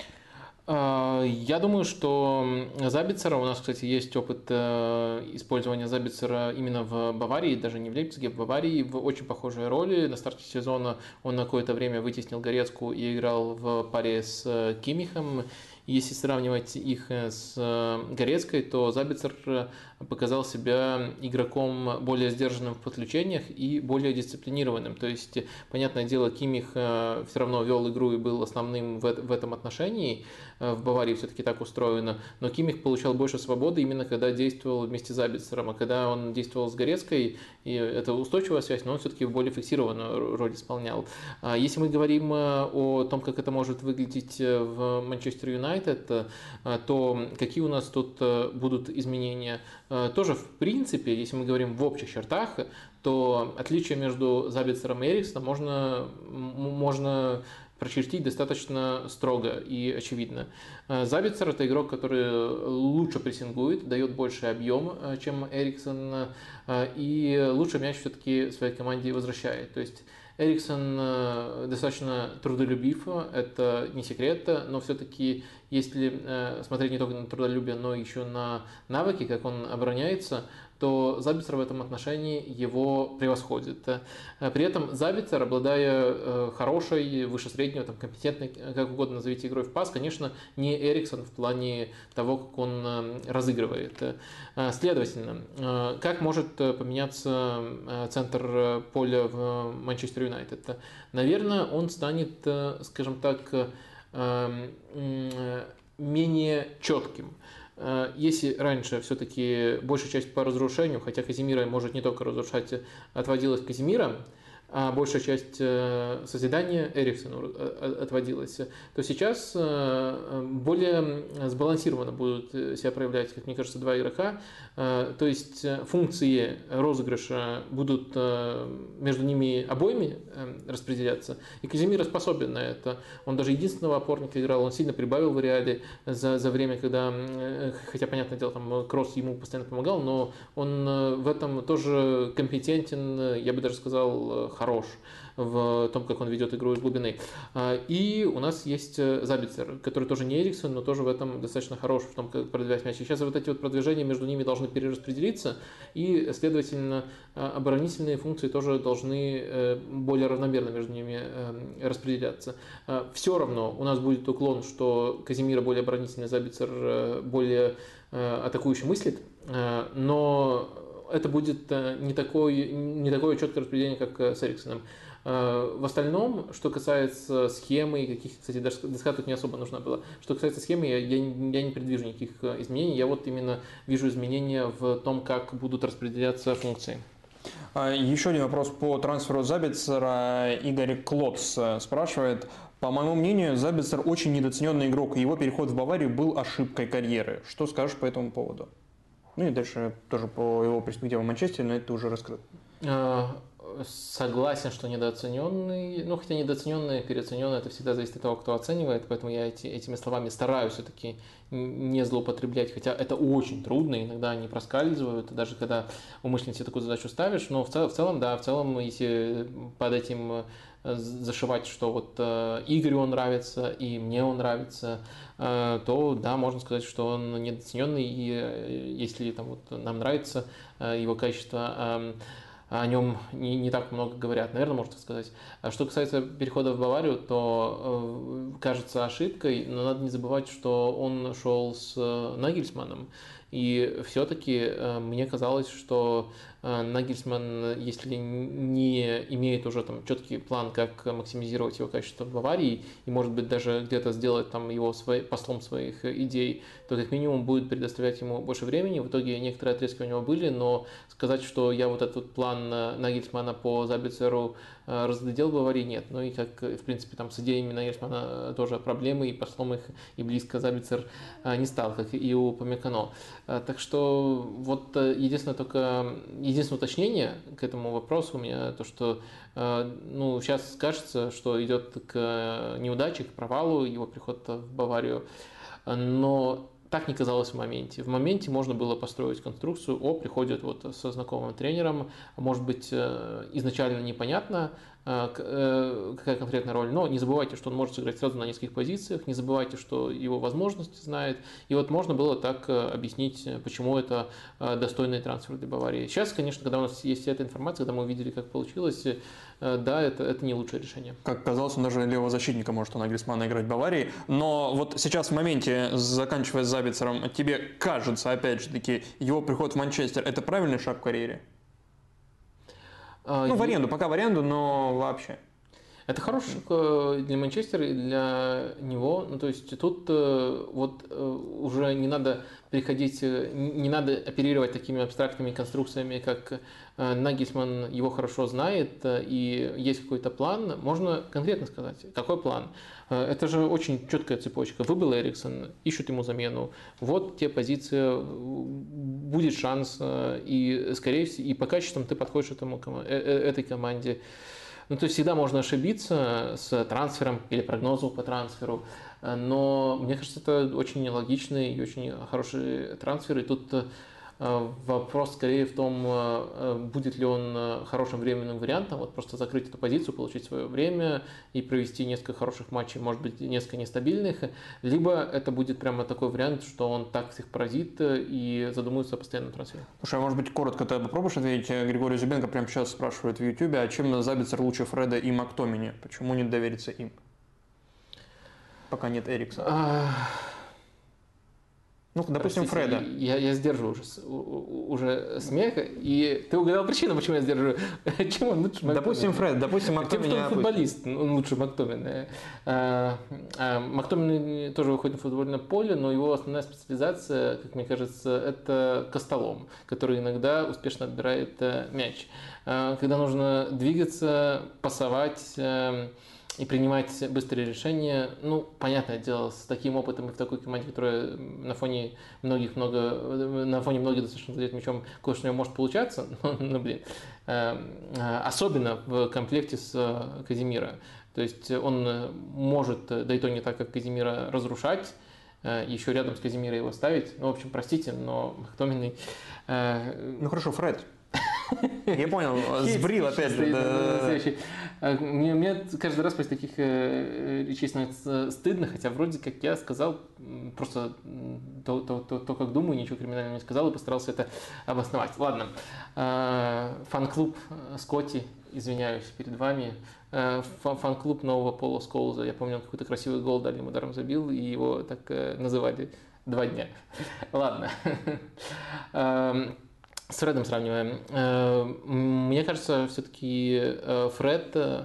Я думаю, что Забицера, у нас, кстати, есть опыт использования Забицера именно в Баварии, даже не в Лейпциге, в Баварии, в очень похожей роли. На старте сезона он на какое-то время вытеснил Горецку и играл в паре с Киммихом. Если сравнивать их с Горецкой, то Забицер показал себя игроком более сдержанным в подключениях и более дисциплинированным. То есть, понятное дело, Киммих все равно вел игру и был основным в этом отношении. В Баварии все-таки так устроено. Но Киммих получал больше свободы именно когда действовал вместе с Забицером. А когда он действовал с Горецкой, и это устойчивая связь, но он все-таки более фиксированную роль исполнял. Если мы говорим о том, как это может выглядеть в Манчестер Юнайтед, то какие у нас тут будут изменения? Тоже, в принципе, если мы говорим в общих чертах, то отличие между Забицером и Эриксоном можно, можно прочертить достаточно строго и очевидно. Забицер – это игрок, который лучше прессингует, дает больше объем, чем Эриксон, и лучше мяч все-таки своей команде возвращает. То есть Эриксон достаточно трудолюбив, это не секрет, но все-таки если смотреть не только на трудолюбие, но еще на навыки, как он обороняется, то Забицер в этом отношении его превосходит. При этом Забицер, обладая хорошей, выше среднего, там, компетентной, как угодно назовите, игрой в пас, конечно, не Эриксон в плане того, как он разыгрывает. Следовательно, как может поменяться центр поля в Манчестер Юнайтед? Наверное, он станет, скажем так, менее четким. Если раньше все-таки большая часть по разрушению, хотя Казимира может не только разрушать, отводилась Казимира, а большая часть созидания Эриксону отводилась, то сейчас более сбалансированно будут себя проявлять, как мне кажется, два игрока. То есть функции розыгрыша будут между ними обоими распределяться. И Казимира способен на это. Он даже единственного опорника играл, он сильно прибавил в Реале за, за время, когда, хотя, понятное дело, там Кросс ему постоянно помогал, но он в этом тоже компетентен, я бы даже сказал, хорош в том, как он ведет игру из глубины. И у нас есть Забицер, который тоже не Эриксон, но тоже в этом достаточно хорош, в том, как продвигать мяч. И сейчас вот эти вот продвижения между ними должны перераспределиться, и, следовательно, оборонительные функции тоже должны более равномерно между ними распределяться. Все равно у нас будет уклон, что Казимира более оборонительный, Забицер более атакующе мыслит, но это будет не такое, не такое четкое распределение, как с Эриксоном. В остальном, что касается схемы, каких, кстати, доска тут не особо нужна была. Что касается схемы, я, я, я не предвижу никаких изменений. Я вот именно вижу изменения в том, как будут распределяться функции. Еще один вопрос по трансферу Забицера. Игорь Клотс спрашивает. По моему мнению, Забицер очень недооцененный игрок, и его переход в Баварию был ошибкой карьеры. Что скажешь по этому поводу? Ну и дальше тоже по его перспективам в Манчестере, но это уже раскрыто. Согласен, что недооцененный, ну хотя недооцененный, переоцененный, это всегда зависит от того, кто оценивает, поэтому я эти, этими словами стараюсь все-таки не злоупотреблять, хотя это очень трудно, иногда они проскальзывают, даже когда умышленно себе такую задачу ставишь, но в, цел, в целом, да, в целом, если под этим зашивать, что вот э, Игорю он нравится и мне он нравится, э, то да, можно сказать, что он недооцененный, и э, если там вот нам нравится э, его качество, э, о нем не, не так много говорят, наверное, можно сказать. А что касается перехода в Баварию, то э, кажется ошибкой, но надо не забывать, что он шел с э, Нагельсманном, и все-таки э, мне казалось, что э, Нагельсман, если не имеет уже там четкий план, как максимизировать его качество в Баварии, и может быть даже где-то сделать там его свой, послом своих идей, то как минимум будет предоставлять ему больше времени. В итоге некоторые отрезки у него были, но сказать, что я вот этот план Нагельсмана по Забицеру разглядел в Баварии, нет. Ну и как, в принципе, там с идеями Нагельсмана тоже проблемы, и послом их и близко Забицер не стал, как и у Памекано. Так что вот единственное только, единственное уточнение к этому вопросу у меня, то что ну, сейчас кажется, что идет к неудаче, к провалу его приход в Баварию, но так не казалось в моменте. В моменте можно было построить конструкцию, о, приходит вот со знакомым тренером, может быть, изначально непонятно, какая конкретная роль, но не забывайте, что он может сыграть сразу на нескольких позициях, не забывайте, что его возможности знает, и вот можно было так объяснить, почему это достойный трансфер для Баварии. Сейчас, конечно, когда у нас есть вся эта информация, когда мы увидели, как получилось, да, это, это не лучшее решение. Как казалось, он даже левого защитника может у Нагельсмана играть в Баварии, но вот сейчас в моменте, заканчивая с Забицером, тебе кажется, опять же таки, его приход в Манчестер – это правильный шаг в карьере? Ну, в аренду, пока в аренду, но вообще. Это хороший шаг для Манчестера и для него. Ну, то есть тут вот уже не надо приходить, не надо оперировать такими абстрактными конструкциями, как Нагельсман его хорошо знает и есть какой-то план. Можно конкретно сказать, какой план. Это же очень четкая цепочка. Выбыл Эриксон, ищут ему замену. Вот те позиции, будет шанс, и скорее всего, и по качествам ты подходишь этому, этой команде. Ну, то есть всегда можно ошибиться с трансфером или прогнозом по трансферу, но мне кажется, это очень логичный и очень хороший трансфер, и тут вопрос скорее в том, будет ли он хорошим временным вариантом, вот просто закрыть эту позицию, получить свое время и провести несколько хороших матчей, может быть, несколько нестабильных, либо это будет прямо такой вариант, что он так всех поразит и задумается о постоянном трансфере. Слушай, а может быть, коротко ты попробуешь ответить? Григорий Зубенко прямо сейчас спрашивает в Ютубе, а чем Забицер лучше Фреда и Мактомини? Почему не довериться им? Пока нет Эриксона. Ну, допустим, Простите, Фреда. Я, я сдерживаю уже, уже смех, и ты угадал причину, почему я сдерживаю. Чем он лучше Мактомини? Допустим, Фред, допустим, Мактомини. Тем, что он футболист, он лучше Мактомини. Мактомини тоже выходит на футбольное поле, но его основная специализация, как мне кажется, это костолом, который иногда успешно отбирает мяч. Когда нужно двигаться, пасовать и принимать быстрые решения, ну, понятное дело, с таким опытом и в такой команде, которая на фоне многих много, на фоне многих достаточно владеет мячом, кое-что у него может получаться, но, ну, блин, особенно в комплекте с Казимиро. То есть он может, да и то не так, как Казимиро, разрушать, еще рядом с Казимиро его ставить. Ну, в общем, простите, но Мактомини... Ну, хорошо, Фред. Я понял, сбрил опять же. Мне, мне каждый раз после таких речей становится стыдно, хотя вроде как я сказал просто то, то, то, то как думаю, ничего криминального не сказал и постарался это обосновать. Ладно, фан-клуб Скотти, извиняюсь перед вами. Фан-клуб нового Пола Скоулза. Я помню, он какой-то красивый гол дальним ударом забил, и его так называли два дня. Ладно. С Фредом сравниваем. Мне кажется, все-таки Фред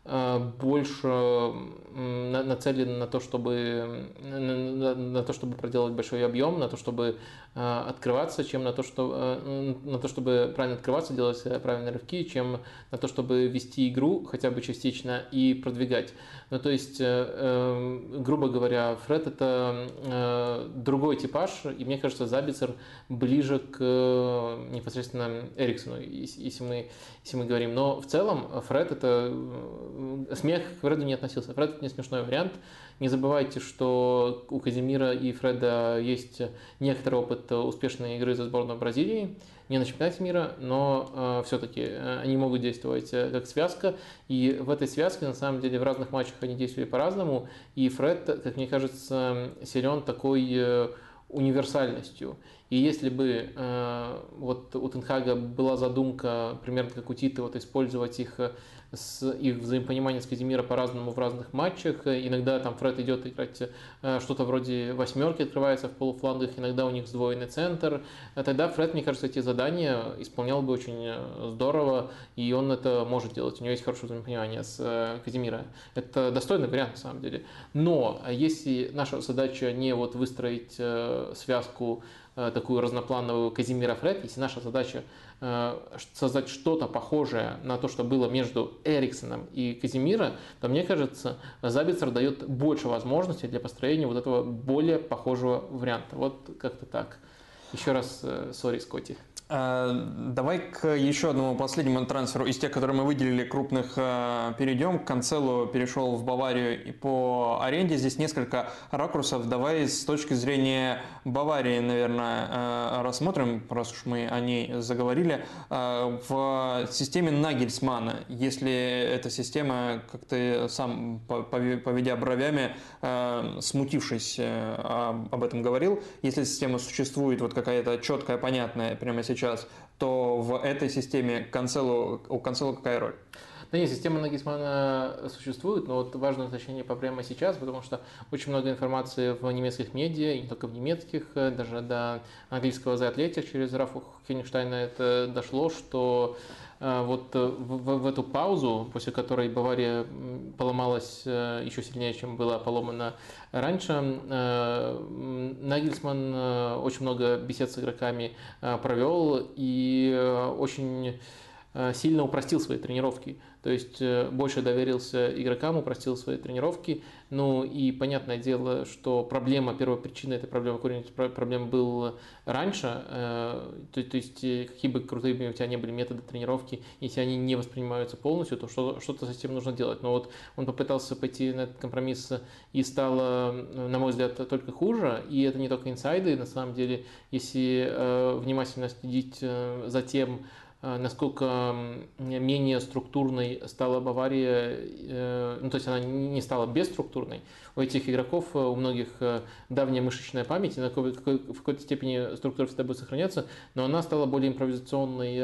больше нацелен на то, чтобы, на, на то, чтобы проделать большой объем, на то, чтобы открываться, чем на то, что, на то, чтобы правильно открываться, делать правильные рывки, чем на то, чтобы вести игру хотя бы частично и продвигать. Ну, то есть, грубо говоря, Фред – это другой типаж, и мне кажется, Забицер ближе к непосредственно Эриксону, если мы, если мы говорим. Но в целом Фред – это… Смех к Фреду не относился. Фред – это не смешной вариант. Не забывайте, что у Казимира и Фреда есть некоторый опыт успешной игры за сборную Бразилии. Не на чемпионате мира, но э, все-таки они могут действовать как связка. И в этой связке, на самом деле, в разных матчах они действовали по-разному. И Фред, как мне кажется, силен такой э, универсальностью. И если бы э, вот у Тенхага была задумка, примерно как у Титы, вот использовать их, с, их взаимопонимание с Казимиро по-разному в разных матчах, иногда там Фред идет играть э, что-то вроде восьмерки, открывается в полуфлангах, иногда у них сдвоенный центр, тогда Фред, мне кажется, эти задания исполнял бы очень здорово, и он это может делать, у него есть хорошее взаимопонимание с э, Казимиро. Это достойный вариант, на самом деле. Но если наша задача не вот выстроить э, связку такую разноплановую Казимиро-Фред, если наша задача э, создать что-то похожее на то, что было между Эриксоном и Казимиро, то, мне кажется, Забицер дает больше возможностей для построения вот этого более похожего варианта. Вот как-то так. Еще раз, сори, Скотти. Давай к еще одному последнему трансферу из тех, которые мы выделили крупных, перейдем. Канцело перешел в Баварию и по аренде. Здесь несколько ракурсов. Давай с точки зрения Баварии, наверное, рассмотрим, раз уж мы о ней заговорили. В системе Нагельсмана, если эта система, как ты сам, поведя бровями, смутившись, об этом говорил, если система существует вот какая-то четкая, понятная прямо сейчас, сейчас, то в этой системе Канцело, у Канцело какая роль? Да нет, система Нагельсмана существует, но вот важное уточнение по прямо сейчас, потому что очень много информации в немецких медиа, и не только в немецких, даже до английского The Athletic через Рафа Хенигштейна это дошло, что вот в, в, в эту паузу, после которой Бавария поломалась еще сильнее, чем была поломана раньше, Нагельсман очень много бесед с игроками провел и очень сильно упростил свои тренировки. То есть больше доверился игрокам, упростил свои тренировки. Ну и понятное дело, что проблема, первая причина этой проблемы, корень этой проблемы был раньше. То, то есть какие бы крутыми у тебя не были методы тренировки, если они не воспринимаются полностью, то что, что-то с этим нужно делать. Но вот он попытался пойти на этот компромисс и стало, на мой взгляд, только хуже. И это не только инсайды. На самом деле, если внимательно следить за тем, насколько менее структурной стала Бавария, ну то есть она не стала бесструктурной. У этих игроков, у многих давняя мышечная память, на какой, в какой-то степени структура всегда будет сохраняться, но она стала более импровизационной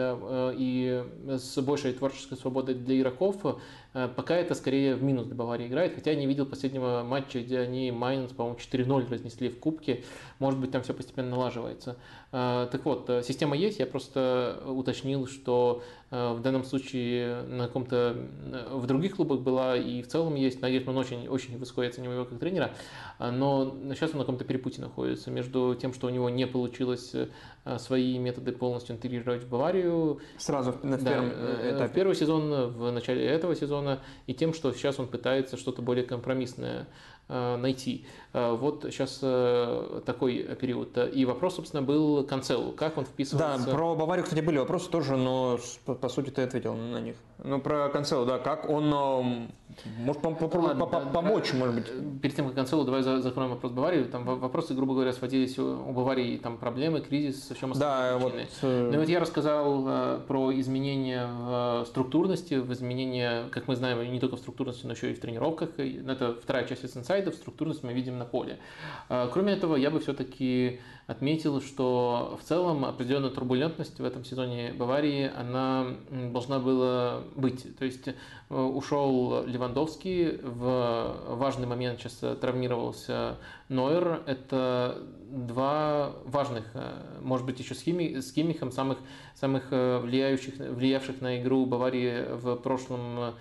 и с большей творческой свободой для игроков. Пока это скорее в минус для Баварии играет, хотя я не видел последнего матча, где они Майнц, по-моему, четыре ноль разнесли в кубке. Может быть, там все постепенно налаживается. Так вот, система есть, я просто уточнил, что в данном случае на каком-то в других клубах была и в целом есть. Нагельсман очень, очень высоко я ценю его как тренера, но сейчас он на каком-то перепутье находится между тем, что у него не получилось свои методы полностью интегрировать в Баварию. Сразу на да, первом этапе. В первый сезон, в начале этого сезона, и тем, что сейчас он пытается что-то более компромиссное найти. Вот сейчас такой период. И вопрос, собственно, был Канцелу. Как он вписывается? Да, про Баварию, кстати, были вопросы тоже, но по сути ты ответил на них. Ну, про Канцелу, да, как он может попробовать Ладно, помочь, может быть. Перед тем, как Канцелу, давай закроем вопрос Баварии. Там вопросы, грубо говоря, сводились у Баварии, там проблемы, кризис, в чем да, вот... Ну, вот я рассказал про изменения в структурности, в изменения, как мы знаем, не только в структурности, но еще и в тренировках. Это вторая часть из инсайдов, структурность мы видим на поле. Кроме этого, я бы все-таки отметил, что в целом определенная турбулентность в этом сезоне Баварии, она должна была быть. То есть ушел Левандовский, в важный момент сейчас травмировался Нойер. Это два важных, может быть, еще с, Хими, с Киммихом, самых, самых влияющих, влиявших на игру Баварии в прошлом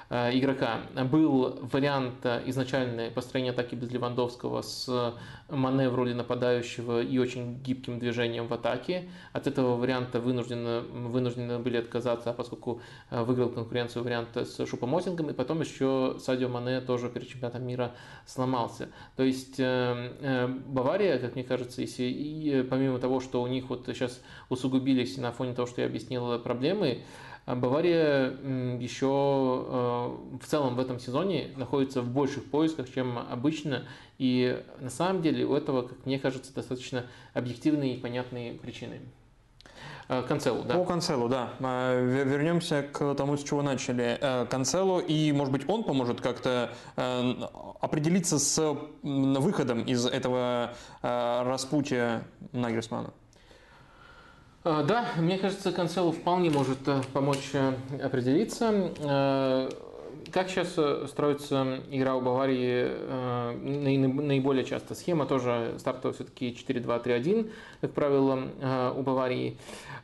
игрока. Был вариант изначальное построения атаки без Левандовского с Мане в роли нападающего и очень гибким движением в атаке. От этого варианта вынуждены, вынуждены были отказаться, поскольку выиграл конкуренцию вариант с Шупомотингом, и потом еще Садио Мане тоже перед чемпионатом мира сломался. То есть Бавария, как мне кажется, если, и помимо того, что у них вот сейчас усугубились на фоне того, что я объяснил, проблемы, Бавария еще в целом в этом сезоне находится в больших поисках, чем обычно. И на самом деле у этого, как мне кажется, достаточно объективные и понятные причины. Канцелу, да? По Канцелу, да. Вернемся к тому, с чего начали. Канцелу, и, может быть, он поможет как-то определиться с выходом из этого распутья Нагельсмана. Да, мне кажется, Канцелу вполне может помочь определиться. Как сейчас строится игра у Баварии наиболее часто? Схема тоже стартовая все-таки четыре два три один, как правило, у Баварии.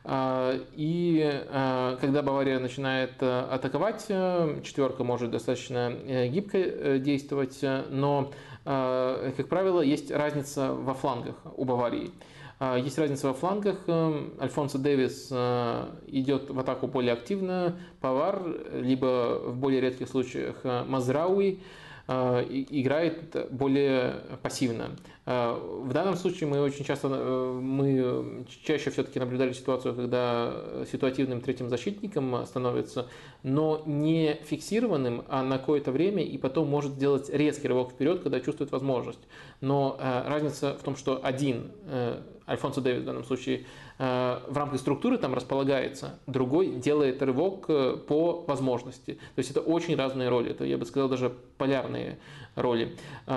И когда Бавария начинает атаковать, четверка может достаточно гибко действовать, но, как правило, есть разница во флангах у Баварии. Есть разница во флангах. Альфонсо Дэвис идет в атаку более активно, Павар, либо в более редких случаях Мазрауи играет более пассивно. В данном случае мы очень часто, мы чаще все-таки наблюдали ситуацию, когда ситуативным третьим защитником становится, но не фиксированным, а на какое-то время, и потом может сделать резкий рывок вперед, когда чувствует возможность. Но разница в том, что один, Альфонсо Дэвис в данном случае, в рамках структуры там располагается, другой делает рывок по возможности. То есть это очень разные роли, это, я бы сказал, даже полярные роли.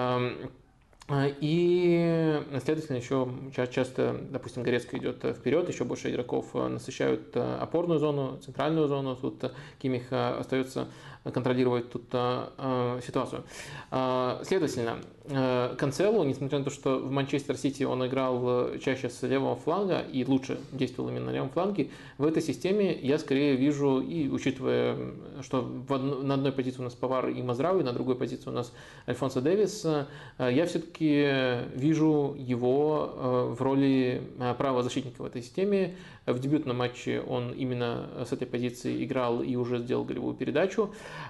И, следовательно, еще часто, допустим, Горецкий идет вперед, еще больше игроков насыщают опорную зону, центральную зону. Тут Кимих остается контролировать тут ситуацию. Следовательно, Канцелу, несмотря на то, что в Манчестер Сити он играл чаще с левого фланга и лучше действовал именно на левом фланге, в этой системе я скорее вижу, и учитывая, что в одно, на одной позиции у нас Павар и Мазрауи, на другой позиции у нас Альфонсо Дэвис, я все-таки вижу его в роли правого защитника в этой системе. В дебютном матче он именно с этой позиции играл и уже сделал голевую передачу.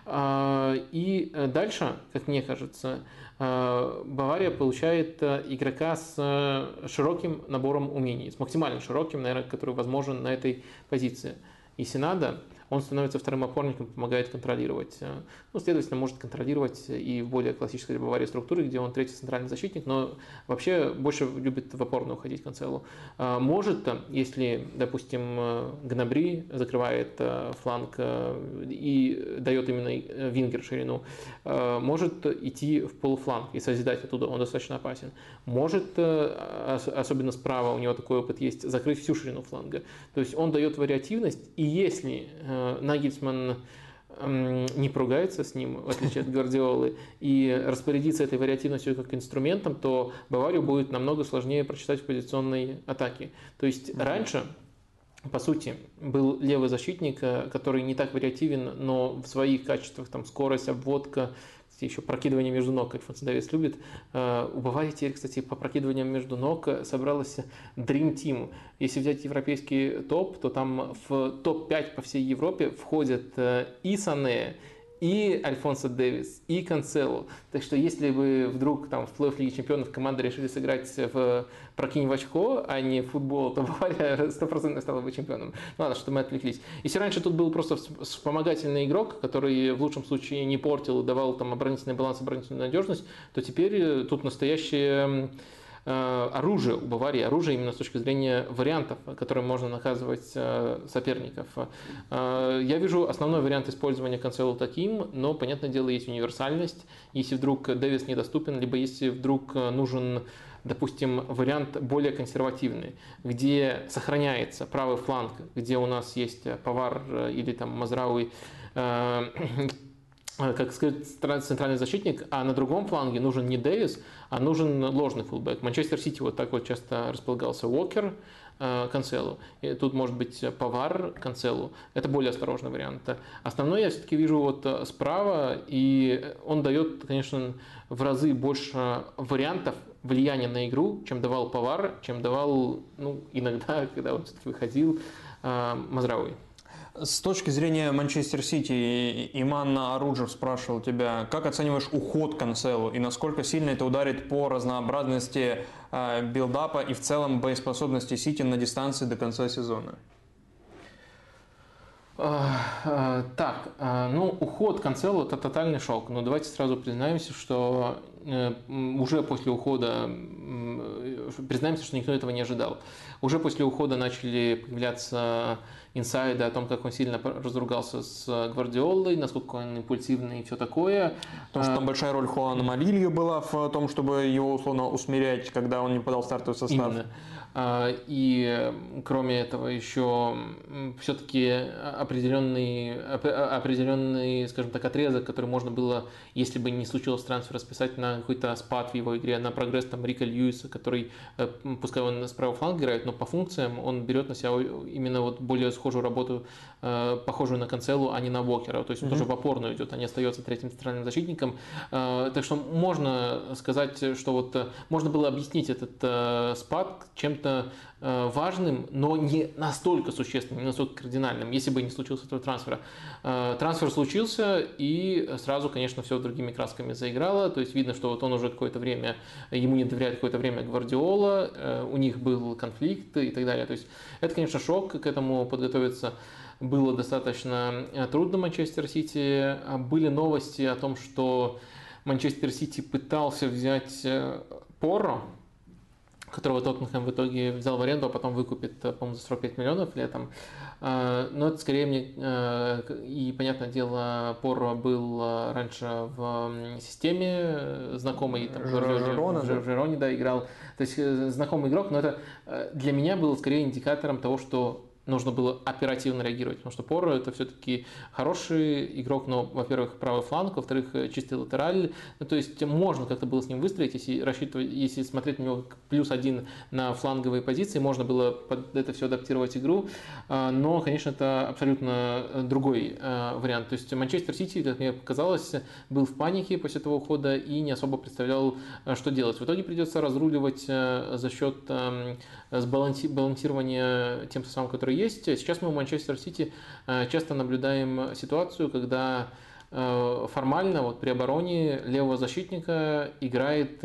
И дальше, как мне кажется, Бавария получает игрока с широким набором умений, с максимально широким, наверное, который возможен на этой позиции. Если надо, он становится вторым опорником, помогает контролировать. Ну, следовательно, может контролировать и в более классической для Баварии структуре, где он третий центральный защитник, но вообще больше любит в опорную уходить Канцелу. Может, если, допустим, Гнабри закрывает фланг и дает именно вингер ширину, может идти в полуфланг и созидать оттуда, он достаточно опасен. Может, особенно справа, у него такой опыт есть, закрыть всю ширину фланга. То есть он дает вариативность, и если Нагельсман не поругается с ним, в отличие от Гвардиолы, и распорядится этой вариативностью как инструментом, то Баварию будет намного сложнее прочитать в позиционной атаке. То есть mm-hmm. раньше, по сути, был левый защитник, который не так вариативен, но в своих качествах, там, скорость, обводка, еще прокидывание между ног, как Альфонсо Дэвис любит. У Баварии теперь, кстати, по прокидываниям между ног собрался Dream Team. Если взять европейский топ, то там в топ пять по всей Европе входят и Сане, и Альфонсо Дэвис, и Канцелу. Так что если вы вдруг там в плей-офф Лиги Чемпионов команда решили сыграть в прокинь в очко, а не в футбол, то Бавария сто процентов стала бы чемпионом. Ну ладно, что мы отвлеклись. Если раньше тут был просто вспомогательный игрок, который в лучшем случае не портил, давал там оборонительный баланс, оборонительную надежность, то теперь тут настоящее оружие у Баварии, оружие именно с точки зрения вариантов, которым можно наказывать соперников. Я вижу основной вариант использования Канцелу таким, но, понятное дело, есть универсальность. Если вдруг Дэвис недоступен, либо если вдруг нужен, допустим, вариант более консервативный, где сохраняется правый фланг, где у нас есть Павар или там Мазрауи, как сказать, центральный защитник, а на другом фланге нужен не Дэвис, а нужен ложный фулбэк. Манчестер Сити вот так вот часто располагался Уокер, Канцелу. И тут может быть Павар, Канцелу. Это более осторожный вариант. Основной я все-таки вижу вот справа, и он дает, конечно, в разы больше вариантов влияния на игру, чем давал Павар, чем давал, ну, иногда, когда он все-таки выходил, Мазрауи. С точки зрения Манчестер Сити, Иман Аруджев спрашивал тебя, как оцениваешь уход Канцелу и насколько сильно это ударит по разнообразности э, билдапа и в целом боеспособности Сити на дистанции до конца сезона? Так, ну, уход Канцелу – это тотальный шок. Но давайте сразу признаемся, что уже после ухода, признаемся, что никто этого не ожидал. Уже после ухода начали появляться инсайды о том, как он сильно разругался с Гвардиолой, насколько он импульсивный и все такое. Потому что там большая роль Хуана Марильо была в том, чтобы его условно усмирять, когда он не подал стартовый состав. Именно. И кроме этого еще все-таки определенный, определенный, скажем так, отрезок, который можно было, если бы не случилось трансфера, списать на какой-то спад в его игре, на прогресс там Рика Льюиса, который, пускай он с правого фланга играет, но по функциям он берет на себя именно вот более схожую работу, похожую на Канцелу, а не на Уокера. То есть он mm-hmm. тоже в опорную идет, а не остается третьим центральным защитником. Так что можно сказать, что вот можно было объяснить этот спад чем-то важным, но не настолько существенным, не настолько кардинальным, если бы не случился этого трансфера. Трансфер случился, и сразу, конечно, все другими красками заиграло. То есть видно, что вот он уже какое-то время, ему не доверяет какое-то время Гвардиола, у них был конфликт и так далее. То есть это, конечно, шок, к этому подготовиться было достаточно трудно Манчестер Сити. Были новости о том, что Манчестер Сити пытался взять Порро, которого Тоттенхэм в итоге взял в аренду, а потом выкупит, по-моему, за сорок пять миллионов летом. Но это скорее мне, и, понятное дело, Порро был раньше в системе, знакомый там, Жирона, в Жироне, да, играл. То есть знакомый игрок, но это для меня было скорее индикатором того, что нужно было оперативно реагировать, потому что Порро это все-таки хороший игрок, но, во-первых, правый фланг, во-вторых, чистый латераль, ну, то есть можно как-то было с ним выстроить, если рассчитывать, если смотреть на него как плюс один на фланговые позиции, можно было под это все адаптировать игру, но, конечно, это абсолютно другой вариант. То есть Манчестер Сити, как мне показалось, был в панике после этого ухода и не особо представлял, что делать. В итоге придется разруливать за счет сбалансирования тем составом, который есть. Сейчас мы в Манчестер Сити часто наблюдаем ситуацию, когда формально вот при обороне левого защитника играет,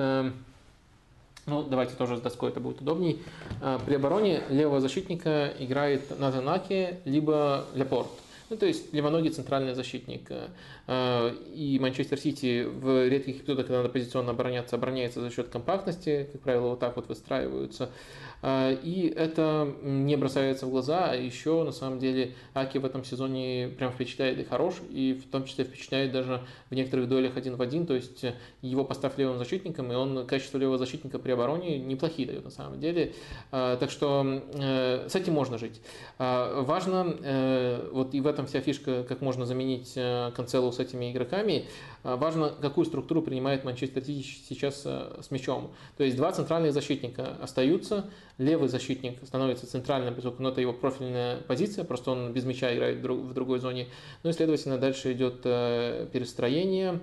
ну давайте тоже с доской это будет удобней, при обороне левого защитника играет Натан Аке либо Лепорт. Ну, то есть левоногий центральный защитник. И Манчестер Сити в редких эпизодах, когда надо позиционно обороняться, обороняется за счет компактности, как правило, вот так вот выстраиваются. И это не бросается в глаза, а еще на самом деле Аки в этом сезоне прям впечатляет и хорош, и в том числе впечатляет даже в некоторых дуэлях один в один, то есть его поставь левым защитником, и он качество левого защитника при обороне неплохие дает на самом деле. Так что с этим можно жить. Важно, вот и в этом вся фишка, как можно заменить Канцелу с этими игроками. Важно, какую структуру принимает Манчестер Сити сейчас с мячом. То есть два центральных защитника остаются, левый защитник становится центральным, поскольку это его профильная позиция, просто он без мяча играет в другой зоне. Ну и, следовательно, дальше идет перестроение.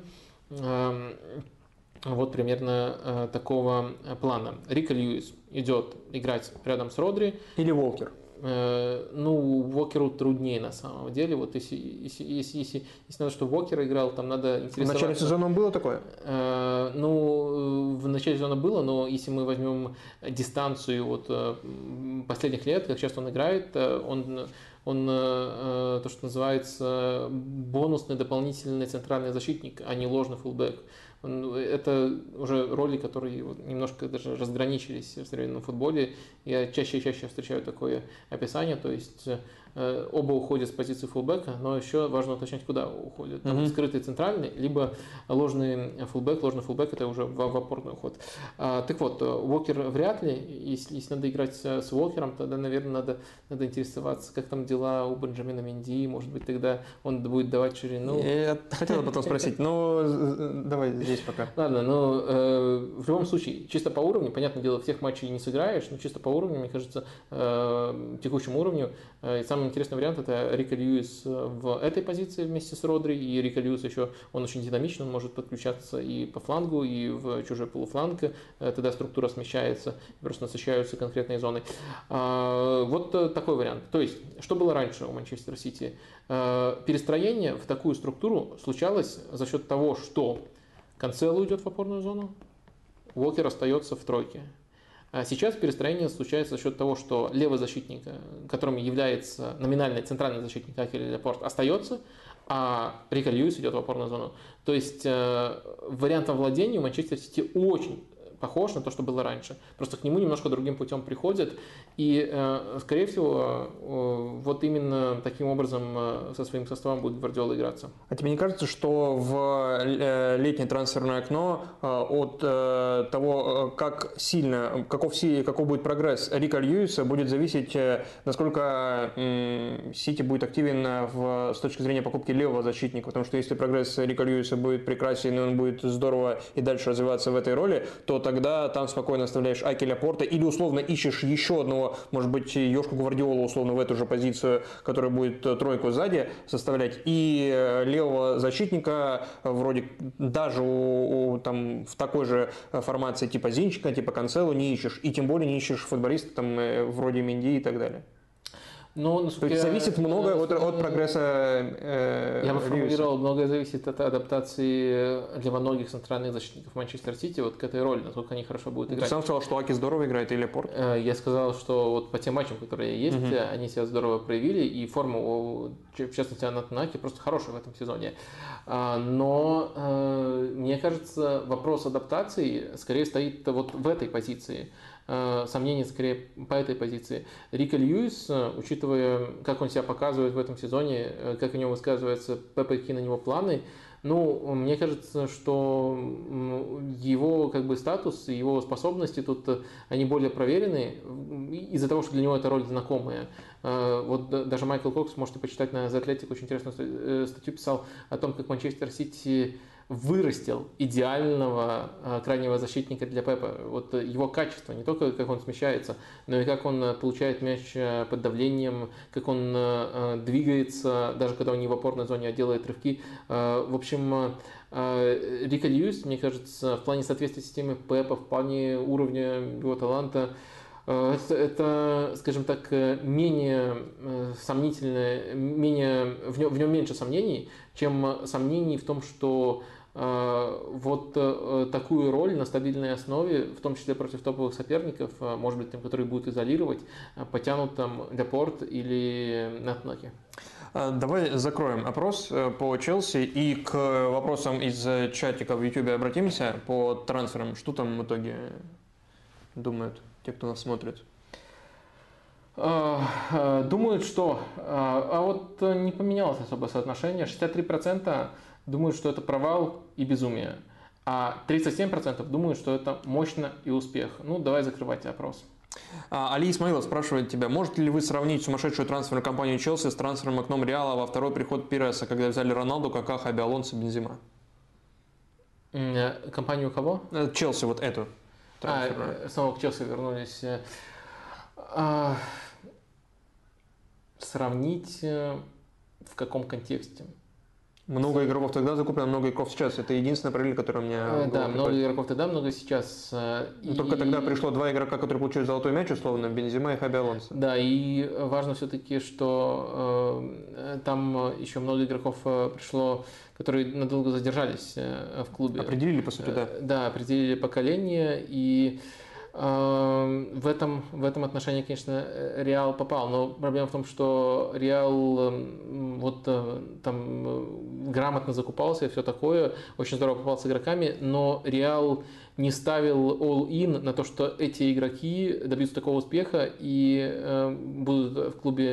Вот примерно такого плана. Рика Льюис идет играть рядом с Родри. Или Уокер. Ну, Уокеру труднее на самом деле. Вот если, если, если, если, если надо, чтобы Уокер играл, там надо интересоваться. В начале сезона было такое? Ну, в начале сезона было, но если мы возьмем дистанцию вот последних лет, как часто он играет, он, он то, что называется, бонусный дополнительный центральный защитник, а не ложный фулбэк. Это уже роли, которые немножко даже разграничились в современном футболе. Я чаще и чаще встречаю такое описание, то есть оба уходят с позиции фулбека, но еще важно уточнить, куда уходят. Там mm-hmm. скрытый центральный, либо ложный фулбек. Ложный фулбек — это уже в, в опорный уход. А, так вот, Уокер вряд ли. Если, если надо играть с Уокером, тогда, наверное, надо, надо интересоваться, как там дела у Бенджамина Менди. Может быть, тогда он будет давать ширину. Я хотел потом спросить, но давай здесь пока. Ладно, но э, в любом случае, чисто по уровню, понятное дело, всех матчей не сыграешь, но чисто по уровню, мне кажется, э, текущему уровню, э, самый интересный вариант — это Рико Льюис в этой позиции вместе с Родри, и Рико Льюис еще, он очень динамичный, он может подключаться и по флангу, и в чужой полуфланг, э, тогда структура смещается, просто насыщаются конкретные зоны. Э, вот такой вариант. То есть, что было раньше у Манчестер Сити? Э, перестроение в такую структуру случалось за счет того, что Канцело уйдет в опорную зону, Уокер остается в тройке. А сейчас перестроение случается за счет того, что левый защитник, которым является номинальный центральный защитник Акель Лапорт, остается, а Рико Льюис идет в опорную зону. То есть э, вариант владения у Манчестер Сити очень похож на то, что было раньше. Просто к нему немножко другим путем приходят. И, э, скорее всего, э, вот именно таким образом э, со своим составом будет Гвардиола играться. А тебе не кажется, что в э, летнее трансферное окно э, от э, того, как сильно, каков, каков будет прогресс Рико Льюиса, будет зависеть, э, насколько э, Сити будет активен в, с точки зрения покупки левого защитника? Потому что если прогресс Рико Льюиса будет прекрасен, и он будет здорово и дальше развиваться в этой роли, то тогда там спокойно оставляешь Акеля Порта или условно ищешь еще одного, может быть, Йошку Гвардиолу условно в эту же позицию, которая будет тройку сзади составлять, и левого защитника вроде даже у, у, там, в такой же формации типа Зинчика, типа Канцело не ищешь, и тем более не ищешь футболиста там, вроде Менди и так далее. Но, То есть зависит много от, от прогресса э, Я бы формулировал, многое зависит от адаптации для многих центральных защитников Манчестер Сити вот к этой роли, насколько они хорошо будут играть. Ты сам сказал, что Аки здорово играет или Порт? Я сказал, что вот по тем матчам, которые есть, угу. они себя здорово проявили, и форма, в частности, Анатолия Аки просто хорошая в этом сезоне. Но, мне кажется, вопрос адаптации скорее стоит вот в этой позиции. Сомнения скорее по этой позиции. Рико Льюис, учитывая, как он себя показывает в этом сезоне, как у него высказывается Пепе, какие на него планы, ну, мне кажется, что его как бы статус и его способности тут, они более проверены из-за того, что для него эта роль знакомая. Вот даже Майкл Кокс, можете почитать на The Athletic, очень интересную статью писал о том, как Манчестер Сити вырастил идеального крайнего защитника для Пепа. Вот его качество, не только как он смещается, но и как он получает мяч под давлением, как он двигается, даже когда он не в опорной зоне, а делает рывки. В общем, Рико Льюис, мне кажется, в плане соответствия системе Пепа, в плане уровня его таланта, Это, это, скажем так, менее сомнительное, менее, в нем, в нем меньше сомнений, чем сомнений в том, что э, вот э, такую роль на стабильной основе, в том числе против топовых соперников, э, может быть, тем, которые будут изолировать, э, потянут там Лапорт или Натнаки. Давай закроем опрос по Челси и к вопросам из чатика в YouTube обратимся по трансферам. Что там в итоге думают те, кто нас смотрит? Думают, что... А вот не поменялось особо соотношение. шестьдесят три процента думают, что это провал и безумие, а тридцать семь процентов думают, что это мощно и успех. Ну, давай закрывать опрос. Али Исмаилов спрашивает тебя, можете ли вы сравнить сумасшедшую трансферную кампанию Челси с трансфером окном Реала во второй приход Пиреса, когда взяли Роналду, Кака, Хаби Алонсо, Бензима? Компанию кого? Челси, вот эту. А, снова к Челси вернулись. А, сравнить в каком контексте? Много игроков тогда закуплено, много игроков сейчас. Это единственная параллель, которая у меня... Да, много игроков тогда, много сейчас. И... Только тогда пришло два игрока, которые получили золотой мяч, условно, Бензима и Хаби Алонсо. Да, и важно все-таки, что э, там еще много игроков пришло, которые надолго задержались э, в клубе. Определили, по сути, да. Э, да, определили поколение, и в этом, в этом отношении, конечно, Реал попал, но проблема в том, что Реал вот там грамотно закупался и все такое, очень здорово попал с игроками, но Реал не ставил all-in на то, что эти игроки добьются такого успеха и будут в клубе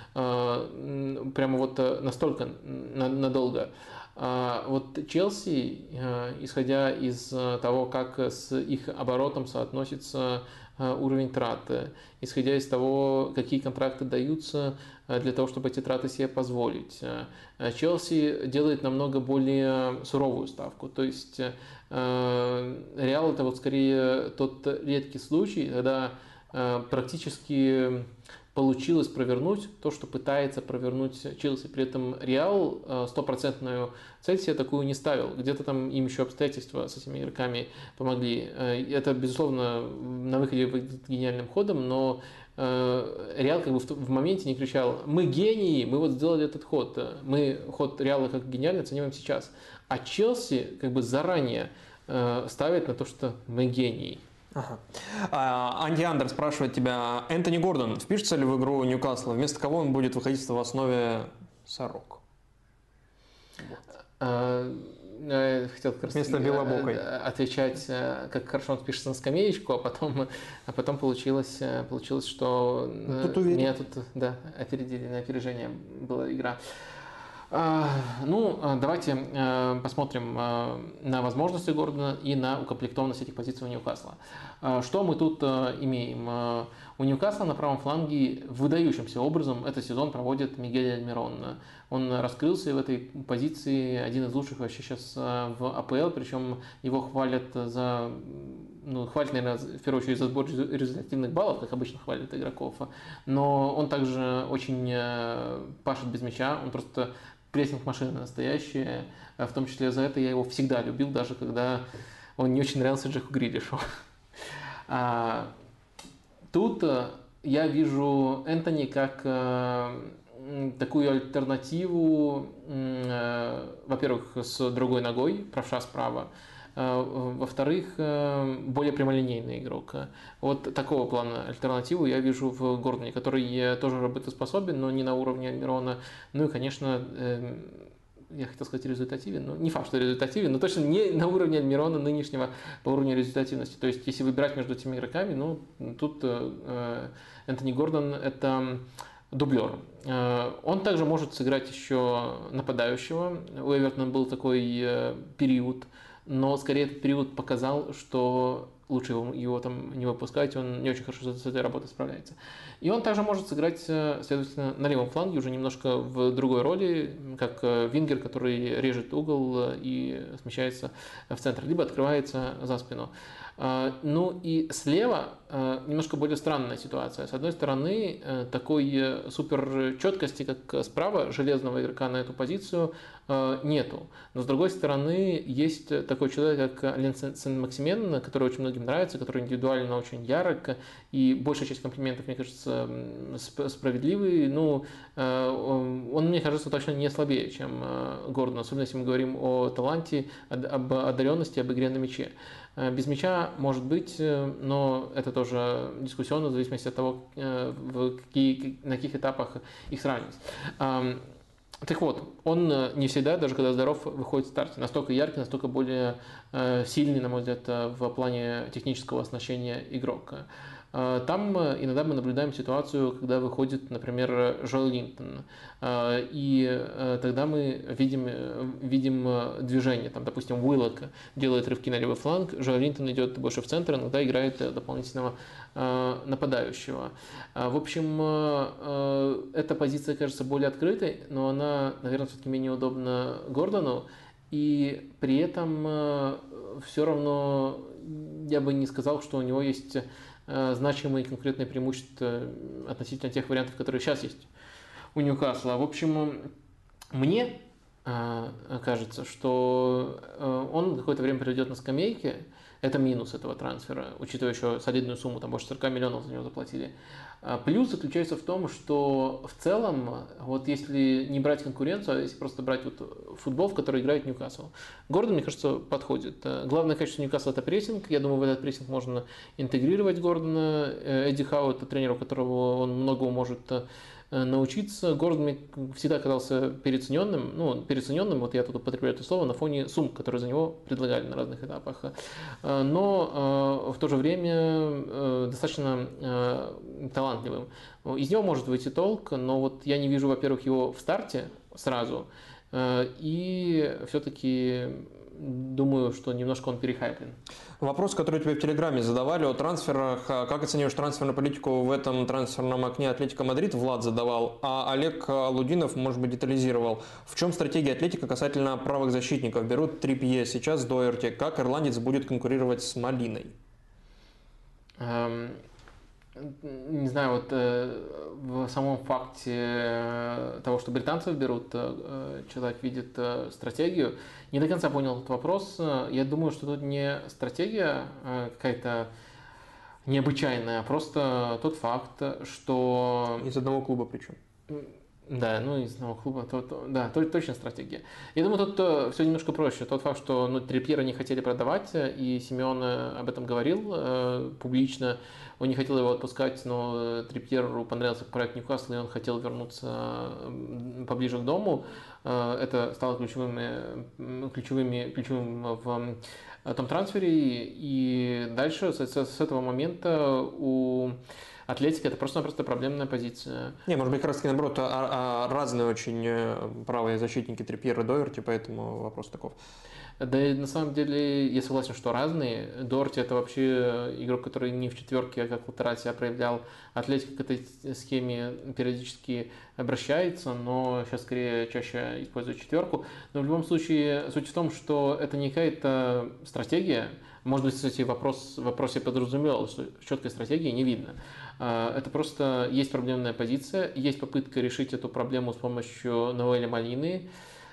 прямо вот настолько надолго. Вот Челси, исходя из того, как с их оборотом соотносится уровень траты, исходя из того, какие контракты даются для того, чтобы эти траты себе позволить, Челси делает намного более суровую ставку. То есть Реал это вот скорее тот редкий случай, когда практически получилось провернуть то, что пытается провернуть Челси. При этом Реал стопроцентную цель себе такую не ставил. Где-то там им еще обстоятельства с этими игроками помогли. Это, безусловно, на выходе выглядит гениальным ходом, но Реал как бы в моменте не кричал: мы гении, мы вот сделали этот ход. Мы ход Реала как гениальный оцениваем сейчас. А Челси как бы заранее ставит на то, что мы гении. Ага. А, Анди Андер спрашивает тебя: Энтони Гордон впишется ли в игру Ньюкасла? Вместо кого он будет выходить в основе Сорок? Вот. А, я хотел как раз вместо Белобокой отвечать, как хорошо он впишется на скамеечку, а потом, а потом получилось, получилось, что тут меня тут да, опередили, на опережение была игра. Ну, давайте посмотрим на возможности Гордона и на укомплектованность этих позиций у Ньюкасла. Что мы тут имеем? У Ньюкасла на правом фланге выдающимся образом этот сезон проводит Мигель Альмирон. Он раскрылся в этой позиции, один из лучших вообще сейчас в АПЛ, причем его хвалят за, ну, хвалят, наверное, в первую очередь за сбор результативных баллов, как обычно хвалят игроков, но он также очень пашет без мяча, он просто прессинг-машина настоящая, в том числе за это я его всегда любил, даже когда он не очень нравился Джеку Грилишу. Тут я вижу Энтони как такую альтернативу, во-первых, с другой ногой, правша справа, во-вторых, более прямолинейный игрок. Вот такого плана альтернативу я вижу в Гордоне, который тоже работоспособен, но не на уровне Альмирона. Ну и, конечно, я хотел сказать результативен, но не факт, что результативен, но точно не на уровне Альмирона нынешнего по уровню результативности. То есть, если выбирать между этими игроками, ну, тут Энтони Гордон – это дублер. Он также может сыграть еще нападающего. У Эвертона был такой период, но скорее этот период показал, что лучше его, его там не выпускать, он не очень хорошо с этой работой справляется. И он также может сыграть, следовательно, на левом фланге, уже немножко в другой роли, как вингер, который режет угол и смещается в центр, либо открывается за спину. Ну и слева немножко более странная ситуация. С одной стороны, такой супер четкости, как справа, железного игрока на эту позицию нету. Но с другой стороны, есть такой человек, как Ален Сен-Максимен, который очень многим нравится, который индивидуально очень ярок, и большая часть комплиментов, мне кажется, справедливый. Ну, он, мне кажется, точно не слабее, чем Гордон, особенно если мы говорим о таланте, об одаренности, об игре на мяче. Без мяча может быть, но это тоже дискуссионно, в зависимости от того, в какие, на каких этапах их сравнивать. Так вот, он не всегда, даже когда здоров, выходит в старте. Настолько яркий, настолько более сильный, на мой взгляд, в плане технического оснащения игрок. Там иногда мы наблюдаем ситуацию, когда выходит, например, Жоэлинтон, и тогда мы видим, видим движение. Там, допустим, Уиллок делает рывки на левый фланг, Жоэлинтон идет больше в центр, иногда играет дополнительного нападающего. В общем, эта позиция кажется более открытой, но она, наверное, все-таки менее удобна Гордону, и при этом все равно я бы не сказал, что у него есть значимые конкретные преимущества относительно тех вариантов, которые сейчас есть у Ньюкасла. В общем, мне кажется, что он какое-то время проведет на скамейке. Это минус этого трансфера, учитывая еще солидную сумму, там больше сорок миллионов за него заплатили. Плюс заключается в том, что в целом, вот если не брать конкуренцию, а если просто брать вот футбол, в который играет Ньюкасл, Гордон, мне кажется, подходит. Главное качество Ньюкасла – это прессинг. Я думаю, в этот прессинг можно интегрировать Гордона. Эдди Хау – это тренер, у которого он многого может научиться. Гордон мне всегда казался переоцененным, ну, переоцененным, вот я тут употребляю это слово, на фоне сумм, которые за него предлагали на разных этапах. Но в то же время достаточно талантливым. Из него может выйти толк, но вот я не вижу, во-первых, его в старте сразу, и все-таки думаю, что немножко он перехайплен. Вопрос, который тебе в Телеграме задавали о трансферах. Как оцениваешь трансферную политику в этом трансферном окне Атлетико Мадрид? Влад задавал, а Олег Лудинов, может быть, детализировал. В чем стратегия Атлетико касательно правых защитников? Берут Трипье, сейчас Доерти. Как ирландец будет конкурировать с Малиной? Не знаю, вот э, в самом факте того, что британцев берут, э, человек видит э, стратегию. Не до конца понял этот вопрос. Я думаю, что тут не стратегия э, какая-то необычайная, а просто тот факт, что... Из одного клуба причем. Да, ну из одного клуба, то, то, да, то, точно стратегия. Я думаю, тут э, все немножко проще. Тот факт, что ну, Трипьера не хотели продавать, и Симеон об этом говорил э, публично. Он не хотел его отпускать, но Трипьеру понравился проект Ньюкасла, и он хотел вернуться поближе к дому. Э, это стало ключевыми, ключевыми, ключевым в том трансфере. И дальше с, с этого момента у Атлетика — это просто-напросто проблемная позиция. Не, может быть, как раз таки наоборот, а, а, разные очень правые защитники Трипьер и Доерти, поэтому вопрос таков. Да и на самом деле я согласен, что разные. Доерти — это вообще игрок, который не в четверке, а как латераль себя проявлял. Атлетика к этой схеме периодически обращается, но сейчас скорее чаще использует четверку. Но в любом случае суть в том, что это не какая-то стратегия. Может быть, кстати, вопрос, в вопросе подразумевал, что четкой стратегии не видно. Это просто есть проблемная позиция, есть попытка решить эту проблему с помощью Ноэля Малины.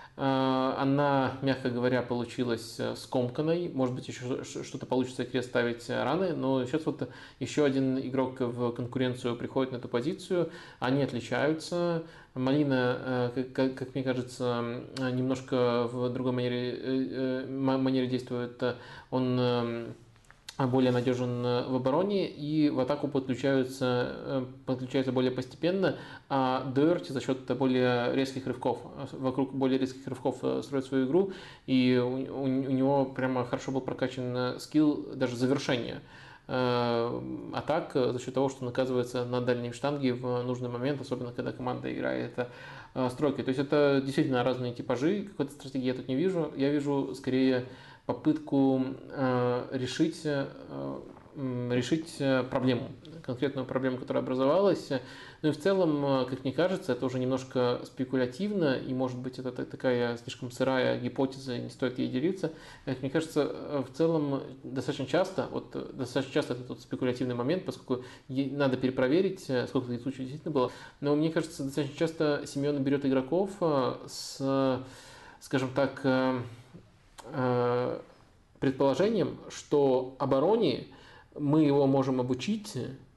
Она, мягко говоря, получилась скомканной. Может быть, еще что-то получится крест ставить рано, но сейчас вот еще один игрок в конкуренцию приходит на эту позицию. Они отличаются. Малина, как, как мне кажется, немножко в другой манере, манере действует. Он более надежен в обороне, и в атаку подключаются, подключаются более постепенно, а Доерти за счет более резких рывков, вокруг более резких рывков строит свою игру, и у, у, у него прямо хорошо был прокачан скилл даже завершения атак за счет того, что он оказывается на дальней штанге в нужный момент, особенно когда команда играет стройкой. То есть это действительно разные типажи, какой-то стратегии я тут не вижу, я вижу скорее попытку э, решить, э, решить проблему, конкретную проблему, которая образовалась. Ну и в целом, как мне кажется, это уже немножко спекулятивно, и может быть это такая слишком сырая гипотеза, не стоит ей делиться. Как мне кажется, в целом достаточно часто, вот достаточно часто это тот спекулятивный момент, поскольку надо перепроверить, сколько таких случаев действительно было, но мне кажется, достаточно часто Симеон берет игроков с, скажем так, предположением, что обороне мы его можем обучить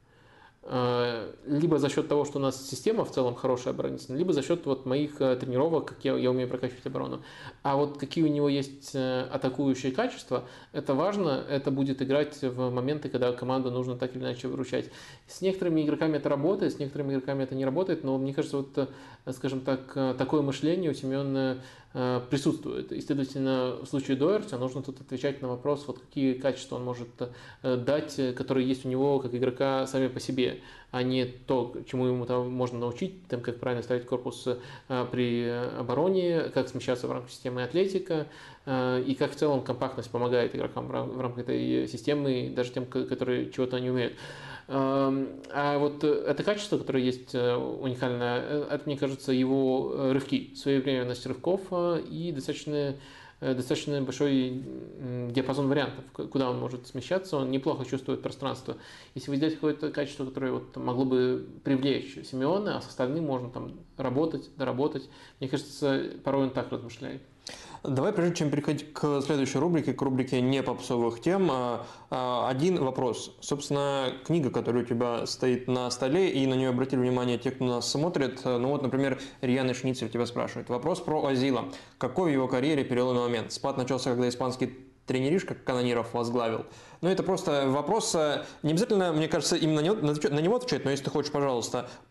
либо за счет того, что у нас система в целом хорошая оборонительная, либо за счет вот моих тренировок, как я, я умею прокачивать оборону. А вот какие у него есть атакующие качества, это важно, это будет играть в моменты, когда команду нужно так или иначе выручать. С некоторыми игроками это работает, с некоторыми игроками это не работает, но мне кажется, вот, скажем так, такое мышление у Симеона присутствует. И, следовательно, в случае Доерти нужно тут отвечать на вопрос, вот какие качества он может дать, которые есть у него как игрока сами по себе, а не то, чему ему там можно научить, там, как правильно ставить корпус при обороне, как смещаться в рамках системы Атлетика, и как в целом компактность помогает игрокам в рамках этой системы, даже тем, которые чего-то не умеют. А вот это качество, которое есть уникальное, это, мне кажется, его рывки, своевременность рывков и достаточно, достаточно большой диапазон вариантов, куда он может смещаться, он неплохо чувствует пространство. Если вы сделаете какое-то качество, которое вот могло бы привлечь Симеона, а с остальным можно там работать, доработать, мне кажется, порой он так размышляет. Давай, прежде чем переходить к следующей рубрике, к рубрике не попсовых тем, один вопрос. Собственно, книга, которая у тебя стоит на столе, и на нее обратили внимание те, кто нас смотрит. Ну вот, например, Рьяна Шницель тебя спрашивает. Вопрос про Озила. Какой в его карьере переломный момент? Спад начался, когда испанский тренеришка Канониров возглавил. Ну, это просто вопрос, не обязательно, мне кажется, именно на него отвечать, но если ты хочешь, пожалуйста. В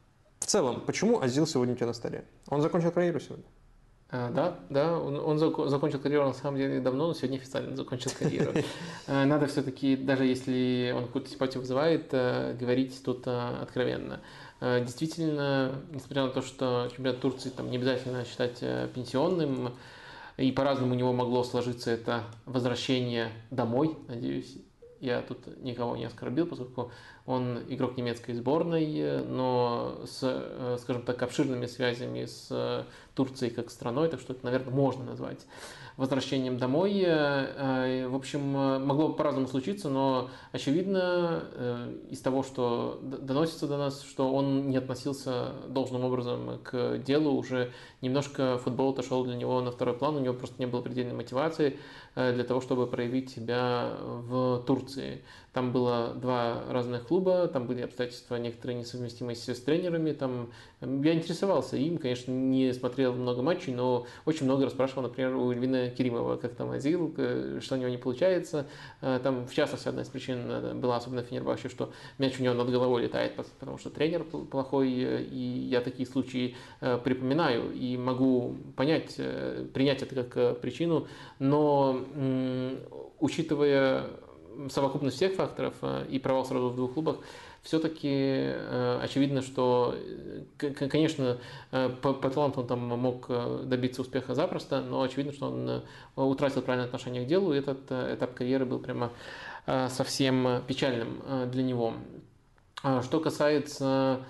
целом, почему Азил сегодня у тебя на столе? Он закончил карьеру сегодня? А, да, да, он, он закончил карьеру на самом деле давно, но сегодня официально закончил карьеру. Надо все-таки, даже если он какую-то симпатию вызывает, говорить тут откровенно. Действительно, несмотря на то, что чемпионат Турции там не обязательно считать пенсионным, и по-разному у него могло сложиться это возвращение домой, надеюсь, я тут никого не оскорбил, поскольку он игрок немецкой сборной, но с, скажем так, обширными связями с Турцией как страной, так что это, наверное, можно назвать возвращением домой. В общем, могло по-разному случиться, но очевидно из того, что доносится до нас, что он не относился должным образом к делу, уже немножко футбол отошел для него на второй план, у него просто не было предельной мотивации для того, чтобы проявить себя в Турции. Там было два разных клуба, там были обстоятельства некоторые несовместимости с тренерами. Там я интересовался им, конечно, не смотрел много матчей, но очень много расспрашивал, например, у Эльвина Керимова, как там Азил, что у него не получается. Там, в частности, одна из причин была, особенно в Фенербахче, что мяч у него над головой летает, потому что тренер плохой, и я такие случаи припоминаю и могу понять, принять это как причину, но учитывая совокупность всех факторов и провал сразу в двух клубах, все-таки очевидно, что, конечно, по, по таланту он там мог добиться успеха запросто, но очевидно, что он утратил правильное отношение к делу, и этот этап карьеры был прямо совсем печальным для него. Что касается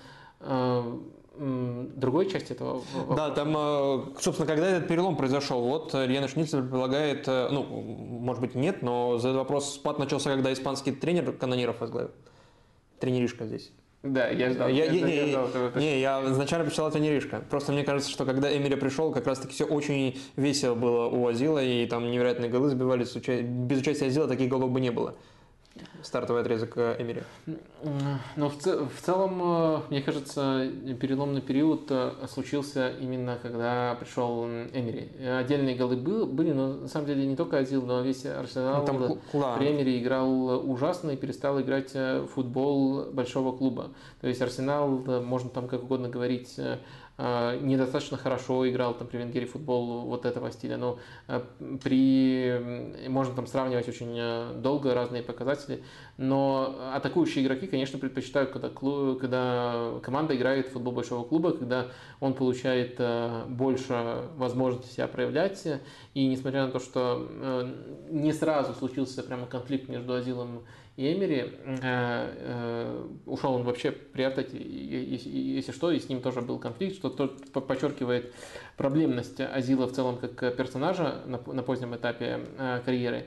другой части этого вопроса. Да, там, собственно, когда этот перелом произошел, вот Илья Шницель предлагает, ну, может быть, нет, но за этот вопрос спад начался, когда испанский тренер Канониров возглавил. Тренеришка здесь. Да, я ждал. Я, я, я, я, я, ждал, не, не, я изначально посчитал тренеришка. Просто мне кажется, что когда Эмери пришел, как раз-таки все очень весело было у Азила, и там невероятные голы забивались. Без участия Азила таких голов бы не было. Стартовый отрезок Эмери. Но в, цел, в целом, мне кажется, переломный период случился именно когда пришел Эмери. Отдельные голы был, были, но на самом деле не только Азил, но весь Арсенал ну, там, при Эмери играл ужасно и перестал играть в футбол большого клуба. То есть Арсенал, можно там как угодно говорить, недостаточно хорошо играл там, при Венгере футбол вот этого стиля, но при... можно там сравнивать очень долго разные показатели, но атакующие игроки, конечно, предпочитают, когда, клуб, когда команда играет в футбол большого клуба, когда он получает больше возможностей себя проявлять, и несмотря на то, что не сразу случился прямо конфликт между Азилом и Эмери, э, э, ушел он вообще при Артете, если, если что, и с ним тоже был конфликт, что подчеркивает проблемность Азила в целом как персонажа на, на позднем этапе э, карьеры.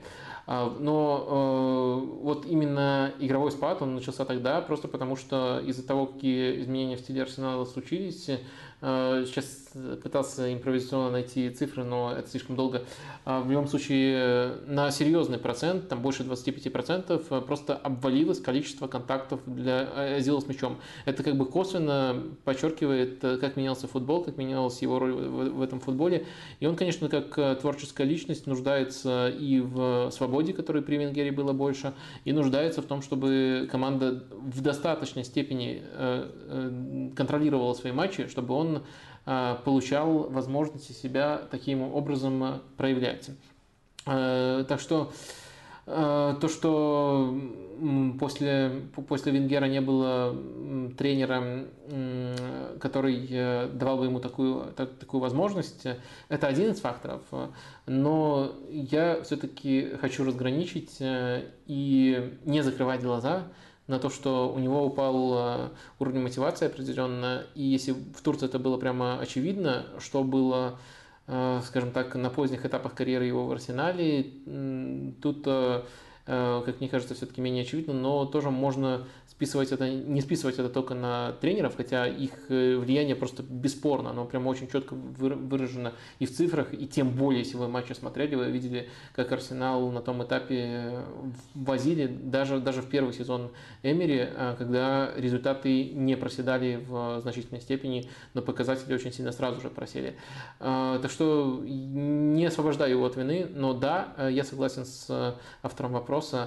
Но э, вот именно игровой спад, он начался тогда, просто потому что из-за того, какие изменения в стиле Арсенала случились, э, сейчас пытался импровизационно найти цифры, но это слишком долго. В любом случае, на серьезный процент, там больше двадцати пяти процентов, просто обвалилось количество контактов для Азила с мячом. Это как бы косвенно подчеркивает, как менялся футбол, как менялась его роль в, в этом футболе. И он, конечно, как творческая личность нуждается и в свободе, которой при Венгере было больше, и нуждается в том, чтобы команда в достаточной степени контролировала свои матчи, чтобы он получал возможности себя таким образом проявлять. Так что то, что после, после Венгера не было тренера, который давал бы ему такую, так, такую возможность, это один из факторов. Но я все-таки хочу разграничить и не закрывать глаза на то, что у него упал уровень мотивации определенно, и если в Турции это было прямо очевидно, что было, скажем так, на поздних этапах карьеры его в Арсенале, тут, как мне кажется, все-таки менее очевидно, но тоже можно списывать это, не списывать это только на тренеров, хотя их влияние просто бесспорно, оно прямо очень четко выражено и в цифрах, и тем более, если вы матчи смотрели, вы видели, как Арсенал на том этапе возили, даже, даже в первый сезон Эмери, когда результаты не проседали в значительной степени, но показатели очень сильно сразу же просели. Так что не освобождаю его от вины, но да, я согласен с автором вопроса,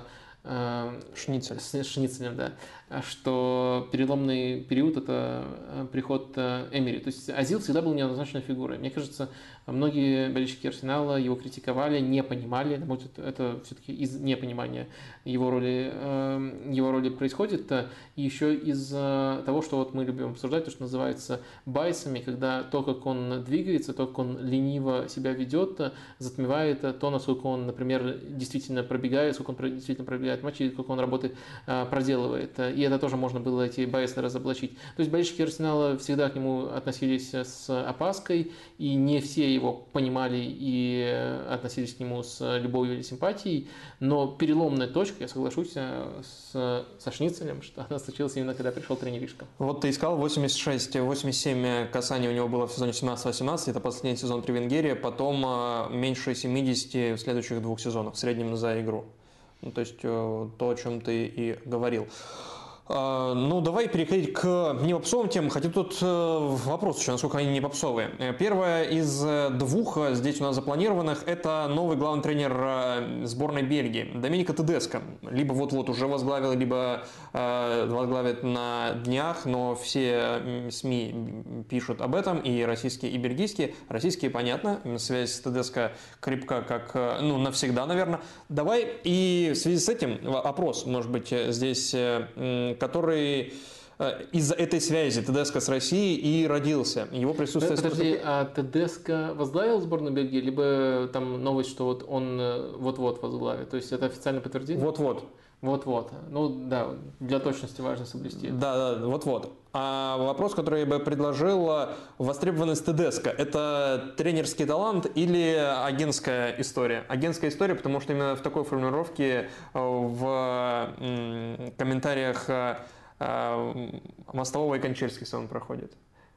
Шницель. С Шницелем, да. Что переломный период – это приход Эмери. То есть Озил всегда был неоднозначной фигурой. Мне кажется, многие болельщики Арсенала его критиковали, не понимали, это все-таки из непонимания его роли, его роли происходит. И еще из-за того, что вот мы любим обсуждать, то, что называется байсами, когда то, как он двигается, то, как он лениво себя ведет, затмевает то, насколько он, например, действительно пробегает, сколько он действительно пробегает матчи, сколько он работы проделывает. И это тоже можно было эти байсы разоблачить. То есть болельщики Арсенала всегда к нему относились с опаской, и не все его понимали и относились к нему с любовью или симпатией. Но переломная точка, я соглашусь с, со Шницелем, что она случилась именно когда пришел тренеришка. Вот ты искал восемьдесят шесть восемьдесят семь касаний у него было в сезоне семнадцать восемнадцать, это последний сезон при Венгере, потом меньше семидесяти в следующих двух сезонах в среднем за игру. Ну, то есть то, о чем ты и говорил. Ну, давай переходить к не попсовым темам, хотя тут вопрос еще, насколько они не попсовые. Первое из двух здесь у нас запланированных – это новый главный тренер сборной Бельгии Доменико Тедеско. Либо вот-вот уже возглавил, либо возглавит на днях, но все СМИ пишут об этом, и российские, и бельгийские. Российские, понятно, связь с Тедеско крепка, как, ну, навсегда, наверное. Давай и в связи с этим опрос, может быть, здесь, который из-за этой связи Тедеско с Россией и родился. Его присутствие... Подожди, а Тедеско возглавил сборную Бельгии, либо там новость, что вот он вот-вот возглавит? То есть это официально подтверждение? Вот-вот. Вот-вот. Ну да, для точности важно соблюсти. Да, да, вот-вот. А вопрос, который я бы предложил, востребованность Тедеско – это тренерский талант или агентская история? Агентская история, потому что именно в такой формулировке в комментариях Мостового и Кончельского он проходит.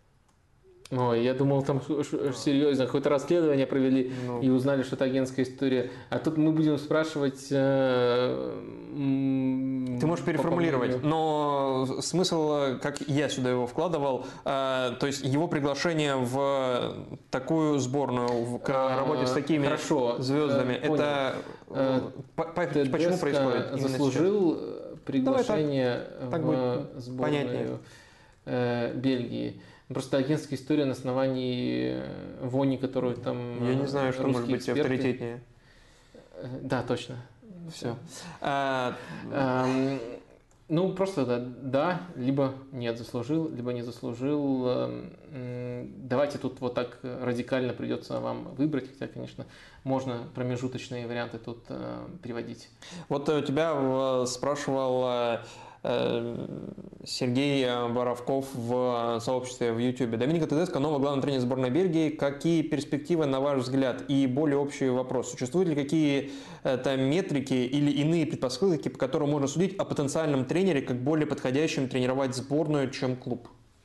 Ой, я думал, там серьезно, какое-то расследование провели ну. и узнали, что это агентская история. А тут мы будем спрашивать... Э, Ты можешь переформулировать, но смысл, как я сюда его вкладывал, э, то есть его приглашение в такую сборную, к работе с такими Хорошо, звездами, э, это э, по, по, почему происходит? Заслужил приглашение так, так в сборную э, Бельгии. Просто агентская история на основании вони, которую там... Я не знаю, что может быть эксперты... авторитетнее. Да, точно. Все. А, а, ну, просто да, да, либо нет, заслужил, либо не заслужил. Давайте тут вот так радикально придется вам выбрать, хотя, конечно, можно промежуточные варианты тут приводить. Вот у тебя спрашивал... Сергей Боровков в сообществе в YouTube. Доменико Тедеско, новый главный тренер сборной Бельгии. Какие перспективы, на ваш взгляд? И более общий вопрос. Существуют ли какие-то метрики или иные предпосылки, по которым можно судить о потенциальном тренере как более подходящем тренировать сборную, чем клуб?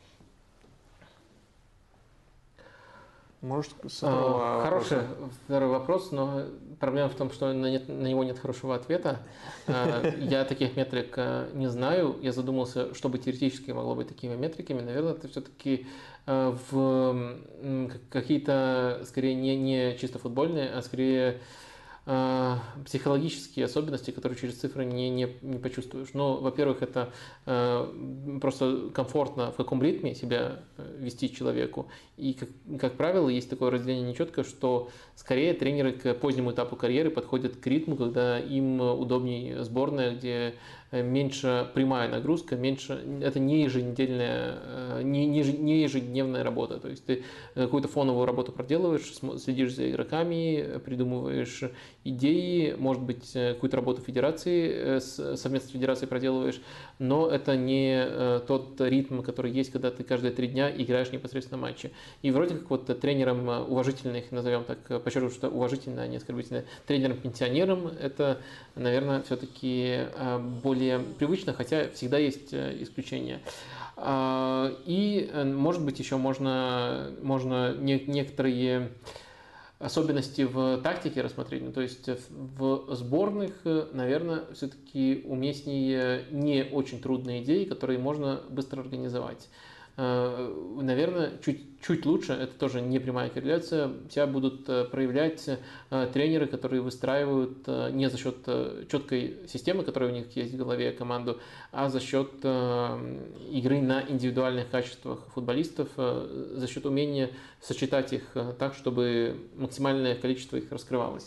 Может, а, хороший второй вопрос, но проблема в том, что на, нет, на него нет хорошего ответа. Я таких метрик не знаю. Я задумался, что бы теоретически могло быть такими метриками. Наверное, это все-таки в какие-то, скорее, не, не чисто футбольные, а скорее психологические особенности, которые через цифры не, не, не почувствуешь. Но, во-первых, это э, просто комфортно в каком ритме себя вести человеку. И, как, как правило, есть такое разделение нечеткое, что скорее тренеры к позднему этапу карьеры подходят к ритму, когда им удобнее сборная, где меньше прямая нагрузка, меньше, это не еженедельная, не, не, не ежедневная работа. То есть ты какую-то фоновую работу проделываешь, следишь за игроками, придумываешь идеи, может быть, какую-то работу федерации, совместно с федерацией проделываешь, но это не тот ритм, который есть, когда ты каждые три дня играешь непосредственно матчи. И вроде как вот тренером уважительных, назовем так, подчеркиваю, что уважительно, а не оскорбительно, тренером-пенсионером, это, наверное, все-таки более привычно, хотя всегда есть исключения. И, может быть, еще можно, можно некоторые особенности в тактике рассмотреть. Ну, то есть в сборных, наверное, все-таки уместнее не очень трудные идеи, которые можно быстро организовать. наверное, чуть, чуть лучше, это тоже не прямая корреляция, себя будут проявлять тренеры, которые выстраивают не за счет четкой системы, которая у них есть в голове, команду, а за счет игры на индивидуальных качествах футболистов, за счет умения сочетать их так, чтобы максимальное количество их раскрывалось.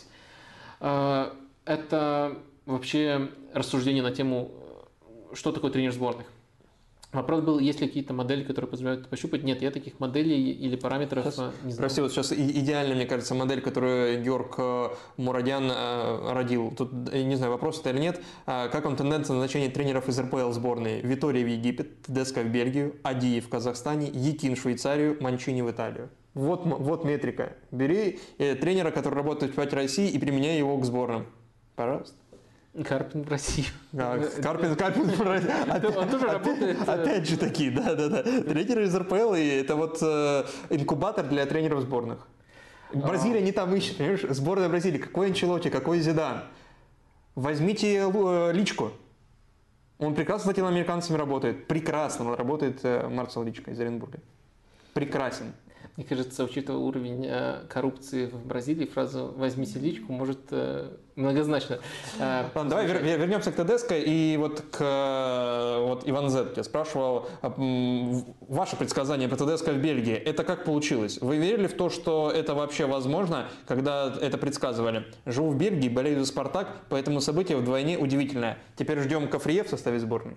Это вообще рассуждение на тему, что такое тренер сборных. Вопрос был, есть ли какие-то модели, которые позволяют пощупать? Нет, я таких моделей или параметров сейчас, не знаю. Прости, вот сейчас идеальная, мне кажется, модель, которую Георг Мурадян родил. Тут, я не знаю, вопрос это или нет. Как вам тенденция назначения тренеров из эр пэ эл сборной? Витория в Египет, Тедеско в Бельгию, Адии в Казахстане, Якин в Швейцарию, Манчини в Италию. Вот, вот метрика. Бери тренера, который работает в пять России, и применяй его к сборным. Пожалуйста. Карпин в Россию. А, Карпин, Карпин в Россию. Он тоже работает. Опять же таки, да, да, да. Тренеры из эр пэ эл, и это вот э, инкубатор для тренеров сборных. Бразилия не там ищет, понимаешь? Сборная Бразилии. Какой Анчелотти, какой Зидан. Возьмите э, Личко. Он прекрасно с латиноамериканцами работает. Прекрасно работает э, Марцел Личко из Оренбурга. Прекрасен. Мне кажется, учитывая уровень э, коррупции в Бразилии, фраза «возьмите личку» может э, многозначно. Э, Ладно, давай вер, вернемся к Тедеско и вот к вот Иван Зет тебя спрашивал, ваше предсказание по Тедеско в Бельгии, это как получилось? Вы верили в то, что это вообще возможно, когда это предсказывали? Живу в Бельгии, болею за «Спартак», поэтому событие вдвойне удивительное. Теперь ждем Кафрие в составе сборной.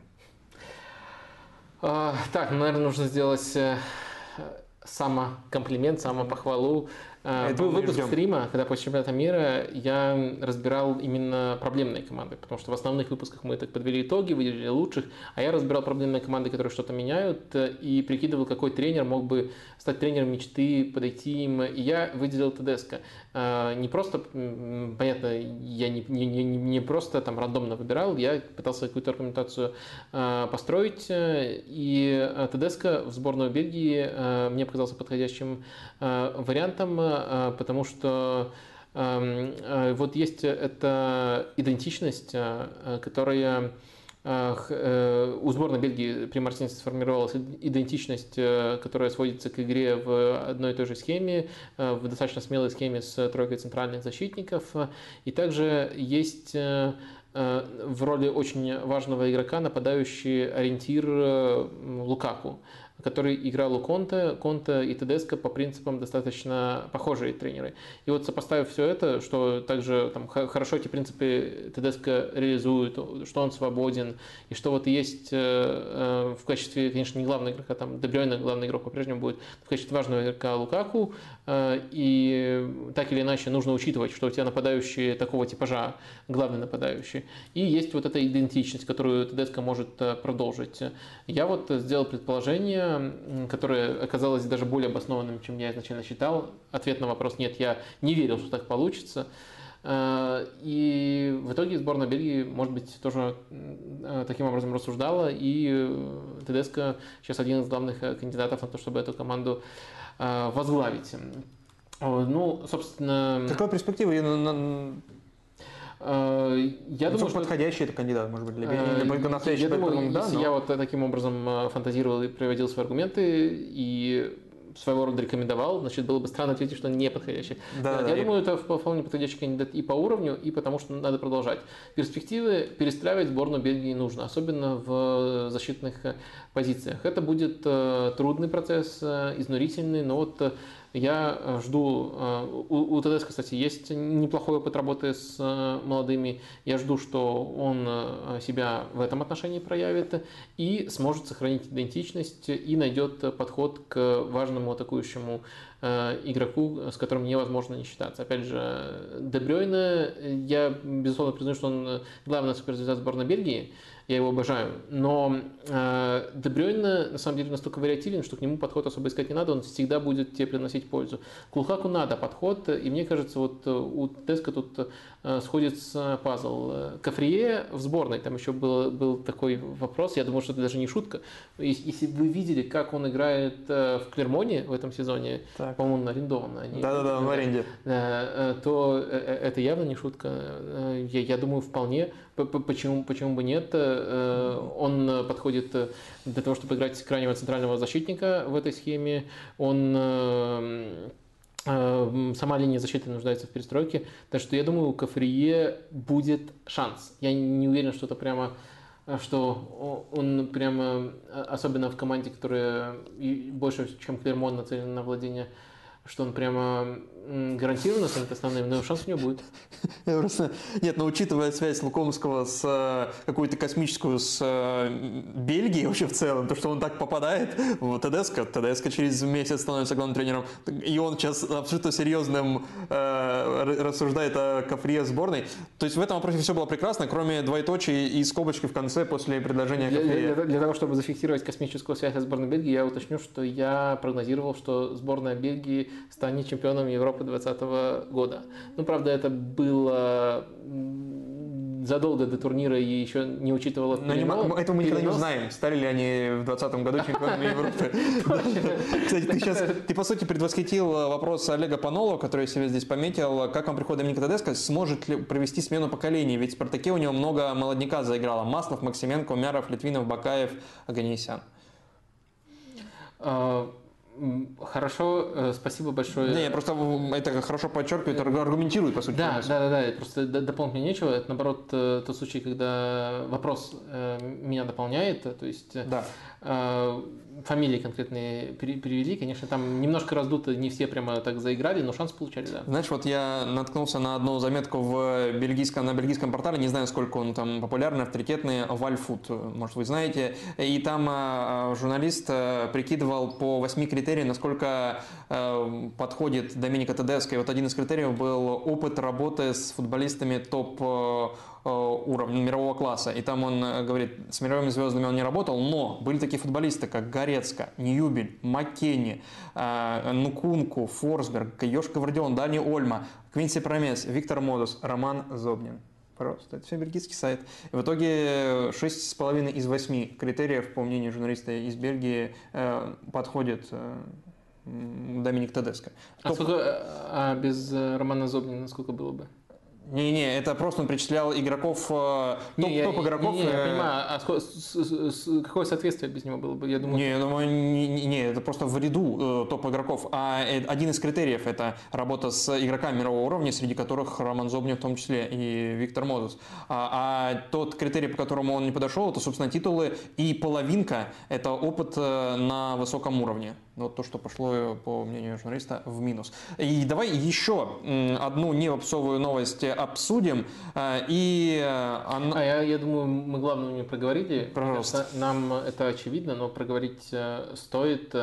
Э, так, ну, наверное, нужно сделать... Э, самокомплимент, самопохвалу. Был выпуск стрима, когда после чемпионата мира я разбирал именно проблемные команды, потому что в основных выпусках мы так подвели итоги, выделили лучших, а я разбирал проблемные команды, которые что-то меняют, и прикидывал, какой тренер мог бы стать тренером мечты, подойти им, и я выделил Тедеско. Не просто, понятно, я не, не, не, не просто там рандомно выбирал, я пытался какую-то аргументацию построить, и Тедеско в сборную Бельгии мне показался подходящим вариантом, потому что э, вот есть эта идентичность, э, которая э, у сборной Бельгии при Мартинесе сформировалась идентичность, э, которая сводится к игре в одной и той же схеме, э, в достаточно смелой схеме с тройкой центральных защитников. И также есть э, в роли очень важного игрока нападающий ориентир э, Лукаку, который играл у Конте. Конте и Тедеско по принципам достаточно похожие тренеры. И вот сопоставив все это, что также там, хорошо эти принципы Тедеско реализует, что он свободен, и что вот есть э, в качестве, конечно, не главного игрока, там Де Брёйне главный игрок по-прежнему будет, в качестве важного игрока Лукаку, э, и так или иначе нужно учитывать, что у тебя нападающие такого типажа, главный нападающий, и есть вот эта идентичность, которую Тедеско может продолжить. Я вот сделал предположение, которое оказалось даже более обоснованным, чем я изначально считал. Ответ на вопрос нет, я не верил, что так получится. И в итоге сборная Бельгии, может быть, тоже таким образом рассуждала, и Тедеско сейчас один из главных кандидатов на то, чтобы эту команду возглавить. Ну, собственно... Какой перспективы? Я думаю, что подходящий это кандидат, может быть, для Бельгии. Я думаю, да, если но... я вот таким образом фантазировал и приводил свои аргументы и своего рода рекомендовал, значит, было бы странно ответить, что он не подходящий. Да, я да, думаю, и... это вполне подходящий кандидат и по уровню, и потому что надо продолжать. Перспективы перестраивать сборную Бельгии нужно, особенно в защитных позициях. Это будет трудный процесс, изнурительный, но вот я жду, у, у Тедеско, кстати, есть неплохой опыт работы с молодыми, я жду, что он себя в этом отношении проявит и сможет сохранить идентичность и найдет подход к важному атакующему игроку, с которым невозможно не считаться. Опять же, Де Брёйне, я безусловно признаю, что он главная суперзвезда сборной Бельгии, я его обожаю, но э, Де Брёйне на самом деле настолько вариативен, что к нему подход особо искать не надо, он всегда будет тебе приносить пользу. К Лукаку надо подход, и мне кажется, вот у Тедеско тут э, сходится пазл. Кафрие в сборной, там еще был, был такой вопрос, я думаю, что это даже не шутка. Если, если вы видели, как он играет э, в Клермоне в этом сезоне, так. По-моему, он арендован. Да-да-да, он в аренде. Э, то э, это явно не шутка. Я, я думаю, вполне почему, почему бы нет? Он подходит для того, чтобы играть крайнего центрального защитника в этой схеме. Он сама линия защиты нуждается в перестройке. Так что я думаю, у Кафрие будет шанс. Я не уверен, что это прямо, что он прямо, особенно в команде, которая больше, чем Клермон, нацелена на владение, что он прямо гарантированно станет основным, но шанс у него будет. Просто, нет, но учитывая связь Лукомского с какую-то космическую с Бельгией вообще в целом, то, что он так попадает в Тедеско, Тедеско через месяц становится главным тренером, и он сейчас абсолютно серьезным э, рассуждает о Кафрие сборной. То есть в этом вопросе все было прекрасно, кроме двоеточий и скобочки в конце после предложения для, Кафрие. Для, для того, чтобы зафиксировать космическую связь с сборной Бельгии, я уточню, что я прогнозировал, что сборная Бельгии станет чемпионом Европы две тысячи двадцатого года. Ну, правда, это было задолго до турнира и еще не учитывало перенос. Но этого мы никогда не узнаем, стали ли они в двадцатом году чемпионами Европы. Кстати, ты сейчас, ты по сути предвосхитил вопрос Олега Панолова, который я себе здесь пометил. Как вам приходит Доминика Тедеско? Сможет ли провести смену поколений? Ведь в «Спартаке» у него много молодняка заиграло. Маслов, Максименко, Умяров, Литвинов, Бакаев, Оганесян. Хорошо, спасибо большое. Не, я просто это хорошо подчеркивает, аргументирует, по сути. Да, да, да, да, просто дополнить мне нечего. Это, наоборот, тот случай, когда вопрос меня дополняет, то есть да. фамилии конкретные перевели, конечно, там немножко раздуто, не все прямо так заиграли, но шанс получали, да. Знаешь, вот я наткнулся на одну заметку в бельгийском, на бельгийском портале, не знаю, сколько он там популярный, авторитетный, Вальфут, может, вы знаете, и там журналист прикидывал по восьми критериям, насколько подходит Доминика Тедеско, и вот один из критериев был опыт работы с футболистами топ уровня, мирового класса. И там он говорит, с мировыми звездами он не работал, но были такие футболисты, как Горецко, Ньюбель, Маккенни, Нкунку, Форсберг, Йошка Вардион, Дани Ольма, Квинси Промес, Виктор Модус, Роман Зобнин. Пожалуйста, это все бельгийский сайт. И в итоге шесть с половиной из восьми критериев, по мнению журналиста из Бельгии, подходит Доминик Тедеско. А, Топ... сколько, а без Романа Зобнина сколько было бы? Не-не, это просто он перечислял игроков, топ, не, топ игроков. Не, не, я понимаю, а с, с, с, какое соответствие без него было бы? Я думаю, не, я думаю, не, не, это просто в ряду топ игроков. А один из критериев – это работа с игроками мирового уровня, среди которых Роман Зобнин в том числе и Виктор Модус. А, а тот критерий, по которому он не подошел, это, собственно, титулы, и половинка – это опыт на высоком уровне. Вот то, что пошло, по мнению журналиста, в минус. И давай еще одну непопсовую новость обсудим. И она... а я, я думаю, мы главное не проговорили. Пожалуйста. Нам это очевидно, но проговорить стоит,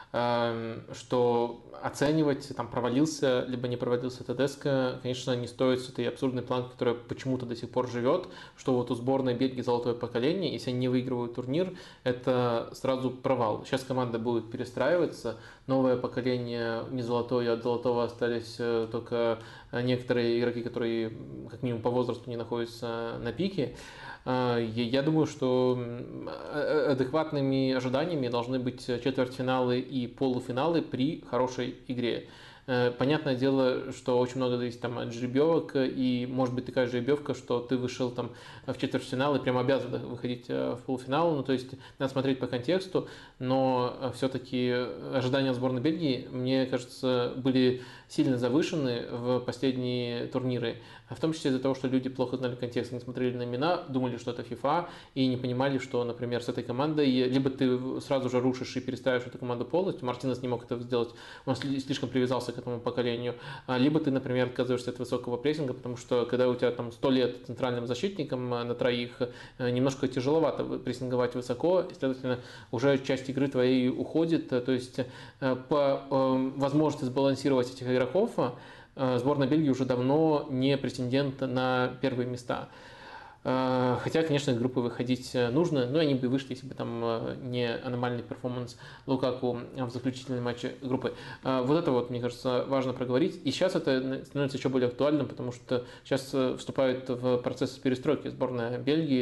что оценивать, там, провалился, либо не провалился Тедеско, конечно, не стоит с этой абсурдной планки, которая почему-то до сих пор живет, что вот у сборной Бельгии золотое поколение, если они не выигрывают турнир, это сразу провал. Сейчас команда будет перестраиваться, новое поколение не золотое, от золотого остались только некоторые игроки, которые как минимум по возрасту не находятся на пике. Я думаю, что адекватными ожиданиями должны быть четвертьфиналы и полуфиналы при хорошей игре. Понятное дело, что очень много зависит там от жеребьевок, и может быть такая жеребьевка, что ты вышел там в четвертьфинал и прям обязан выходить в полуфинал. Ну, то есть надо смотреть по контексту, но все-таки ожидания сборной Бельгии, мне кажется, были сильно завышены в последние турниры. В том числе из-за того, что люди плохо знали контекст, не смотрели на имена, думали, что это FIFA, и не понимали, что, например, с этой командой либо ты сразу же рушишь и перестраиваешь эту команду полностью, Мартинес не мог этого сделать, он слишком привязался к этому поколению, либо ты, например, отказываешься от высокого прессинга, потому что когда у тебя там сто лет центральным защитником на троих, немножко тяжеловато прессинговать высоко, и, следовательно, уже часть игры твоей уходит, то есть по возможности сбалансировать этих игроков, сборная Бельгии уже давно не претендент на первые места. Хотя, конечно, из группы выходить нужно, но они бы вышли, если бы там не аномальный перформанс Лукаку в заключительном матче группы. Вот это вот, мне кажется, важно проговорить. И сейчас это становится еще более актуальным, потому что сейчас вступает в процесс перестройки сборная Бельгии.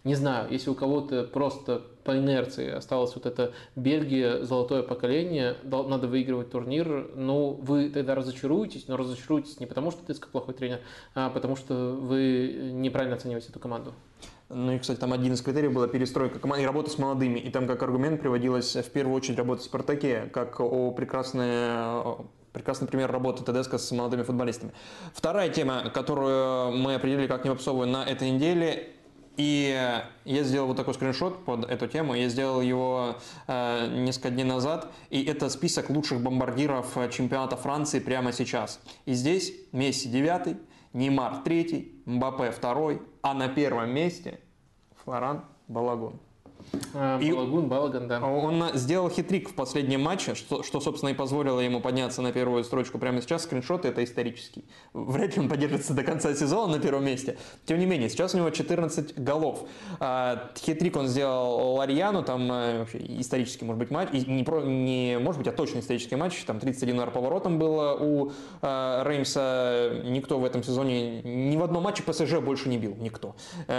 Не знаю, если у кого-то просто по инерции осталось вот это Бельгия, золотое поколение, надо выигрывать турнир, ну, вы тогда разочаруетесь, но разочаруетесь не потому, что Тыска плохой тренер, а потому что вы неправильно оцениваете эту команду. Ну и, кстати, там один из критериев была перестройка команды и работа с молодыми. И там как аргумент приводилась в первую очередь работа в «Спартаке», как о прекрасной... Прекрасный пример работы ТДСК с молодыми футболистами. Вторая тема, которую мы определили как непопсовую на этой неделе, и я сделал вот такой скриншот под эту тему, я сделал его э, несколько дней назад, и это список лучших бомбардиров чемпионата Франции прямо сейчас. И здесь Месси девятый, Неймар третий, Мбаппе второй, а на первом месте Флоран Балагун. А, Балагун, Балаган, да. Он сделал хитрик в последнем матче, что, что, собственно, и позволило ему подняться на первую строчку прямо сейчас. Скриншот это исторический. Вряд ли он подержится до конца сезона на первом месте. Тем не менее, сейчас у него четырнадцать голов. Хитрик он сделал Ларьяну, там вообще исторический, может быть, матч. И не, про, не может быть, а точно исторический матч. Там тридцать один удар поворотом было у Реймса. Никто в этом сезоне, ни в одном матче ПСЖ больше не бил. Никто.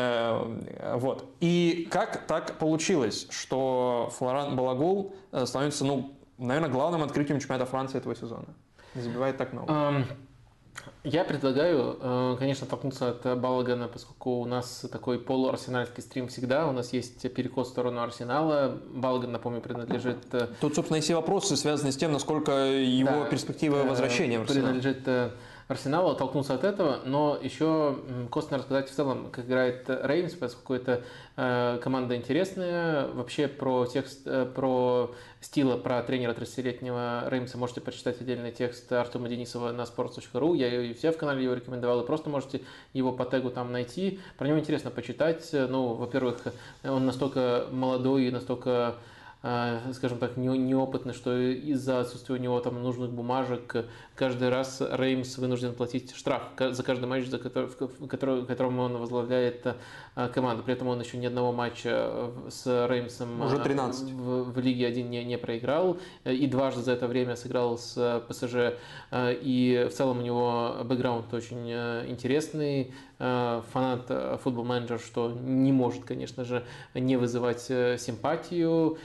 Вот. И как так получилось? Получилось, что Флоран Балагул становится, ну, наверное, главным открытием чемпионата Франции этого сезона. Забивает так много. Я предлагаю, конечно, толкнуться от Балагана, поскольку у нас такой полуарсенальский стрим всегда. У нас есть переход в сторону Арсенала. Балаган, напомню, принадлежит... Тут, собственно, есть вопросы, связанные с тем, насколько его да, перспективы возвращения в Арсенал. Принадлежит Арсеналу, оттолкнулся от этого, но еще косвенно рассказать в целом, как играет Реймс, поскольку это э, команда интересная. Вообще про текст, э, про стила, про тренера тридцатилетнего Реймса можете почитать отдельный текст Артема Денисова на sports точка ru. Я и все в канале его рекомендовал, и просто можете его по тегу там найти. Про него интересно почитать. Ну, во-первых, он настолько молодой и настолько, скажем так, неопытный, что из-за отсутствия у него там нужных бумажек каждый раз Реймс вынужден платить штраф за каждый матч, за который, в который, которым он возглавляет команду. При этом он еще ни одного матча с Реймсом уже тринадцать в, в Лиге один не, не проиграл. И дважды за это время сыграл с ПСЖ. И в целом у него бэкграунд очень интересный. Фанат Football Manager, что не может, конечно же, не вызывать симпатию.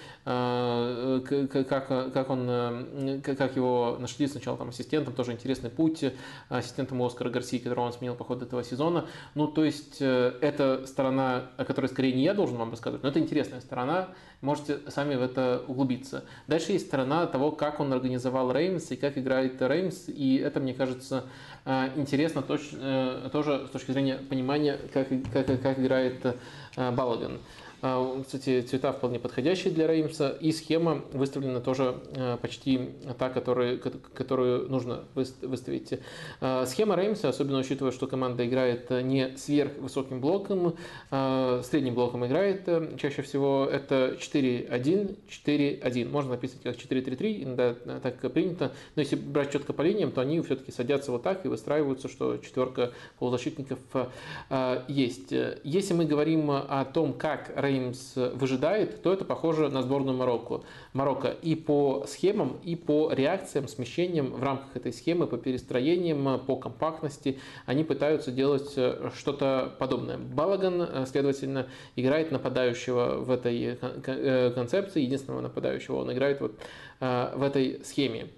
Как, как, он, как его нашли сначала там ассистентом, тоже интересный путь, ассистентом Оскара Гарсии, которого он сменил по ходу этого сезона. Ну, то есть, это сторона, о которой скорее не я должен вам рассказывать, но это интересная сторона, можете сами в это углубиться. Дальше есть сторона того, как он организовал Реймс и как играет Реймс, и это, мне кажется, интересно тоже с точки зрения понимания, как, как, как играет Балаган. Кстати, цвета вполне подходящие для Реймса, и схема выставлена тоже почти та, которую, которую нужно выставить. Схема Реймса, особенно учитывая, что команда играет не сверхвысоким блоком, средним блоком играет чаще всего, это четыре один четыре один. Можно написать как четыре три три, иногда так принято, но если брать четко по линиям, то они все-таки садятся вот так и выстраиваются, что четверка полузащитников есть. Если мы говорим о том, как Реймс выжидает, то это похоже на сборную Марокко. Марокко и по схемам, и по реакциям, смещениям в рамках этой схемы, по перестроениям, по компактности, они пытаются делать что-то подобное. Балаган, следовательно, играет нападающего в этой концепции, единственного нападающего он играет вот в этой схеме.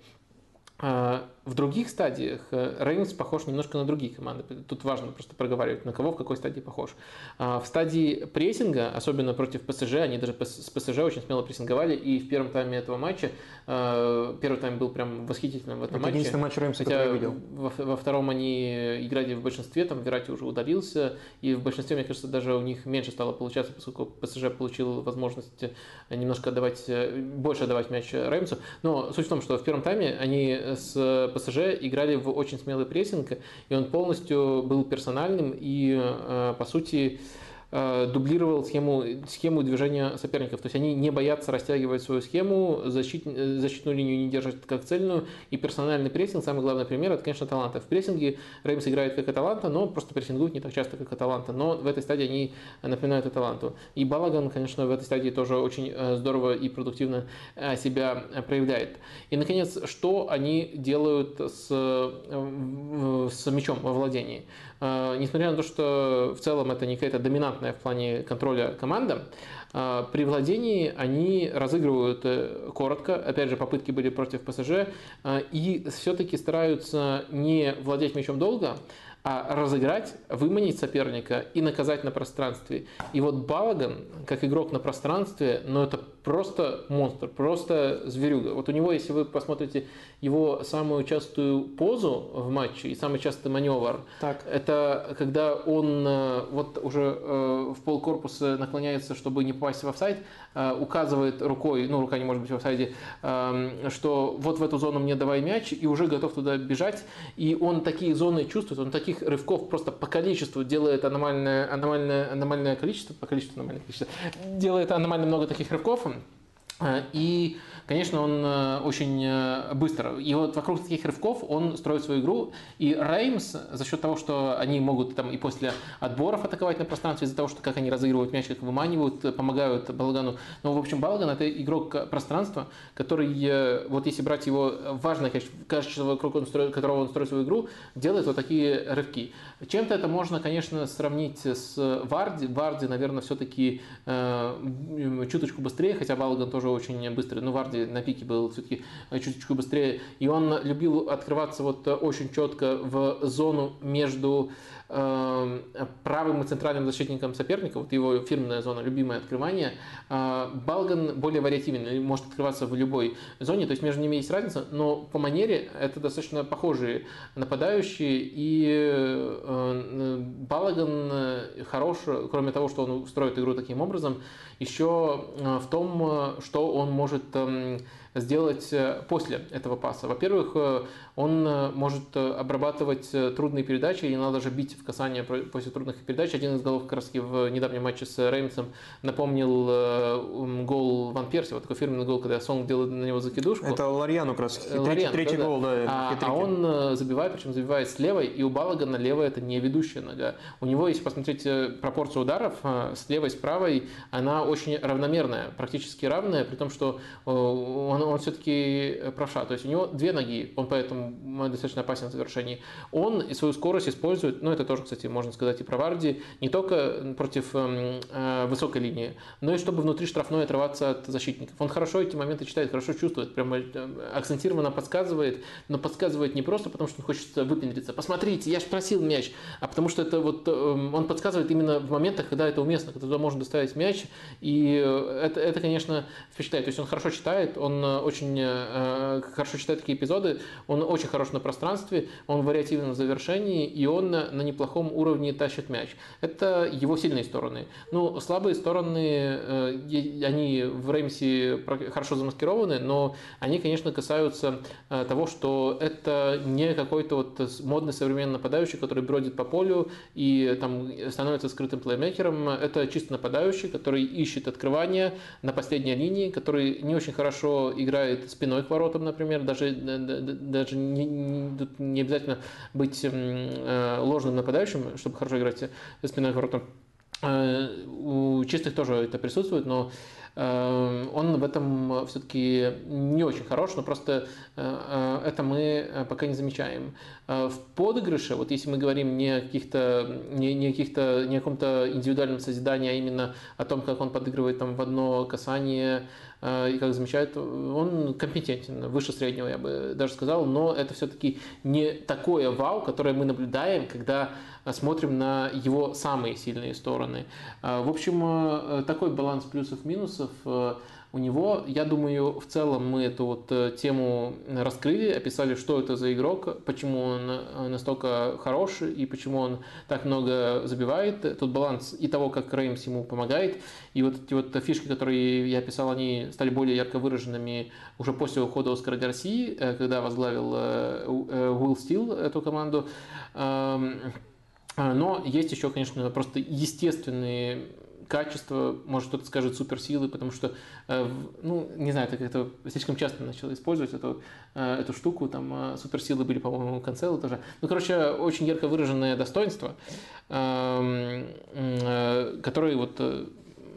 В других стадиях Реймс похож немножко на другие команды. Тут важно просто проговаривать, на кого в какой стадии похож. В стадии прессинга, особенно против ПСЖ, они даже с ПСЖ очень смело прессинговали, и в первом тайме этого матча, первый тайм был прям восхитительным в этом Это матче. единственный матч Реймса, который я видел. Во, во втором они играли в большинстве, там Верати уже удалился, и в большинстве, мне кажется, даже у них меньше стало получаться, поскольку ПСЖ получил возможность немножко отдавать, больше отдавать мяч Реймсу. Но суть в том, что в первом тайме они с ПСЖ играли в очень смелый прессинг, и он полностью был персональным и, по сути, дублировал схему, схему движения соперников. То есть они не боятся растягивать свою схему, защит, защитную линию не держат как цельную, и персональный прессинг, самый главный пример, это, конечно, Аталанта. В прессинге Реймс играет как Аталанта, но просто прессингует не так часто, как Аталанта, но в этой стадии они напоминают Аталанту. И Балаган, конечно, в этой стадии тоже очень здорово и продуктивно себя проявляет. И, наконец, что они делают с, с мячом во владении? Несмотря на то, что в целом это не какая-то доминантная грамотная в плане контроля команда. При владении они разыгрывают коротко, опять же, попытки были против ПСЖ, и все-таки стараются не владеть мячом долго, а разыграть, выманить соперника и наказать на пространстве. И вот Балаган, как игрок на пространстве, ну это просто монстр, просто зверюга. Вот у него, если вы посмотрите его самую частую позу в матче и самый частый маневр, так. это когда он вот уже в полкорпуса наклоняется, чтобы не попасть в офсайд, указывает рукой, ну рука не может быть в офсайде, что вот в эту зону мне давай мяч, и уже готов туда бежать. И он такие зоны чувствует, он такие рывков просто по количеству делает аномальное, аномальное, аномальное количество, по количеству аномальное количество, делает аномально много таких рывков. И, конечно, он очень быстро. И вот вокруг таких рывков он строит свою игру. И Реймс, за счет того, что они могут там и после отборов атаковать на пространстве, из-за того, что как они разыгрывают мяч, как выманивают, помогают Балагану. Но, в общем, Балаган – это игрок пространства, который, вот если брать его важное качество, вокруг которого он строит свою игру, делает вот такие рывки. Чем-то это можно, конечно, сравнить с Варди. Варди, наверное, все-таки э, чуточку быстрее, хотя Балаган тоже очень быстрый. Но Варди на пике был все-таки чуточку быстрее. И он любил открываться вот очень четко в зону между э, правым и центральным защитником соперника. Вот его фирменная зона, любимое открывание. Э, Балаган более вариативен, может открываться в любой зоне. То есть между ними есть разница, но по манере это достаточно похожие нападающие. И Балаган хорош, кроме того, что он строит игру таким образом, еще в том, что он может сделать после этого паса. Во-первых, он может обрабатывать трудные передачи, и не надо же бить в касание после трудных передач. Один из голов как раз в недавнем матче с Реймсом напомнил гол Ван Перси, вот такой фирменный гол, когда Сонг делает на него закидушку. Это Ларьяну как раз, Ларьян, третий да, гол, да. А, а он забивает, причем забивает с левой, и у Балагана левая это не ведущая нога. У него, если посмотреть пропорцию ударов, с левой, с правой, она очень равномерная, практически равная, при том, что он, он все-таки правша. То есть у него две ноги, он поэтому достаточно опасен в завершении. Он и свою скорость использует, ну это тоже, кстати, можно сказать и про Варди, не только против э, высокой линии, но и чтобы внутри штрафной отрываться от защитников. Он хорошо эти моменты читает, хорошо чувствует, прямо акцентированно подсказывает, но подсказывает не просто потому, что он хочет выпендриться. Посмотрите, я же просил мяч, а потому что это вот э, он подсказывает именно в моментах, когда это уместно, когда туда можно доставить мяч, и это, это, конечно, впечатляет. То есть он хорошо читает, он очень э, хорошо читает такие эпизоды, он очень хорош на пространстве, он вариативен в завершении, и он на, на неплохом уровне тащит мяч. Это его сильные стороны. Ну, слабые стороны, э, они в Реймсе хорошо замаскированы, но они, конечно, касаются э, того, что это не какой-то вот модный современный нападающий, который бродит по полю и там становится скрытым плеймейкером. Это чисто нападающий, который ищет открывания на последней линии, который не очень хорошо играет спиной к воротам, например, даже, даже не, не, не обязательно быть ложным нападающим, чтобы хорошо играть спиной к воротам. У чистых тоже это присутствует, но он в этом все-таки не очень хорош, но просто это мы пока не замечаем. В подыгрыше, вот если мы говорим не о каких-то, не, не, каких-то, не о каком-то индивидуальном созидании, а именно о том, как он подыгрывает там в одно касание и как замечает, он компетентен, выше среднего, я бы даже сказал, но это все-таки не такое вау, которое мы наблюдаем, когда смотрим на его самые сильные стороны. В общем, такой баланс плюсов-минусов у него. Я думаю, в целом мы эту вот тему раскрыли, описали, что это за игрок, почему он настолько хорош и почему он так много забивает. Тут баланс и того, как Реймс ему помогает, и вот эти вот фишки, которые я описал, они стали более ярко выраженными уже после ухода Оскара Гарсии, когда возглавил Уилл Стил эту команду. Но есть еще, конечно, просто естественные качества, может кто-то скажет суперсилы, потому что, ну, не знаю, так это слишком часто начал использовать эту, эту штуку, там суперсилы были, по-моему, у Канцело тоже. Ну, короче, очень ярко выраженное достоинство, которые вот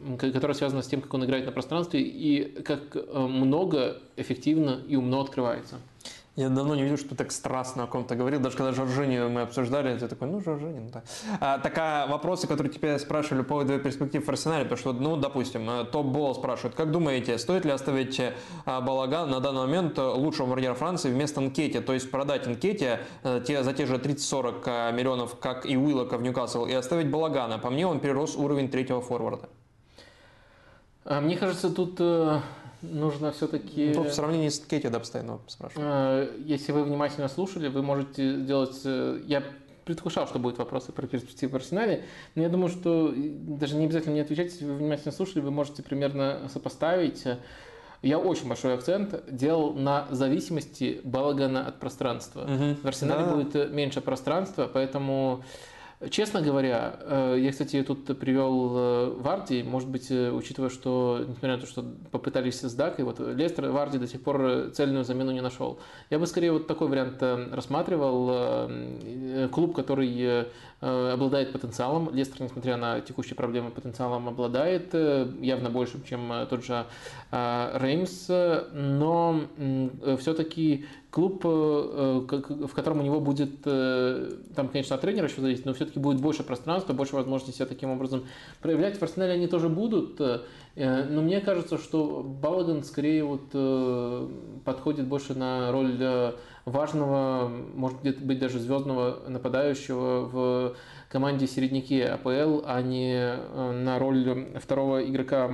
которая связана с тем, как он играет на пространстве и как много, эффективно и умно открывается. Я давно не видел, что так страстно о ком-то говорил. Даже когда Жоржинью мы обсуждали, ты такой, ну, Жоржиню, да. А, так, а вопросы, которые тебя спрашивали по поводу перспектив в Арсенале, потому что, ну, допустим, топ-бол спрашивают, как думаете, стоит ли оставить Балаган на данный момент лучшего бомбардира Франции вместо Нкетти, то есть продать Нкетти те, за те же тридцать-сорок миллионов, как и Уиллока в Ньюкасл, и оставить Балагана? По мне, он перерос уровень третьего форварда. Мне кажется, тут... нужно все-таки... Ну, в сравнении с Нкетти, да, постоянно спрашиваю. Если вы внимательно слушали, вы можете сделать... Я предвкушал, что будут вопросы про перспективы в Арсенале, но я думаю, что даже не обязательно мне отвечать, если вы внимательно слушали, вы можете примерно сопоставить. Я очень большой акцент делал на зависимости Балагана от пространства. Угу. В Арсенале да. будет меньше пространства, поэтому... Честно говоря, я, кстати, тут привел Варди, может быть, учитывая, что, несмотря на то, что попытались с Дакой, вот Лестер Варди до сих пор цельную замену не нашел. Я бы скорее вот такой вариант рассматривал. Клуб, который обладает потенциалом, Лестер, несмотря на текущие проблемы, потенциалом обладает, явно большим, чем тот же Реймс, но все-таки клуб, в котором у него будет, там, конечно, от тренера еще зависит, но все-таки будет больше пространства, больше возможностей себя таким образом проявлять. В Арсенале они тоже будут, но мне кажется, что Балаган скорее вот подходит больше на роль важного, может быть, даже звездного нападающего в команде середняки АПЛ, а не на роль второго игрока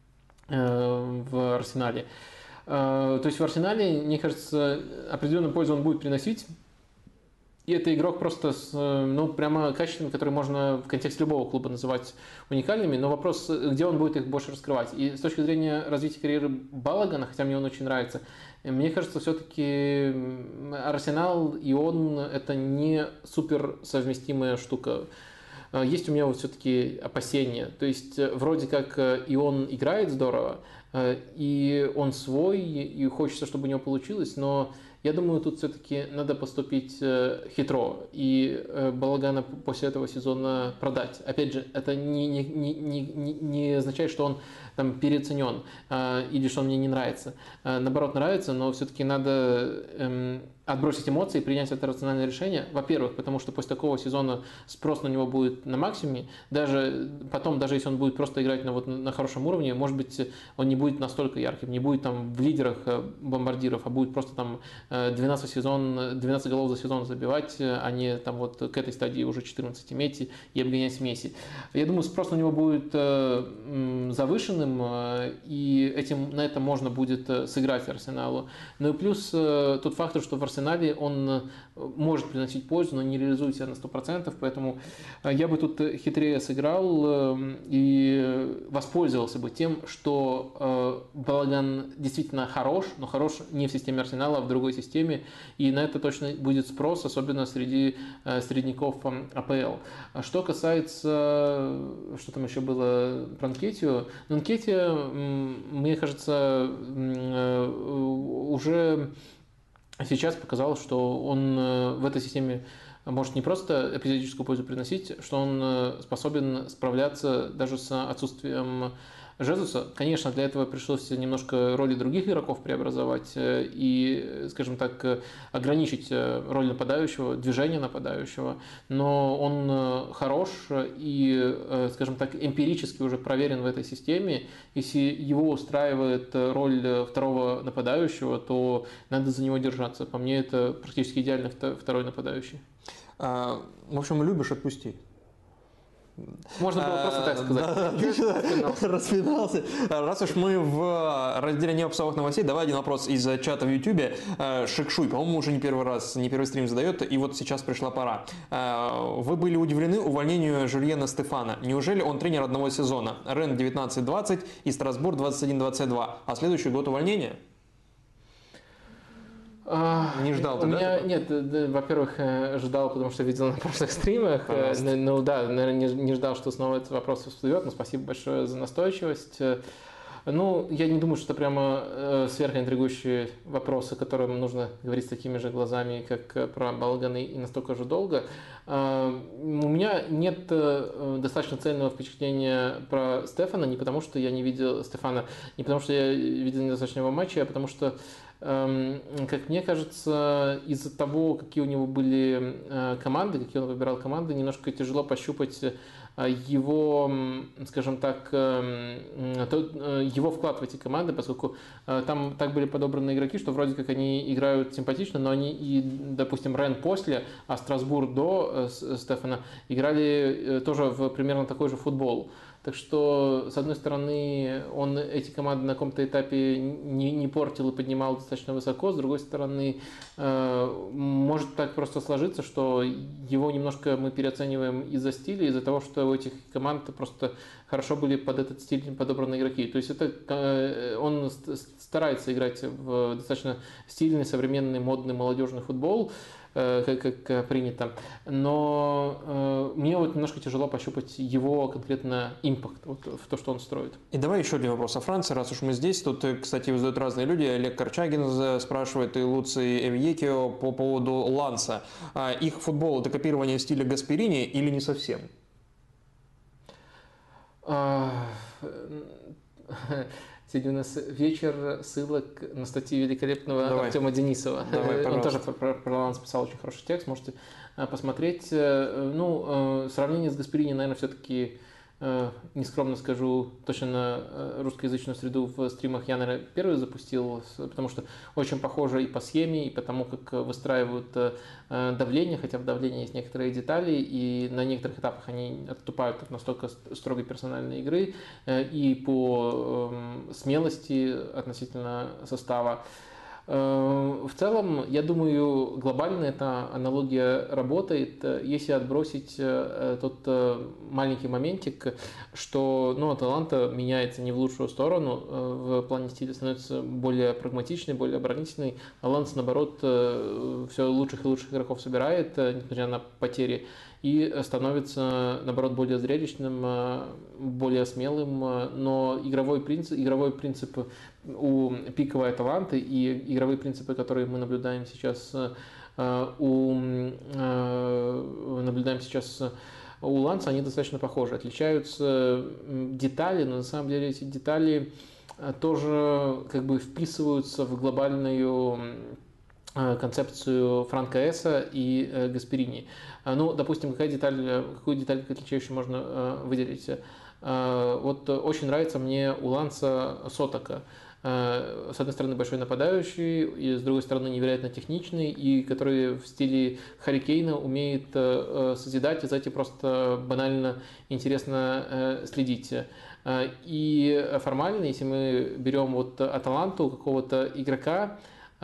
в Арсенале. То есть в Арсенале, мне кажется, определенную пользу он будет приносить. И это игрок просто с, ну, прямо качествами, которые можно в контексте любого клуба называть уникальными. Но вопрос, где он будет их больше раскрывать. И с точки зрения развития карьеры Балагана, хотя мне он очень нравится, мне кажется, все-таки Арсенал и он – это не супер совместимая штука. Есть у меня вот все-таки опасения. То есть вроде как и он играет здорово, и он свой, и хочется, чтобы у него получилось, но я думаю, тут все-таки надо поступить хитро и Балагана после этого сезона продать. Опять же, это не, не, не, не, не означает, что он там переоценен или что он мне не нравится. Наоборот, нравится, но все-таки надо эм, отбросить эмоции и принять это рациональное решение. Во-первых, потому что после такого сезона спрос на него будет на максимуме. Даже потом, даже если он будет просто играть на, вот, на хорошем уровне, может быть, он не будет настолько ярким, не будет там в лидерах бомбардиров, а будет просто там двенадцать, сезон, двенадцать голов за сезон забивать, а не там вот к этой стадии уже четырнадцать иметь и обгонять Месси. Я думаю, спрос на него будет завышенным, и этим, на это можно будет сыграть Арсеналу. Ну и плюс тот фактор, что в Арсенале он может приносить пользу, но не реализует себя на сто процентов, поэтому я бы тут хитрее сыграл и воспользовался бы тем, что Балаган действительно хорош, но хорош не в системе Арсенала, а в другой системе, и на это точно будет спрос, особенно среди средняков АПЛ. Что касается, что там еще было про Нкетию, ну, Нкетия, мне кажется, уже сейчас показал, что он в этой системе может не просто эпизодическую пользу приносить, что он способен справляться даже с отсутствием Жезуса. Конечно, для этого пришлось немножко роли других игроков преобразовать и, скажем так, ограничить роль нападающего, движение нападающего, но он хорош и, скажем так, эмпирически уже проверен в этой системе. Если его устраивает роль второго нападающего, то надо за него держаться. По мне, это практически идеально второй нападающий. А, в общем, любишь отпустить. Можно было просто так сказать. Да, распинался. Раз уж мы в разделе непопсовых новостей, давай один вопрос из чата в Ютубе. Шикшуй, по-моему, уже не первый раз, не первый стрим задает, и вот сейчас пришла пора. Вы были удивлены увольнению Жюльена Стефана. Неужели он тренер одного сезона? Рен девятнадцать двадцать и Страсбург двадцать один двадцать два. А следующий год увольнения? Не ждал ты, У меня, да? нет, во-первых, ждал, потому что видел на прошлых стримах. Ну да, наверное, не, не ждал, что снова этот вопрос всплывет, но спасибо большое за настойчивость. Ну, я не думаю, что это прямо э, сверхинтригующие вопросы, которым нужно говорить с такими же глазами, как э, про Балганы, и настолько же долго. Э, у меня нет э, достаточно цельного впечатления про Стефана, не потому что я не видел Стефана, не потому что я видел недостаточно его матча, а потому что, э, как мне кажется, из-за того, какие у него были э, команды, какие он выбирал команды, немножко тяжело пощупать его, скажем так, его вклад в эти команды, поскольку там так были подобраны игроки, что вроде как они играют симпатично, но они и, допустим, Рен после, а Страсбург до Стефана играли тоже в примерно такой же футбол. Так что, с одной стороны, он эти команды на каком-то этапе не, не портил и поднимал достаточно высоко, с другой стороны, э, может так просто сложиться, что его немножко мы переоцениваем из-за стиля, из-за того, что у этих команд просто хорошо были под этот стиль подобраны игроки. То есть это, э, он старается играть в достаточно стильный, современный, модный, молодежный футбол, Как, как принято. Но э, мне вот немножко тяжело пощупать его конкретно импакт вот, в то, что он строит. И давай еще один вопрос о Франции, раз уж мы здесь. Тут, кстати, его задают разные люди. Олег Корчагин спрашивает, и Луций Эвьекио по поводу Ланса. Их футбол – это копирование стиля Гасперини или не совсем? Сегодня у нас вечер ссылок на статьи великолепного Давай. Артема Денисова. Давай, Он тоже про, про, про Ланс писал очень хороший текст, можете посмотреть. Ну, сравнение с Гасперини, наверное, все-таки, нескромно скажу, точно на русскоязычную среду в стримах я, наверное, первый запустил, потому что очень похоже и по схеме, и по тому, как выстраивают давление, хотя в давлении есть некоторые детали, и на некоторых этапах они отступают от настолько строгой персональной игры, и по смелости относительно состава. В целом, я думаю, глобально эта аналогия работает, если отбросить тот маленький моментик, что ну, Аталанта меняется не в лучшую сторону, в плане стиля становится более прагматичной, более оборонительной, а Ланс, наоборот, все лучших и лучших игроков собирает, несмотря на потери, и становится, наоборот, более зрелищным, более смелым, но игровой принцип, игровой принцип у пиковой Аталанты и игровые принципы, которые мы наблюдаем сейчас у, наблюдаем сейчас у Ланса, они достаточно похожи. Отличаются детали, но на самом деле эти детали тоже как бы вписываются в глобальную концепцию Франко Эса и Гасперини. Ну, допустим, какая деталь, какую деталь отличающую можно выделить? Вот очень нравится мне у Ланса Сотака. С одной стороны, большой нападающий, и с другой стороны, невероятно техничный, и который в стиле Харри Кейна умеет созидать, и за этим просто банально интересно следить. И формально, если мы берем вот Аталанту, какого-то игрока,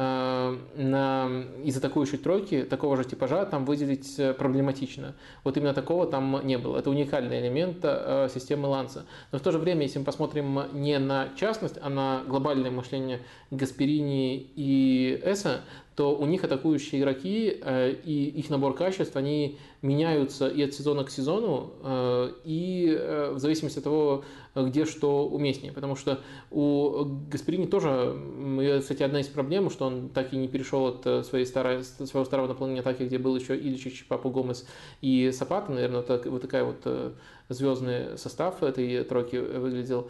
на, из атакующей тройки такого же типажа там выделить проблематично. Вот именно такого там не было. Это уникальный элемент э, системы Ланса. Но в то же время, если мы посмотрим не на частность, а на глобальное мышление Гасперини и Эса, то у них атакующие игроки э, и их набор качеств, они меняются и от сезона к сезону, э, и э, в зависимости от того, где что уместнее. Потому что у Гасперини тоже, кстати, одна из проблем, что он так и не перешел от своей старой, своего старого наполнения атаки, где был еще Ильич, Папу Гомес и Сапата, наверное, так, вот такая вот звездный состав этой тройки выглядел,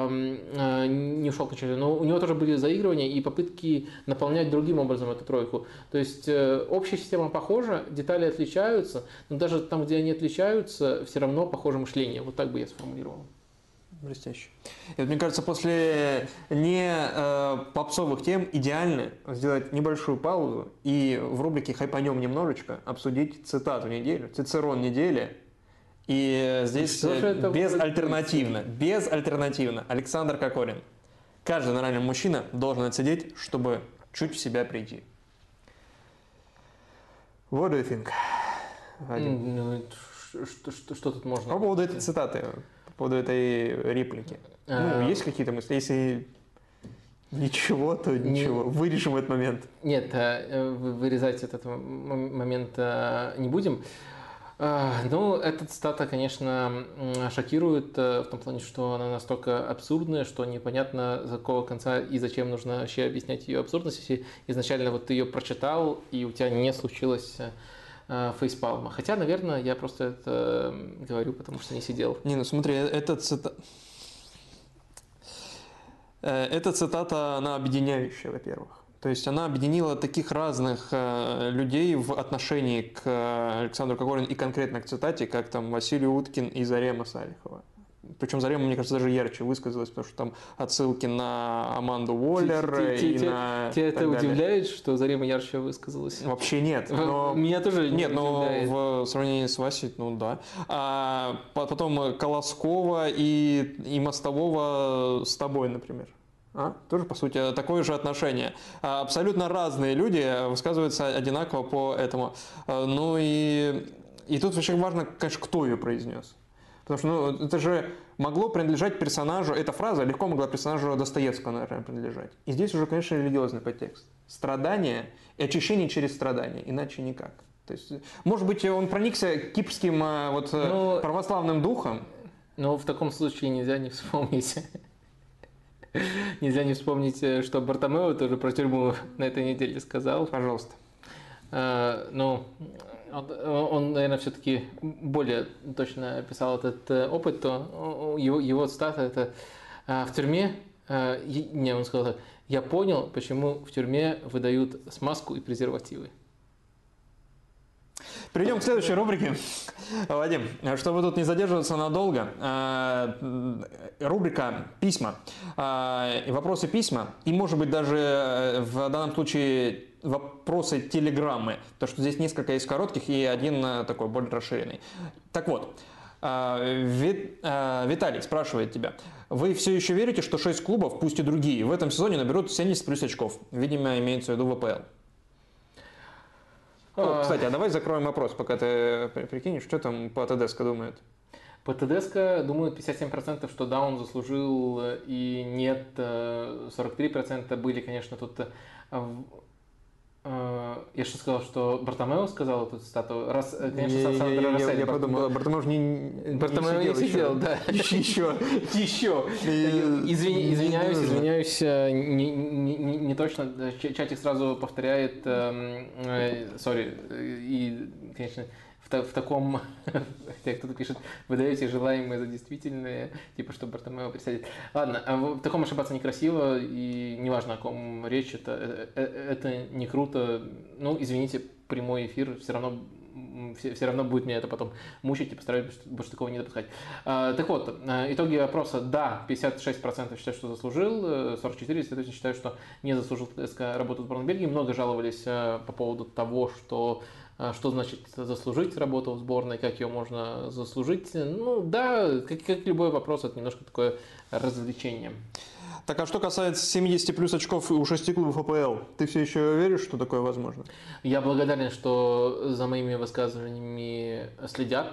не ушел окончательно. Но у него тоже были заигрывания и попытки наполнять другим образом эту тройку. То есть общая система похожа, детали отличаются, но даже там, где они отличаются, все равно похоже мышление. Вот так бы я сформулировал. Блестяще. И вот, мне кажется, после не э, попсовых тем идеально сделать небольшую паузу и в рубрике «Хайпанем» немножечко обсудить цитату недели, цицерон недели. И здесь безальтернативно, безальтернативно Александр Кокорин. Каждый нормальный мужчина должен отсидеть, чтобы чуть в себя прийти. What do you think? Mm, что, что, что тут можно? По поводу этой цитаты. По поводу этой реплики. А... Ну, есть какие-то мысли? Если ничего, то ничего. Не... Вырежем этот момент. Нет, вырезать этот момент не будем. А, Ну, эта цитата, конечно, м, шокирует э, в том плане, что она настолько абсурдная, что непонятно, за какого конца и зачем нужно вообще объяснять ее абсурдность, если изначально вот ты ее прочитал, и у тебя не случилось э, э, фейспалма. Хотя, наверное, я просто это м, говорю, потому что не сидел. Не, ну смотри, эта цитата... Эта цитата, она объединяющая, во-первых. То есть она объединила таких разных э, людей в отношении к э, Александру Кокорину и конкретно к цитате, как там Василий Уткин и Зарема Салихова. Причем Зарема, мне кажется, даже ярче высказалась, потому что там отсылки на Аманду Уоллер и на... Тебя это удивляет, что Зарема ярче высказалась? Вообще нет. Но... Меня тоже нет, но удивляет. в сравнении с Васей, ну да. А потом Колоскова и, и Мостового с тобой, например. А? Тоже, по сути, такое же отношение. Абсолютно разные люди высказываются одинаково по этому. Ну и, и тут очень важно, конечно, кто ее произнес. Потому что ну, это же могло принадлежать персонажу, эта фраза легко могла персонажу Достоевского, наверное, принадлежать. И здесь уже, конечно, религиозный подтекст. Страдание и очищение через страдание, иначе никак. То есть, может быть, он проникся кипрским вот, ну, православным духом. Но в таком случае нельзя не вспомнить... Нельзя не вспомнить, что Бартомео тоже про тюрьму на этой неделе сказал. Пожалуйста. А, ну, он, он, наверное, все-таки более точно описал этот опыт, то его, его цитата это «В тюрьме...» Не, он сказал так: «Я понял, почему в тюрьме выдают смазку и презервативы». Перейдем к следующей рубрике. Вадим, чтобы тут не задерживаться надолго, рубрика «Письма». Вопросы письма и, может быть, даже в данном случае вопросы телеграммы, потому что здесь несколько есть коротких и один такой более расширенный. Так вот, Виталий спрашивает тебя. Вы все еще верите, что шесть клубов, пусть и другие, в этом сезоне наберут семьдесят плюс очков? Видимо, имеется в виду ВПЛ. О, кстати, а давай закроем вопрос, пока ты прикинешь, что там по ТДСК думает. По ТДСК думают пятьдесят семь процентов, что да, он заслужил, и нет, сорок три процента были, конечно, тут... Я что сказал, что Бартомео сказал эту цитату? Раз, конечно, я, Сандро я, Росселли. я, я подумал, Бартомео же не, Бартомео не сидел, да. Еще. Еще. Извини, извиняюсь, извиняюсь, не, не, не, не точно. Чатик сразу повторяет, сори, и, конечно, в, в таком, хотя кто-то пишет, вы даете желаемое за действительное, типа, что Бартомео присядет. Ладно, в таком ошибаться некрасиво, и неважно, о ком речь, это, это не круто. Ну, извините, прямой эфир, все равно, все, все равно будет меня это потом мучить, и постараюсь больше такого не допускать. А, так вот, итоги опроса. Да, пятьдесят шесть процентов считают, что заслужил, сорок четыре процента, соответственно, считают, что не заслужил ТДСК работу в сборной Бельгии. Много жаловались по поводу того, что что значит заслужить работу в сборной, как ее можно заслужить. Ну да, как, как любой вопрос, это немножко такое развлечение. Так, а что касается семидесяти плюс очков у шести клубов АПЛ, ты все еще веришь, что такое возможно? Я благодарен, что за моими высказываниями следят.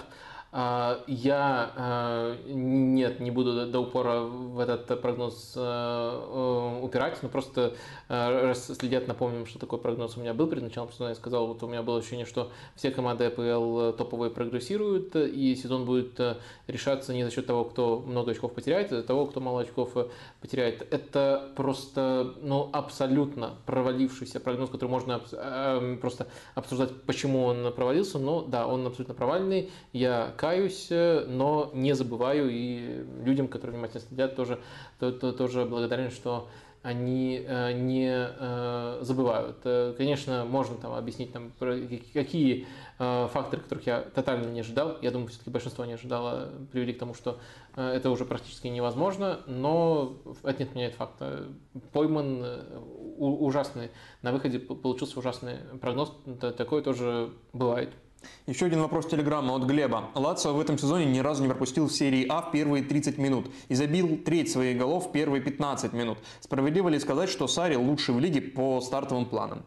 Я нет, не буду до упора в этот прогноз упирать, но просто раз следят, напомним, что такой прогноз у меня был перед началом сезона. Я сказал, вот у меня было ощущение, что все команды АПЛ топовые прогрессируют, и сезон будет решаться не за счет того, кто много очков потеряет, а за того, кто мало очков потеряет. Это просто ну, абсолютно провалившийся прогноз, который можно просто обсуждать, почему он провалился, но да, он абсолютно провальный. Я каюсь, но не забываю, и людям, которые внимательно следят, тоже, то, то, тоже благодарен, что они не забывают. Конечно, можно там объяснить, там, какие факторы, которых я тотально не ожидал. Я думаю, все-таки большинство не ожидало, привели к тому, что это уже практически невозможно, но это не отменяет факта. Пойман ужасный, на выходе получился ужасный прогноз, такое тоже бывает. Еще один вопрос телеграмма от Глеба. Лацио в этом сезоне ни разу не пропустил в серии А в первые тридцать минут и забил треть своих голов в первые пятнадцать минут. Справедливо ли сказать, что Сарри лучший в лиге по стартовым планам?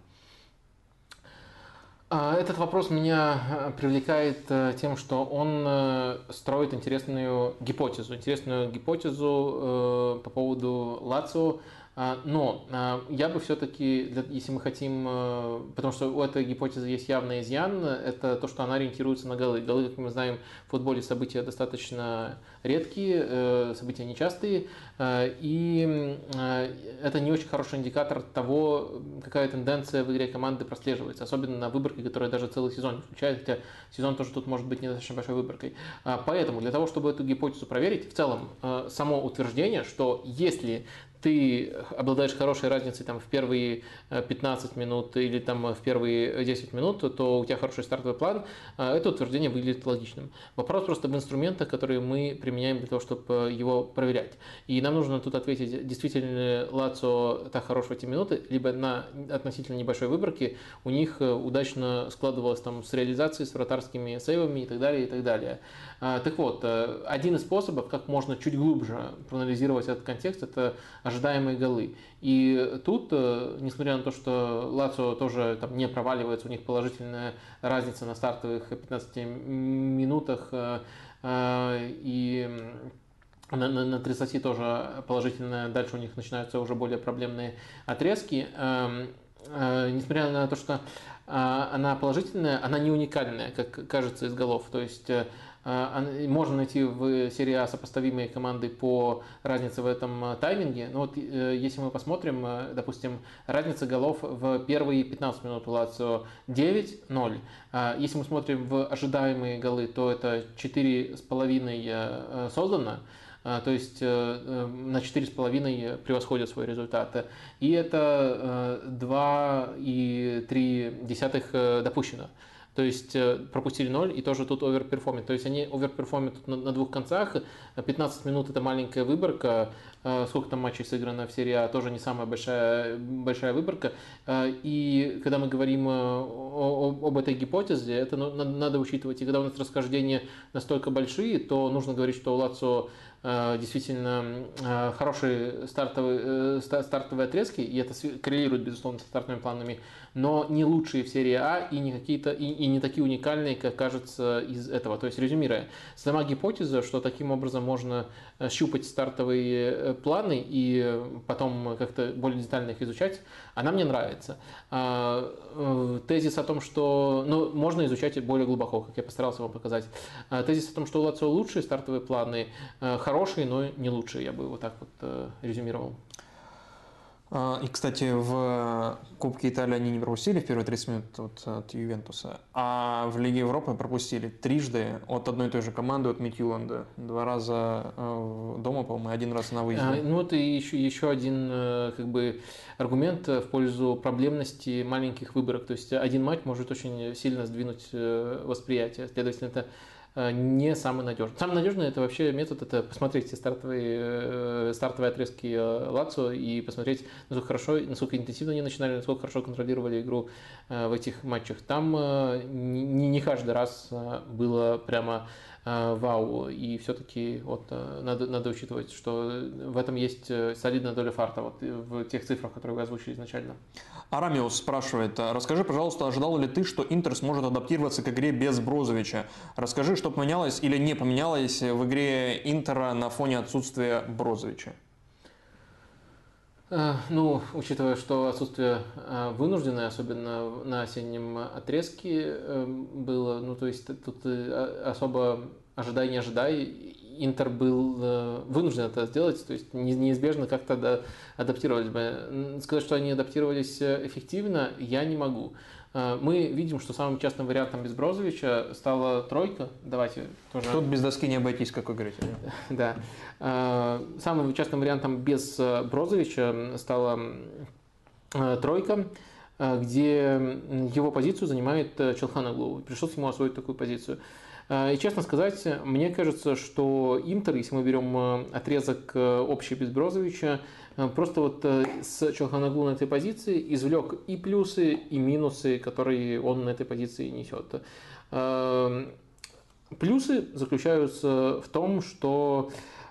Этот вопрос меня привлекает тем, что он строит интересную гипотезу. Интересную гипотезу по поводу Лацио. Но я бы все-таки, если мы хотим, потому что у этой гипотезы есть явный изъян, это то, что она ориентируется на голы. Голы, как мы знаем, в футболе события достаточно редкие, события нечастые, и это не очень хороший индикатор того, какая тенденция в игре команды прослеживается, особенно на выборке, которая даже целый сезон не включает, хотя сезон тоже тут может быть недостаточно большой выборкой. Поэтому для того, чтобы эту гипотезу проверить, в целом само утверждение, что если ты обладаешь хорошей разницей там, в первые пятнадцать минут или там, в первые десять минут, то у тебя хороший стартовый план, это утверждение выглядит логичным. Вопрос просто в инструментах, которые мы применяем для того, чтобы его проверять. И нам нужно тут ответить, действительно ли Лацио так хорош в эти минуты, либо на относительно небольшой выборке у них удачно складывалось там, с реализацией, с вратарскими сейвами и так далее, и так далее. Так вот, один из способов, как можно чуть глубже проанализировать этот контекст, это ожидаемые голы. И тут, несмотря на то, что Лацио тоже там, не проваливается, у них положительная разница на стартовых пятнадцати минутах, и на, на, на тридцати тоже положительная, дальше у них начинаются уже более проблемные отрезки. Несмотря на то, что она положительная, она не уникальная, как кажется из голов. То есть можно найти в серии А сопоставимые команды по разнице в этом тайминге. Но вот если мы посмотрим, допустим, разница голов в первые пятнадцать минут у Лацио девять ноль. Если мы смотрим в ожидаемые голы, то это четыре с половиной создано. То есть на четыре с половиной превосходят свой результат. И это два и три десятых допущено. То есть пропустили ноль и тоже тут оверперформят. То есть они оверперформят на, на двух концах. пятнадцать минут это маленькая выборка. Сколько там матчей сыграно в серии А, тоже не самая большая, большая выборка. И когда мы говорим о, об этой гипотезе, это надо учитывать. И когда у нас расхождения настолько большие, то нужно говорить, что у Лацио действительно хорошие стартовые, стартовые отрезки, и это коррелирует, безусловно, со стартовыми планами, но не лучшие в серии А и не, какие-то, и, и не такие уникальные, как кажется из этого. То есть, резюмируя, сама гипотеза, что таким образом можно щупать стартовые планы и потом как-то более детально их изучать, она мне нравится. Тезис о том, что ну, можно изучать более глубоко, как я постарался вам показать. Тезис о том, что у Лацио лучшие стартовые планы, хорошие, но не лучшие, я бы вот так вот резюмировал. И, кстати, в Кубке Италии они не пропустили в первые тридцать минут от, от Ювентуса, а в Лиге Европы пропустили трижды от одной и той же команды, от Мидтьюланда. Два раза дома, по-моему, один раз на выезде. А, ну вот и еще, еще один как бы, аргумент в пользу проблемности маленьких выборок. То есть один матч может очень сильно сдвинуть восприятие. Следовательно, это не самый надежный. Самый надежный это вообще метод, это посмотреть все стартовые, стартовые отрезки Лацио и посмотреть, насколько хорошо, насколько интенсивно они начинали, насколько хорошо контролировали игру в этих матчах. Там не, не каждый раз было прямо вау, и все-таки вот, надо, надо учитывать, что в этом есть солидная доля фарта вот, в тех цифрах, которые вы озвучили изначально. Арамиус спрашивает, расскажи, пожалуйста, ожидал ли ты, что Интер сможет адаптироваться к игре без Брозовича? Расскажи, что поменялось или не поменялось в игре Интера на фоне отсутствия Брозовича? Ну, учитывая, что отсутствие вынужденное, особенно на осеннем отрезке было, ну, то есть тут особо ожидай, не ожидай, Интер был вынужден это сделать, то есть неизбежно как-то адаптировались бы. Сказать, что они адаптировались эффективно, я не могу. Мы видим, что самым частым вариантом без Брозовича стала тройка. Давайте тоже... Тут без доски не обойтись, как вы говорите. Да. Самым частым вариантом без Брозовича стала тройка, где его позицию занимает Çalhanoğlu. Пришлось ему освоить такую позицию. И честно сказать, мне кажется, что Интер, если мы берем отрезок общий без Брозовича, просто вот с Çalhanoğlu на этой позиции извлек и плюсы, и минусы, которые он на этой позиции несет. Плюсы заключаются в том, что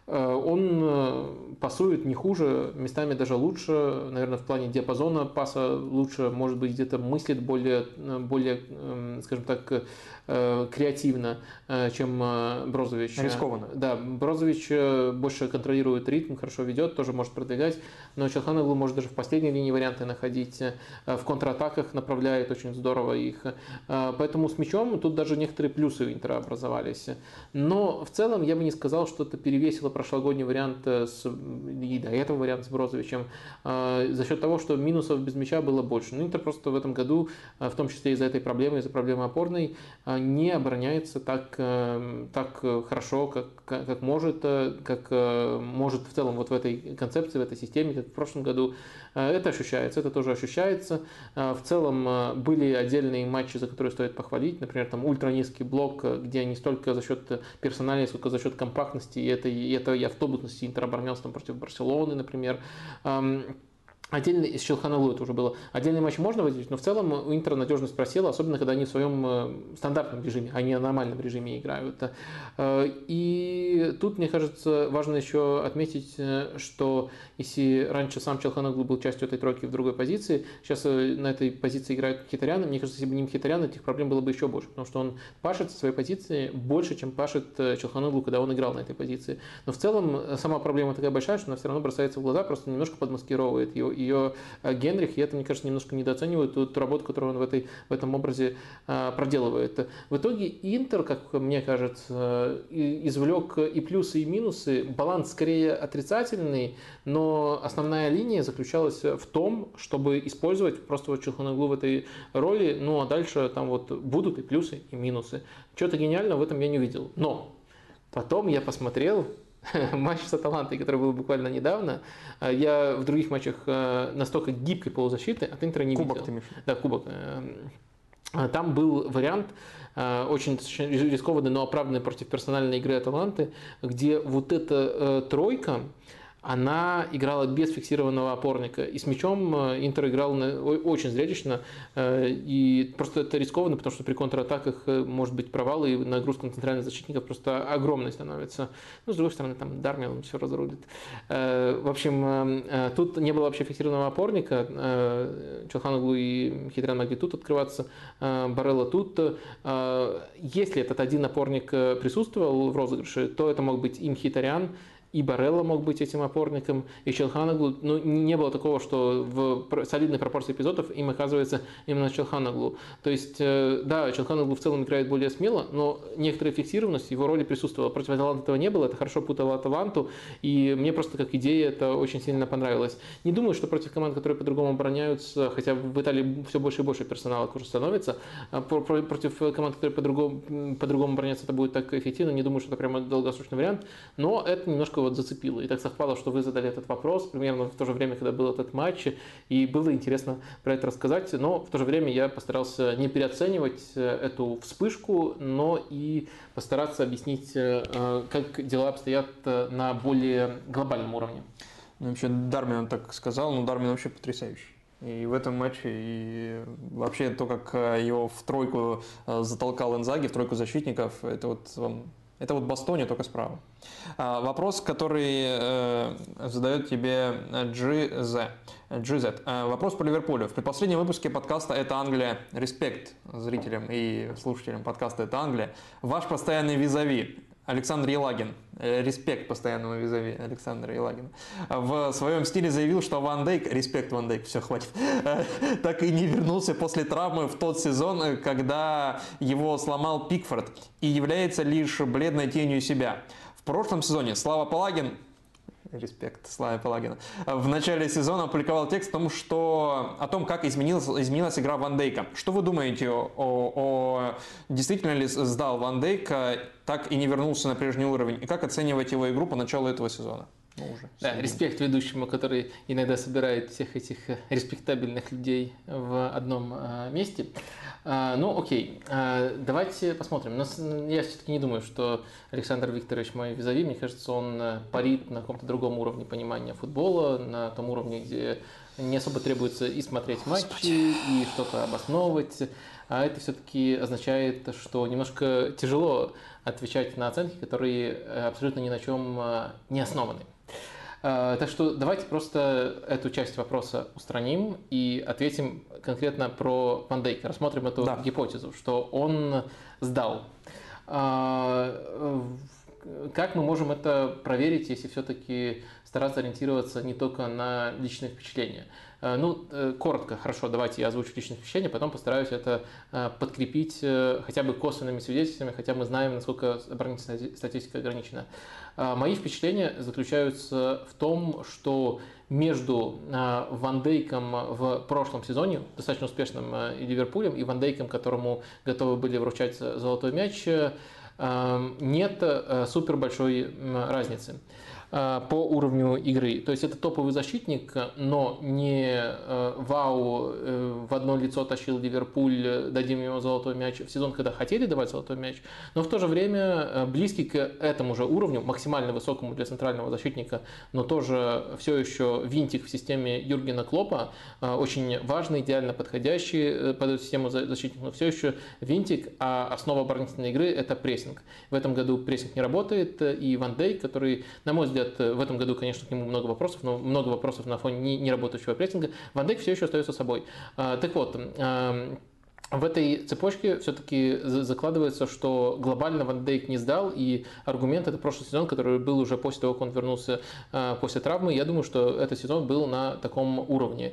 Он пасует не хуже, местами даже лучше, наверное, в плане диапазона паса лучше, может быть, где-то мыслит более, более, скажем так, креативно, чем Брозович. Рискованно. Да, Брозович больше контролирует ритм, хорошо ведет, тоже может продвигать, но Челханоглу может даже в последней линии варианты находить, в контратаках направляет очень здорово их. Поэтому с мячом тут даже некоторые плюсы у Интера образовались. Но в целом я бы не сказал, что это перевесило прошлогодний вариант с, и до этого вариант с Брозовичем за счет того, что минусов без мяча было больше. Ну, Интер просто в этом году, в том числе из-за этой проблемы, из-за проблемы опорной, не обороняется так, так хорошо, как, как может, как может в целом вот в этой концепции, в этой системе, как в прошлом году. Это ощущается, это тоже ощущается. В целом были отдельные матчи, за которые стоит похвалить. Например, там ультранизкий блок, где не столько за счет персонала, сколько за счет компактности и этой, и этой автобусности Интер оборонялся там против Барселоны, например. Отдельный, из Челханоглу это уже было. Отдельный матч можно выделить, но в целом у Интера надежность просела, особенно когда они в своем стандартном режиме, а не в нормальном режиме играют. И тут, мне кажется, важно еще отметить, что если раньше сам Челханоглу был частью этой тройки в другой позиции, сейчас на этой позиции играет Мхитарян. Мне кажется, если бы не Мхитарян, этих проблем было бы еще больше, потому что он пашет со своей позиции больше, чем пашет Челханоглу, когда он играл на этой позиции. Но в целом сама проблема такая большая, что она все равно бросается в глаза, просто немножко подмаскировывает ее. ее Генрих, и это, мне кажется, немножко недооценивают ту, ту работу, которую он в, этой, в этом образе а, проделывает. В итоге Интер, как мне кажется, извлек и плюсы, и минусы. Баланс скорее отрицательный, но основная линия заключалась в том, чтобы использовать просто вот Челханоглу в этой роли, ну а дальше там вот будут и плюсы, и минусы. Чего-то гениального в этом я не увидел. Но потом я посмотрел матч с Аталантой, который был буквально недавно, я в других матчах настолько гибкой полузащиты от Интера не кубок видел. Ты имеешь? Да, кубок. Там был вариант очень рискованный, но оправданный против персональной игры Аталанты, где вот эта тройка, она играла без фиксированного опорника. И с мячом Интер играл очень зрелищно. И просто это рискованно, потому что при контратаках может быть провал, и нагрузка на центральных защитников просто огромной становится. Ну, с другой стороны, там Дармиан все разрулит. В общем, тут не было вообще фиксированного опорника. Челханоглу и Мхитарян могли тут открываться, Барелла тут. Если этот один опорник присутствовал в розыгрыше, то это мог быть и Мхитарян, и Барелла мог быть этим опорником, и Челханоглу. Ну, не было такого, что в солидной пропорции эпизодов им оказывается именно Челханоглу. То есть, да, Челханоглу в целом играет более смело, но некоторая фиксированность в его роли присутствовала. Против Аталанты этого не было, это хорошо путало Аталанту, и мне просто как идея это очень сильно понравилось. Не думаю, что против команд, которые по-другому обороняются, хотя в Италии все больше и больше персонала уже становится, против команд, которые по-другому, по-другому обороняются, это будет так эффективно. Не думаю, что это прямо долгосрочный вариант, но это немножко вот зацепило. И так совпало, что вы задали этот вопрос примерно в то же время, когда был этот матч, и было интересно про это рассказать, но в то же время я постарался не переоценивать эту вспышку, но и постараться объяснить, как дела обстоят на более глобальном уровне. Ну, вообще, Дармин так сказал, но Дармин вообще потрясающий. И в этом матче, и вообще то, как его в тройку затолкал Инзаги, в тройку защитников, это вот вам... Это вот Бастони, только справа. А, вопрос, который э, задает тебе джи зет. джи зет. А, вопрос по Ливерпулю. В предпоследнем выпуске подкаста «Это Англия». Респект зрителям и слушателям подкаста «Это Англия». Ваш постоянный визави Александр Елагин, респект постоянному визави Александра Елагина, в своем стиле заявил, что Ван Дейк, респект Ван Дейк, все, хватит, так и не вернулся после травмы в тот сезон, когда его сломал Пикфорд, и является лишь бледной тенью себя. В прошлом сезоне Слава Палагин, респект Славе Палагину, в начале сезона опубликовал текст о том, что, о том, как изменилась, изменилась игра Ван Дейка. Что вы думаете о, о действительно ли сдал Ван Дейк, так и не вернулся на прежний уровень? И как оцениваете его игру по началу этого сезона? Ну, уже да, респект ведущему, который иногда собирает всех этих респектабельных людей в одном э, месте. Э, ну, окей, э, давайте посмотрим. Но я все-таки не думаю, что Александр Викторович мой визави. Мне кажется, он парит на каком-то другом уровне понимания футбола, на том уровне, где не особо требуется и смотреть матчи, и что-то обосновывать. А это все-таки означает, что немножко тяжело отвечать на оценки, которые абсолютно ни на чем не основаны. Так что давайте просто эту часть вопроса устраним и ответим конкретно про Ван Дейка. Рассмотрим эту да. гипотезу, что он сдал. Как мы можем это проверить, если все-таки стараться ориентироваться не только на личные впечатления? Ну, коротко, хорошо, давайте я озвучу личные впечатления, потом постараюсь это подкрепить хотя бы косвенными свидетельствами, хотя мы знаем, насколько оборонительная статистика ограничена. Мои впечатления заключаются в том, что между Ван Дейком в прошлом сезоне, достаточно успешным и Ливерпулем, и Ван Дейком, которому готовы были вручать золотой мяч, нет супер большой разницы по уровню игры. То есть это топовый защитник, но не вау, в одно лицо тащил Ливерпуль, дадим ему золотой мяч в сезон, когда хотели давать золотой мяч, но в то же время близкий к этому же уровню, максимально высокому для центрального защитника, но тоже все еще винтик в системе Юргена Клоппа, очень важный, идеально подходящий под эту систему защитник, но все еще винтик, а основа оборонительной игры – это прессинг. В этом году прессинг не работает, и Ван Дейк, который, на мой взгляд, в этом году, конечно, к нему много вопросов, но много вопросов на фоне неработающего прессинга. Ван Дейк все еще остается собой. Так вот, в этой цепочке все-таки закладывается, что глобально Ван Дейк не сдал, и аргумент – это прошлый сезон, который был уже после того, как он вернулся после травмы. Я думаю, что этот сезон был на таком уровне,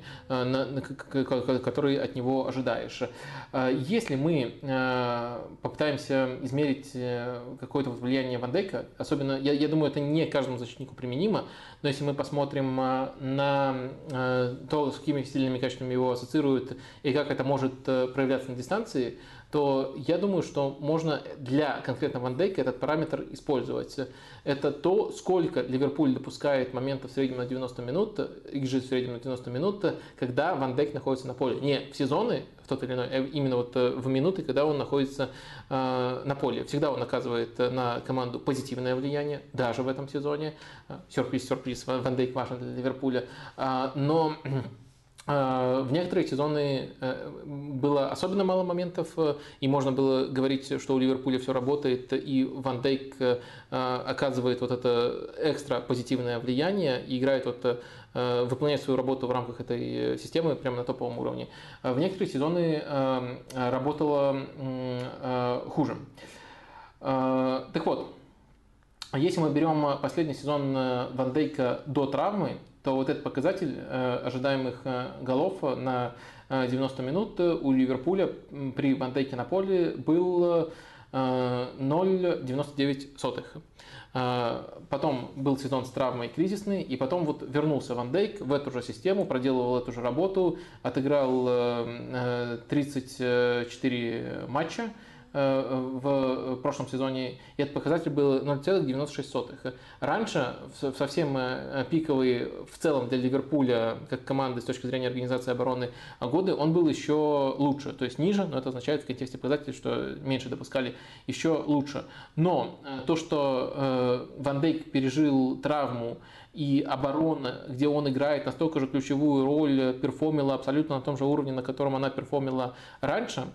который от него ожидаешь. Если мы попытаемся измерить какое-то влияние Ван Дейка, особенно, я, я думаю, это не каждому защитнику применимо, но если мы посмотрим на то, с какими стильными качествами его ассоциируют и как это может проявляться на дистанции, то я думаю, что можно для конкретно Ван Дейка этот параметр использовать. Это то, сколько Ливерпуль допускает моментов в среднем на девяносто минут, икс джи в среднем на девяносто минут, когда Ван Дейк находится на поле. Не в сезоны, в тот или иной, а именно вот в минуты, когда он находится э, на поле. Всегда он оказывает на команду позитивное влияние, даже в этом сезоне. Сюрприз, сюрприз, Ван Дейк важен для Ливерпуля. Но в некоторые сезоны было особенно мало моментов, и можно было говорить, что у Ливерпуля все работает, и Ван Дейк оказывает вот это экстра позитивное влияние и играет вот, выполняет свою работу в рамках этой системы прямо на топовом уровне. В некоторые сезоны работало хуже. Так вот, если мы берем последний сезон Ван Дейка до травмы, то вот этот показатель э, ожидаемых э, голов на э, девяносто минут у Ливерпуля при Ван Дейке на поле был э, ноль целых девяносто девять сотых. Э, потом был сезон с травмой кризисный, и потом вот вернулся Ван Дейк в эту же систему, проделывал эту же работу, отыграл э, тридцать четыре матча в прошлом сезоне, и этот показатель был ноль целых девяносто шесть сотых. Раньше, в совсем пиковый в целом для Ливерпуля, как команды с точки зрения организации обороны годы, он был еще лучше, то есть ниже, но это означает в контексте показателей, что меньше допускали, еще лучше. Но то, что Ван Дейк пережил травму, и оборона, где он играет настолько же ключевую роль, перформила абсолютно на том же уровне, на котором она перформила раньше,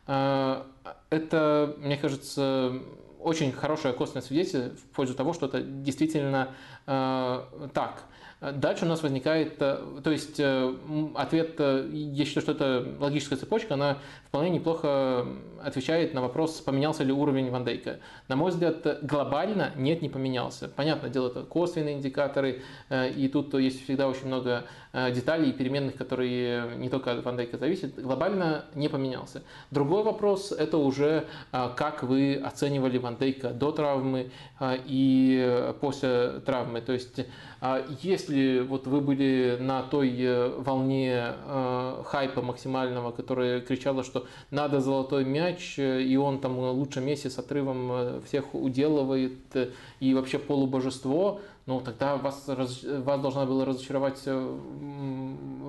это, мне кажется, очень хорошее косвенное свидетельство в пользу того, что это действительно э, так. Дальше у нас возникает, то есть ответ, я считаю, что это логическая цепочка, она вполне неплохо отвечает на вопрос, поменялся ли уровень Ван Дейка. На мой взгляд, глобально нет, не поменялся. Понятное дело, это косвенные индикаторы, и тут есть всегда очень много деталей и переменных, которые не только от Ван Дейка зависят. Глобально не поменялся. Другой вопрос, это уже как вы оценивали Ван Дейка до травмы и после травмы. То есть, если вот вы были на той волне э, хайпа максимального, которая кричала, что надо золотой мяч, и он там лучше Месси с отрывом всех уделывает, и вообще полубожество, ну тогда вас, вас должна была разочаровать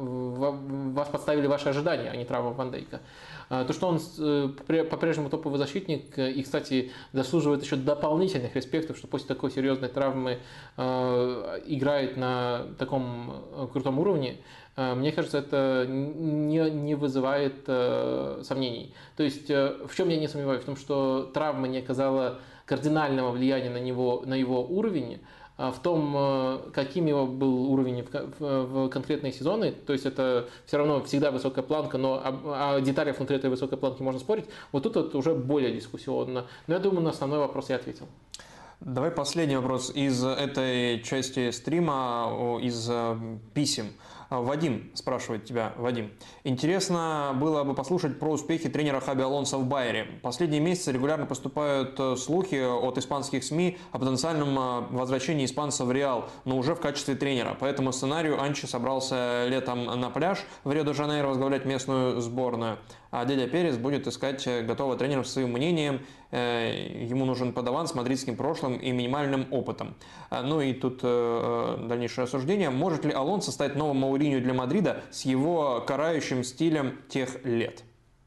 вас подставили ваши ожидания, а не травма Ван Дейка. То, что он по-прежнему топовый защитник и, кстати, заслуживает еще дополнительных респектов, что после такой серьезной травмы играет на таком крутом уровне, мне кажется, это не, не вызывает сомнений. То есть, в чем я не сомневаюсь? В том, что травма не оказала кардинального влияния на него, на его уровень, в том, каким его был уровень в конкретные сезоны, то есть это все равно всегда высокая планка, но о деталях внутри этой высокой планки можно спорить, вот тут это уже более дискуссионно. Но я думаю, на основной вопрос я ответил. Давай последний вопрос из этой части стрима, из писем. Вадим спрашивает тебя, Вадим. Интересно было бы послушать про успехи тренера Хаби Алонсо в Байере. Последние месяцы регулярно поступают слухи от испанских СМИ о потенциальном возвращении испанца в Реал, но уже в качестве тренера. По этому сценарию Анчи собрался летом на пляж в Рио-де-Жанейро возглавлять местную сборную. А дядя Перес будет искать готового тренера с своим мнением. Ему нужен подаван с мадридским прошлым и минимальным опытом. Ну и тут дальнейшее осуждение. Может ли Алонсо стать новым Мауриньо для Мадрида с его карающим стилем тех лет?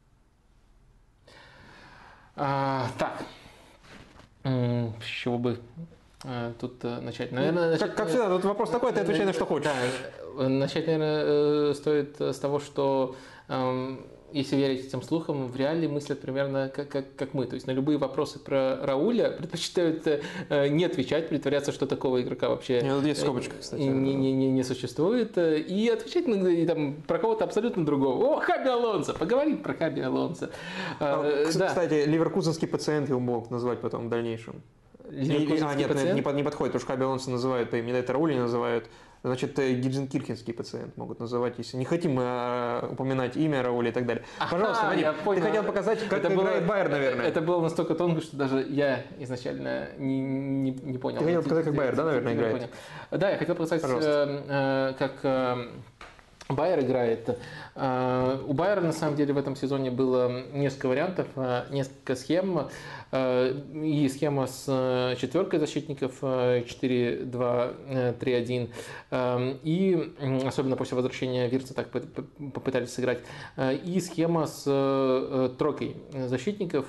А, так, с чего бы тут начать? Наверное, начать... Как, как всегда, тут вопрос такой, ты отвечай на что хочешь. Да, начать, наверное, стоит с того, что... Если верить этим слухам, в Реале мыслят примерно как, как, как мы. То есть на любые вопросы про Рауля предпочитают э, не отвечать, притворяться, что такого игрока вообще Нет, есть скобочка, кстати. Не, не, не, не существует. И отвечать на, и, там, про кого-то абсолютно другого. О, Хаби Алонсо! Поговорим про Хаби Алонсо. А, да. Кстати, ливеркузенский пациент его мог назвать потом в дальнейшем. И, а, нет, пациент? не, не подходит, потому что Хаби Алонсо называют по имени, это Рауля не называют. Значит, гидженкирхенский пациент могут называть, если не хотим мы э, упоминать имя Рауля и так далее. Пожалуйста, а, Вадим, ты хотел показать, как это играет было, Байер, наверное. Это было настолько тонко, что даже я изначально не, не, не понял. Ты хотел показать, как Байер, да, наверное, играет? Понял. Да, я хотел показать, э, э, как... Э, Байер играет. У Байера на самом деле в этом сезоне было несколько вариантов, несколько схем. И схема с четверкой защитников четыре два три один. И особенно после возвращения Вирца так попытались сыграть. И схема с тройкой защитников,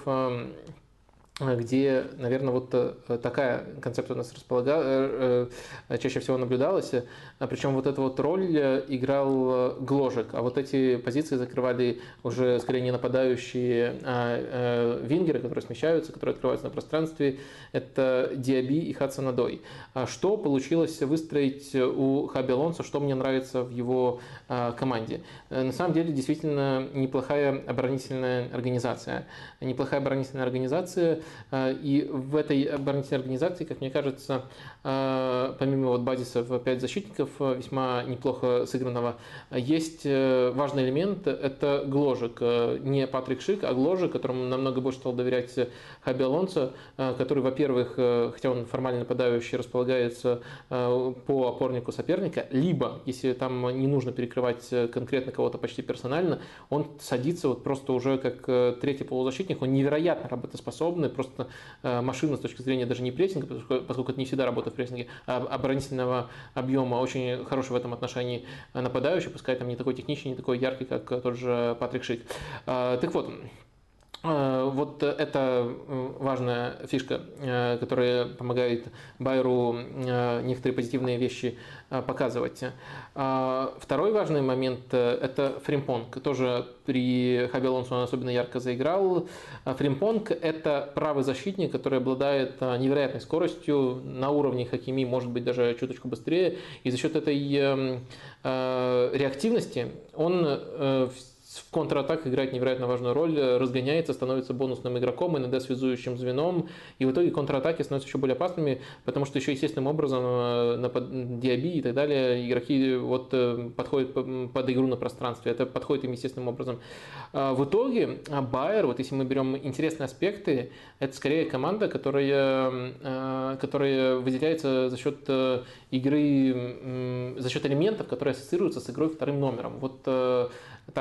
где, наверное, вот такая концепция у нас располага... чаще всего наблюдалась. Причем вот эту вот роль играл Гложек, а вот эти позиции закрывали уже скорее не нападающие, а вингеры, которые смещаются, которые открываются на пространстве. Это Диаби и Хадсон-Одой. Что получилось выстроить у Хаби Алонсо, что мне нравится в его команде? На самом деле, действительно неплохая оборонительная организация. Неплохая оборонительная организация. И в этой оборонительной организации, как мне кажется, помимо вот базисов пять защитников весьма неплохо сыгранного, есть важный элемент – это Гложек. Не Патрик Шик, а Гложек, которому намного больше стал доверять Хаби Алонсо, который, во-первых, хотя он формально нападающий, располагается по опорнику соперника, либо, если там не нужно перекрывать конкретно кого-то почти персонально, он садится вот просто уже как третий полузащитник, он невероятно работоспособный, просто машина с точки зрения даже не прессинга, поскольку это не всегда работа в прессинге, а оборонительного объема, очень хороший в этом отношении нападающий, пускай там не такой техничный, не такой яркий, как тот же Патрик Шик. Так вот, вот это важная фишка, которая помогает Байеру некоторые позитивные вещи показывать. Второй важный момент – это Фримпонг. Тоже при Хаби Алонсо он особенно ярко заиграл. Фримпонг – это правый защитник, который обладает невероятной скоростью, на уровне Хакими, может быть, даже чуточку быстрее. И за счет этой реактивности он в контратаках играет невероятно важную роль, разгоняется, становится бонусным игроком, иногда связующим звеном, и в итоге контратаки становятся еще более опасными, потому что еще естественным образом на Диаби и так далее игроки вот подходят под игру на пространстве, это подходит им естественным образом. В итоге Байер, вот если мы берем интересные аспекты, это скорее команда, которая, которая выделяется за счет игры, за счет элементов, которые ассоциируются с игрой вторым номером. Вот так я бы сформулировал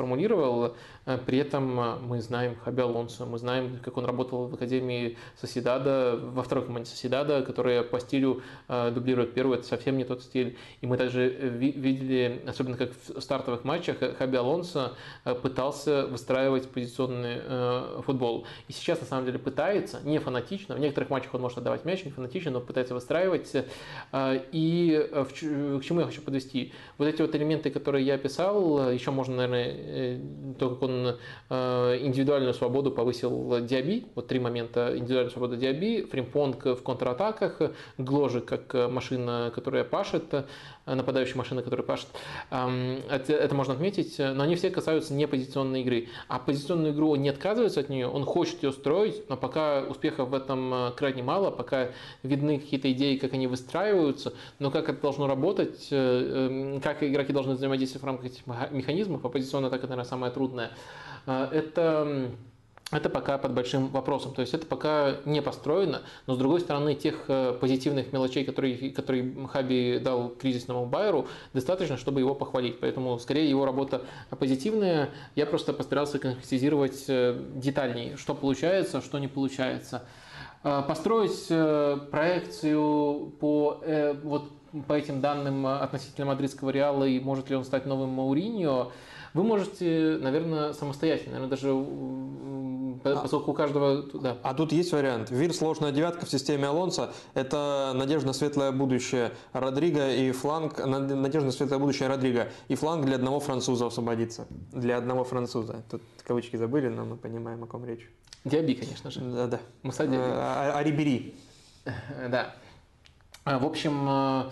сформулировал. При этом мы знаем Хаби Алонсо, мы знаем, как он работал в Академии Сосьедада, во второй команде Сосьедада, которая по стилю дублирует первую, это совсем не тот стиль. И мы также видели, особенно как в стартовых матчах, Хаби Алонсо пытался выстраивать позиционный футбол. И сейчас, на самом деле, пытается, не фанатично, в некоторых матчах он может отдавать мяч, не фанатично, но пытается выстраивать. И к чему я хочу подвести? Вот эти вот элементы, которые я описал, еще можно, наверное, то, как он индивидуальную свободу повысил Диаби, вот три момента: индивидуальная свобода Диаби, Фримпонг в контратаках, Гложи как машина, которая пашет, нападающая машина, которая пашет. Это, это можно отметить, но они все касаются не позиционной игры. А позиционную игру он не отказывается от нее, он хочет ее строить, но пока успехов в этом крайне мало, пока видны какие-то идеи, как они выстраиваются, но как это должно работать, как игроки должны взаимодействовать в рамках этих механизмов, а позиционная атака, наверное, самая трудная, это... Это пока под большим вопросом, то есть это пока не построено, но с другой стороны тех позитивных мелочей, которые, которые Хаби дал кризисному Байеру, достаточно, чтобы его похвалить, поэтому скорее его работа позитивная, я просто постарался конкретизировать детальнее, что получается, что не получается. Построить проекцию по, вот, по этим данным относительно мадридского Реала и может ли он стать новым Мауриньо, вы можете, наверное, самостоятельно, наверное, даже поскольку у каждого... Да. А тут есть вариант. Вир сложная девятка в системе Алонсо. Это надежда на светлое будущее Родриго и фланг... Надежда на светлое будущее Родриго. И фланг для одного француза освободится. Для одного француза. Тут кавычки забыли, но мы понимаем, о ком речь. Диаби, конечно же. Да-да. Муса Диаби. А, а Рибери. Да. В общем...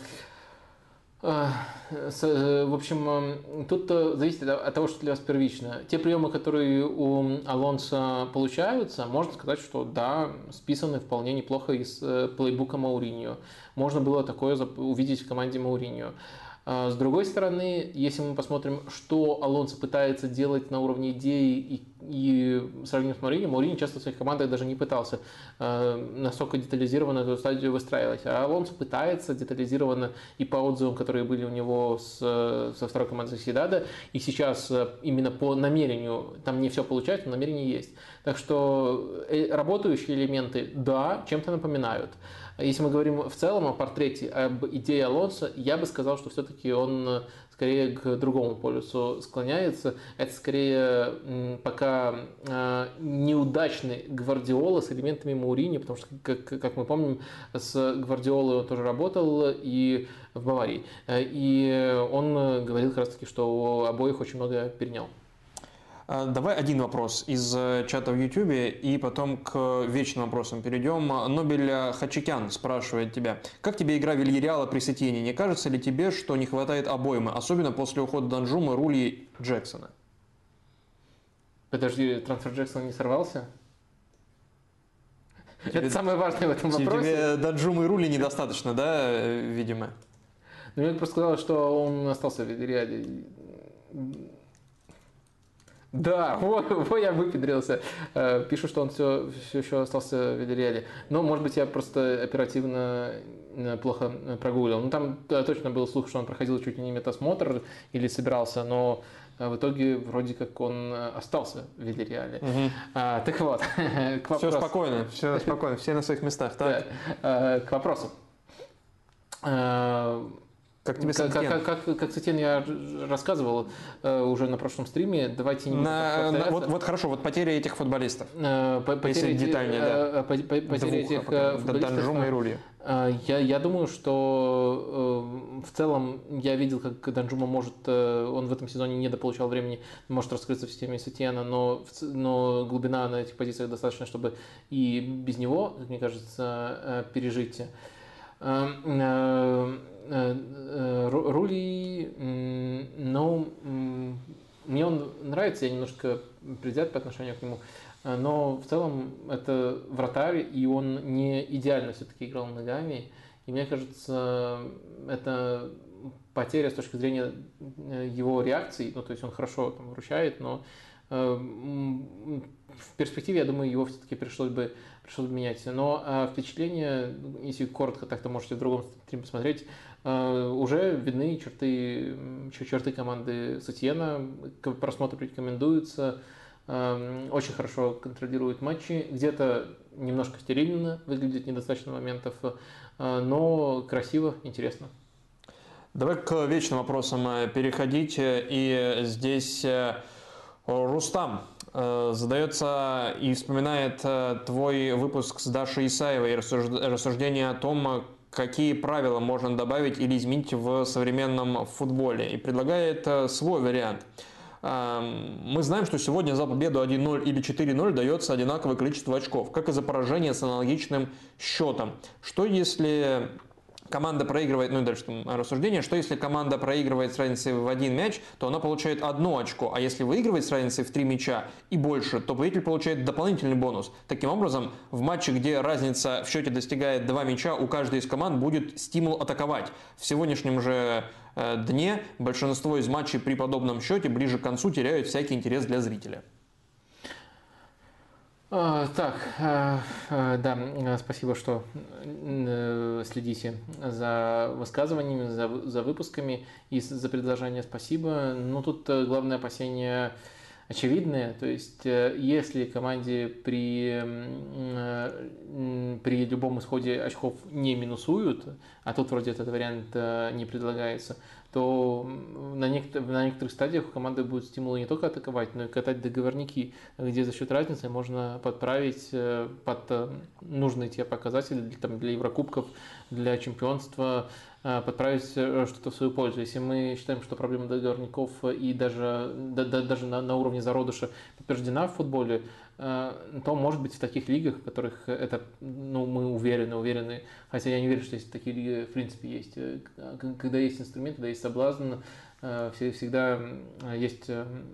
В общем, тут зависит от того, что для вас первично. Те приемы, которые у Алонсо получаются, можно сказать, что да, списаны вполне неплохо из плейбука Мауриньо. Можно было такое увидеть в команде Мауриньо. С другой стороны, если мы посмотрим, что Алонсо пытается делать на уровне идеи и, и сравним с Мауриньо, Мауриньо часто в своих командах даже не пытался э, настолько детализированно эту стадию выстраивать. А Алонсо пытается детализированно и по отзывам, которые были у него с, со второй командой Сосьедада, и сейчас именно по намерению, там не все получается, но намерение есть. Так что работающие элементы, да, чем-то напоминают. Если мы говорим в целом о портрете, об идее Алонсо, я бы сказал, что все-таки он скорее к другому полюсу склоняется. Это скорее пока неудачный Гвардиола с элементами Мауриньо, потому что, как, как мы помним, с Гвардиолой он тоже работал и в Баварии. И он говорил как раз таки, что у обоих очень много перенял. Давай один вопрос из чата в Ютубе и потом к вечным вопросам перейдем. Нобель Хачикян спрашивает тебя. Как тебе игра Вильяреала при Сетьене? Не кажется ли тебе, что не хватает обоймы, особенно после ухода Данжумы, Рули, Джексона? Подожди, трансфер Джексона не сорвался? Тебе, Это самое важное в этом вопросе. Тебе Данжумы и Рули недостаточно, да, видимо? Ну, я просто сказал, что он остался в Вильяреале. Да, вот, вот я выпедрился. Пишу, что он все, все еще остался в Вильяреале. Но, может быть, я просто оперативно плохо прогуглил. Ну, там точно был слух, что он проходил чуть ли не медосмотр или собирался, но в итоге вроде как он остался в Вильяреале. Угу. А, так вот, к вопросу. Все спокойно, все спокойно, все на своих местах. Так. Да. К вопросу. Как тебе как, как, как, как Сетьен я рассказывал э, уже на прошлом стриме, давайте не на, на, вот, вот хорошо, вот потеря этих футболистов, э, если эти, детальнее, э, да. Потеря Двух, этих а футболистов. Данжума и Рули. Э, я, я думаю, что э, в целом я видел, как Данжума может, э, он в этом сезоне недополучал времени, может раскрыться в системе Сетьена, но, но глубина на этих позициях достаточно, чтобы и без него, как мне кажется, э, пережить. Э, э, Рули, ну, мне он нравится, я немножко предвзят по отношению к нему, но в целом это вратарь, и он не идеально все-таки играл ногами, и мне кажется, это потеря с точки зрения его реакций, ну, то есть он хорошо там выручает, но в перспективе, я думаю, его все-таки пришлось бы, пришлось бы менять. Но а, впечатление, если коротко, так-то можете в другом стриме посмотреть, уже видны черты, черты команды Сетьена, к просмотру рекомендуется, очень хорошо контролирует матчи, где-то немножко стерильно выглядит, недостаточно моментов, но красиво, интересно. Давай к вечным вопросам переходить. И здесь Рустам задается и вспоминает твой выпуск с Дашей Исаевой и рассуждение о том, какие правила можно добавить или изменить в современном футболе. И предлагает свой вариант. Мы знаем, что сегодня за победу один ноль или четыре ноль дается одинаковое количество очков, как и за поражение с аналогичным счетом. Что если команда проигрывает, ну и дальше там рассуждение, что если команда проигрывает с разницей в один мяч, то она получает одно очко, а если выигрывает с разницей в три мяча и больше, то победитель получает дополнительный бонус. Таким образом, в матче, где разница в счете достигает два мяча, у каждой из команд будет стимул атаковать. В сегодняшнем же дне большинство из матчей при подобном счете ближе к концу теряют всякий интерес для зрителя. Так, да, спасибо, что следите за высказываниями, за, за выпусками и за предложение спасибо. Ну, тут главное опасение очевидное, то есть если команде при, при любом исходе очков не минусуют, а тут вроде этот вариант не предлагается, то на, некотор- на некоторых стадиях у команды будет стимул не только атаковать, но и катать договорники, где за счет разницы можно подправить под нужные тебе показатели для, там, для Еврокубков, для чемпионства, подправить что-то в свою пользу. Если мы считаем, что проблема договорников и даже, да, да, даже на, на уровне зародыша подтверждена в футболе, то, может быть, в таких лигах, в которых это, ну, мы уверены, уверены, хотя я не уверен, что есть такие лиги, в принципе, есть. Когда есть инструмент, когда есть соблазн, всегда есть,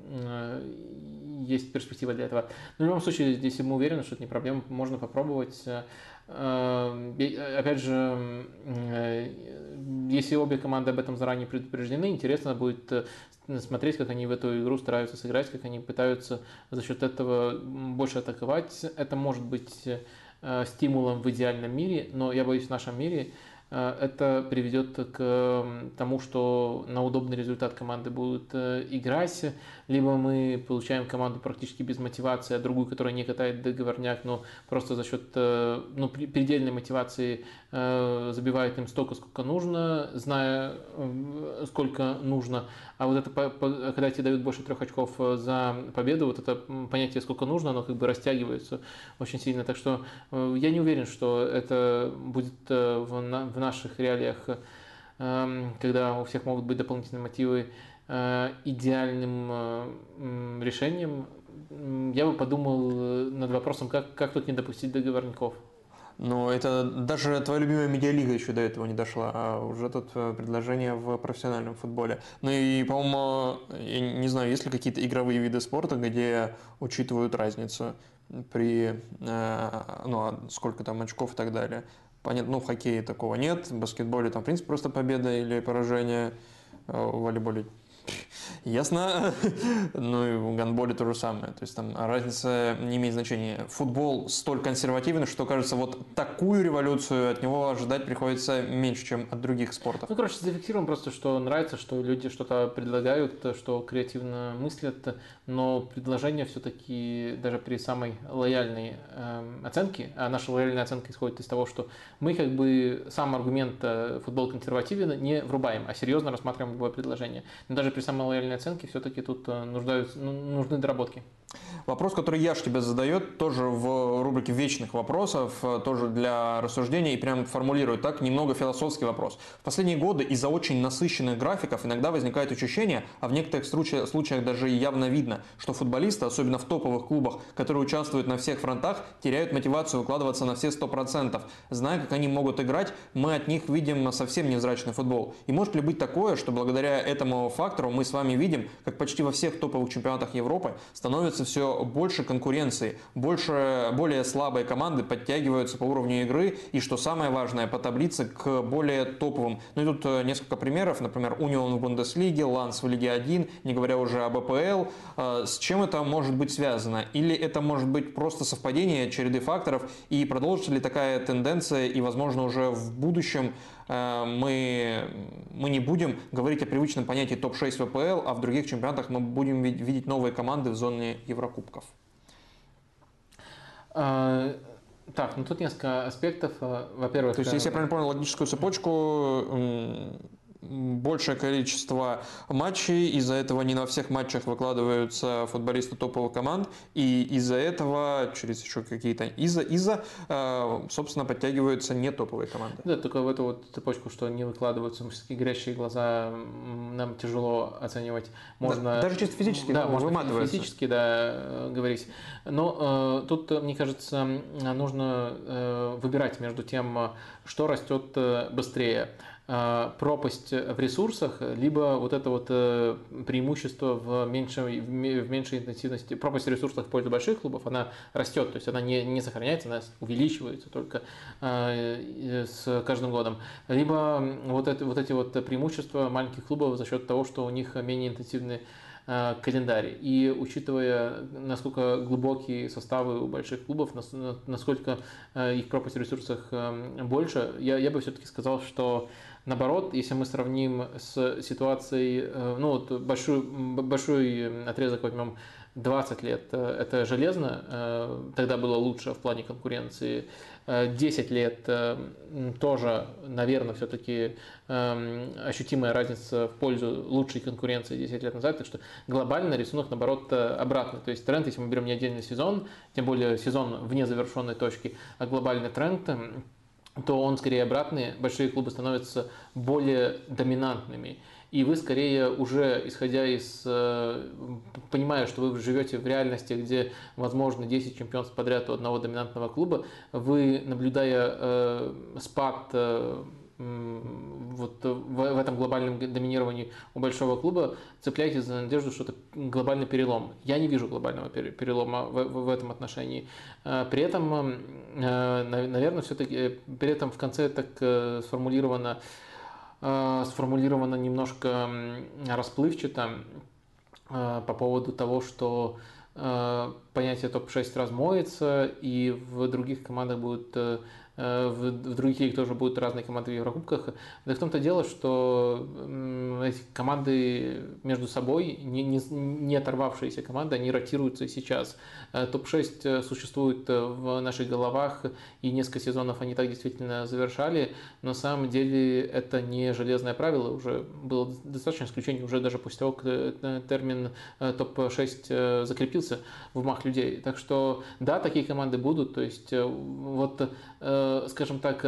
есть перспектива для этого. Но в любом случае, если мы уверены, что это не проблема, можно попробовать. Опять же, если обе команды об этом заранее предупреждены, интересно будет смотреть, как они в эту игру стараются сыграть, как они пытаются за счет этого больше атаковать. Это может быть стимулом в идеальном мире, но я боюсь, в нашем мире это приведет к тому, что на удобный результат команды будут играть, либо мы получаем команду практически без мотивации, а другую, которая не катает договорняк, но просто за счет, ну, предельной мотивации забивает им столько, сколько нужно, зная, сколько нужно. А вот это, когда тебе дают больше трех очков за победу, вот это понятие, сколько нужно, оно как бы растягивается очень сильно. Так что я не уверен, что это будет в наших реалиях, когда у всех могут быть дополнительные мотивы, идеальным решением. Я бы подумал над вопросом, как, как тут не допустить договорников. Ну, это даже твоя любимая медиалига еще до этого не дошла, а уже тут предложение в профессиональном футболе. Ну и, по-моему, я не знаю, есть ли какие-то игровые виды спорта, где учитывают разницу при, ну, сколько там очков и так далее. Понятно, ну, в хоккее такого нет, в баскетболе там, в принципе, просто победа или поражение, в волейболе ясно. Ну и в гандболе то же самое. То есть там разница не имеет значения. Футбол столь консервативен, что, кажется, вот такую революцию от него ожидать приходится меньше, чем от других спортов. Ну, короче, зафиксируем просто, что нравится, что люди что-то предлагают, что креативно мыслят, но предложение все-таки даже при самой лояльной э, оценке, а наша лояльная оценка исходит из того, что мы как бы сам аргумент футбол консервативен не врубаем, а серьезно рассматриваем любое предложение. Но даже при самой лояльной оценки все-таки тут нуждаются, нужны доработки. Вопрос, который Яш тебе задает, тоже в рубрике вечных вопросов, тоже для рассуждения, и прям формулирует так, немного философский вопрос. В последние годы из-за очень насыщенных графиков иногда возникает ощущение, а в некоторых случаях даже явно видно, что футболисты, особенно в топовых клубах, которые участвуют на всех фронтах, теряют мотивацию выкладываться на все сто процентов. Зная, как они могут играть, мы от них видим совсем невзрачный футбол. И может ли быть такое, что благодаря этому фактору мы с вами видим, как почти во всех топовых чемпионатах Европы становится все больше конкуренции, больше, более слабые команды подтягиваются по уровню игры и, что самое важное, по таблице к более топовым. Ну и тут несколько примеров, например, Унион в Бундеслиге, Ланс в Лиге один, не говоря уже об АПЛ. С чем это может быть связано? Или это может быть просто совпадение череды факторов, и продолжится ли такая тенденция и, возможно, уже в будущем мы, мы не будем говорить о привычном понятии топ шесть вэ пэ эл, а в других чемпионатах мы будем видеть новые команды в зоне Еврокубков? А, так, ну тут несколько аспектов. Во-первых... То есть, если я правильно понял логическую цепочку, большее количество матчей, из-за этого не на всех матчах выкладываются футболисты топовых команд, и из-за этого, через еще какие-то из-за, из-за, собственно, подтягиваются не топовые команды. Да, только в эту вот цепочку, что не выкладываются мужские горящие глаза, нам тяжело оценивать. Можно, да, даже чисто физически, да, можно выматывается. физически, да, говорить. Но э, тут, мне кажется, нужно э, выбирать между тем, что растет быстрее. Пропасть в ресурсах, либо вот это вот преимущество в меньшей, в меньшей интенсивности. Пропасть в ресурсах в пользу больших клубов, она растет, то есть она не, не сохраняется, она увеличивается только с каждым годом. Либо вот, это, вот эти вот преимущества маленьких клубов за счет того, что у них менее интенсивный календарь. И учитывая, насколько глубокие составы у больших клубов, насколько их пропасть в ресурсах больше, я, я бы все-таки сказал, что наоборот, если мы сравним с ситуацией, ну вот большой, большой отрезок возьмем двадцать лет, это железно, тогда было лучше в плане конкуренции. десять лет тоже, наверное, все-таки ощутимая разница в пользу лучшей конкуренции десять лет назад, так что глобально рисунок, наоборот, обратный. То есть тренд, если мы берем не отдельный сезон, тем более сезон вне завершенной точки, а глобальный тренд, то он скорее обратный, большие клубы становятся более доминантными. И вы скорее уже, исходя из, понимая, что вы живете в реальности, где возможно десять чемпионств подряд у одного доминантного клуба, вы, наблюдая э, спад э, вот в, в этом глобальном доминировании у большого клуба, цепляетесь за надежду, что это глобальный перелом. Я не вижу глобального перелома в, в, в этом отношении. При этом, наверное, все-таки при этом в конце так сформулировано, сформулировано немножко расплывчато по поводу того, что понятие топ шесть размоется, и в других командах будут, в других лигах тоже будут разные команды в Еврокубках. Да в том-то дело, что эти команды между собой, не, не, не оторвавшиеся команды, они ротируются и сейчас. топ шесть существует в наших головах, и несколько сезонов они так действительно завершали, но на самом деле это не железное правило, уже было достаточно исключений, уже даже после того, как термин топ шесть закрепился в умах людей. Так что да, такие команды будут, то есть вот, скажем так,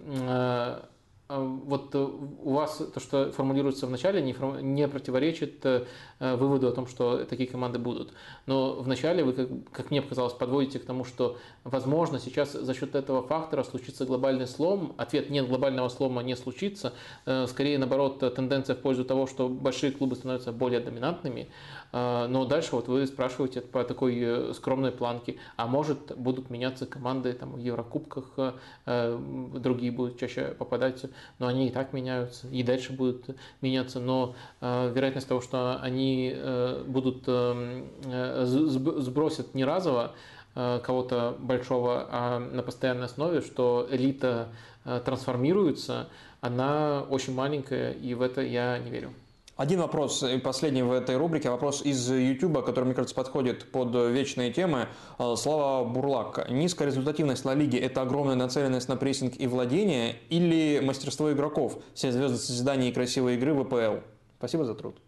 вот у вас то, что формулируется в начале, не, не противоречит выводу о том, что такие команды будут. Но вначале вы, как, как мне показалось, подводите к тому, что, возможно, сейчас за счет этого фактора случится глобальный слом. Ответ: нет, глобального слома не случится. Скорее, наоборот, тенденция в пользу того, что большие клубы становятся более доминантными. Но дальше вот вы спрашиваете по такой скромной планке, а может будут меняться команды там, в Еврокубках, другие будут чаще попадать, но они и так меняются, и дальше будут меняться, но вероятность того, что они будут сбросят не разово кого-то большого, а на постоянной основе, что элита трансформируется, она очень маленькая, и в это я не верю. Один вопрос, и последний в этой рубрике, вопрос из YouTube, который, мне кажется, подходит под вечные темы. Слава Бурлак. Низкая результативность Ла Лиги – это огромная нацеленность на прессинг и владение, или мастерство игроков, все звезды созидания и красивой игры в вэ пэ эл? Спасибо за труд.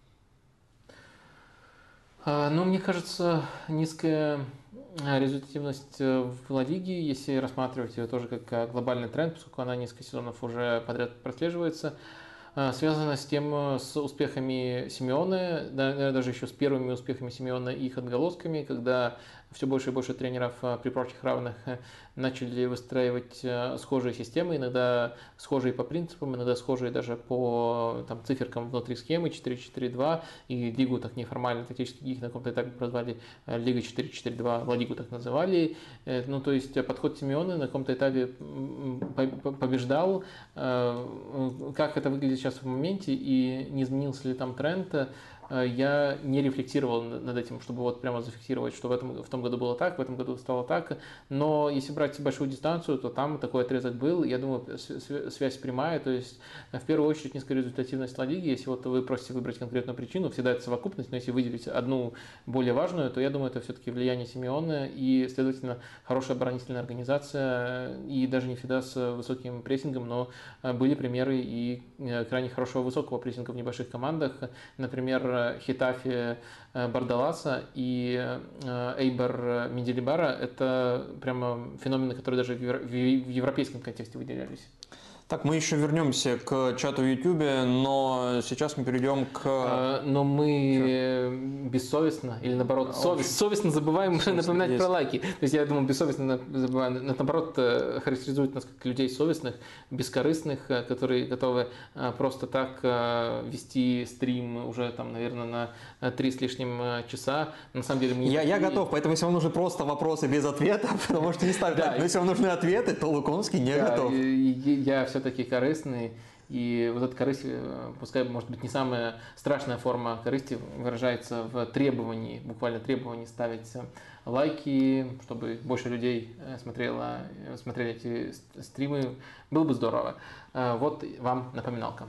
Ну, мне кажется, низкая результативность в Ла Лиге, если рассматривать ее тоже как глобальный тренд, поскольку она несколько сезонов уже подряд прослеживается, связано с тем, с успехами Симеоне, даже еще с первыми успехами Симеоне и их отголосками, когда все больше и больше тренеров при прочих равных начали выстраивать схожие системы, иногда схожие по принципам, иногда схожие даже по там, циферкам внутри схемы четыре четыре два, и лигу так неформально, тактически их на каком-то этапе прозвали Лига четыре четыре два, Ла Лигу так называли. Ну, то есть подход Симеоне на каком-то этапе побеждал. Как это выглядит сейчас в моменте и не изменился ли там тренд, я не рефлексировал над этим, чтобы вот прямо зафиксировать, что в, этом, в том году было так, в этом году стало так. Но если брать большую дистанцию, то там такой отрезок был. Я думаю, связь прямая. То есть в первую очередь низкорезультативность Ла Лиги. Если вот вы просите выбрать конкретную причину, всегда это совокупность, но если выделить одну более важную, то я думаю, это все-таки влияние Симеона и, следовательно, хорошая оборонительная организация. И даже не всегда с высоким прессингом, но были примеры и крайне хорошего высокого прессинга в небольших командах. Например, Хетафе Бардаласа и Эйбар Менделибара – это прямо феномены, которые даже в европейском контексте выделялись. Так, мы еще вернемся к чату в Ютубе, но сейчас мы перейдем к... Но мы Что? бессовестно, или наоборот, а совесть, совестно забываем напоминать есть. Про лайки. То есть я думаю, бессовестно забываем, наоборот, характеризует нас как людей совестных, бескорыстных, которые готовы просто так вести стрим уже, там, наверное, на три с лишним часа. На самом деле мы не я, такие... я готов, поэтому если вам нужны просто вопросы без ответов, то можете не ставить. Но если вам нужны ответы, то Лукомский не готов. Я все-таки корыстный, и вот эта корысть, пускай, может быть, не самая страшная форма корысти, выражается в требовании, буквально требовании ставить лайки, чтобы больше людей смотрело, смотрели эти стримы. Было бы здорово. Вот вам напоминалка.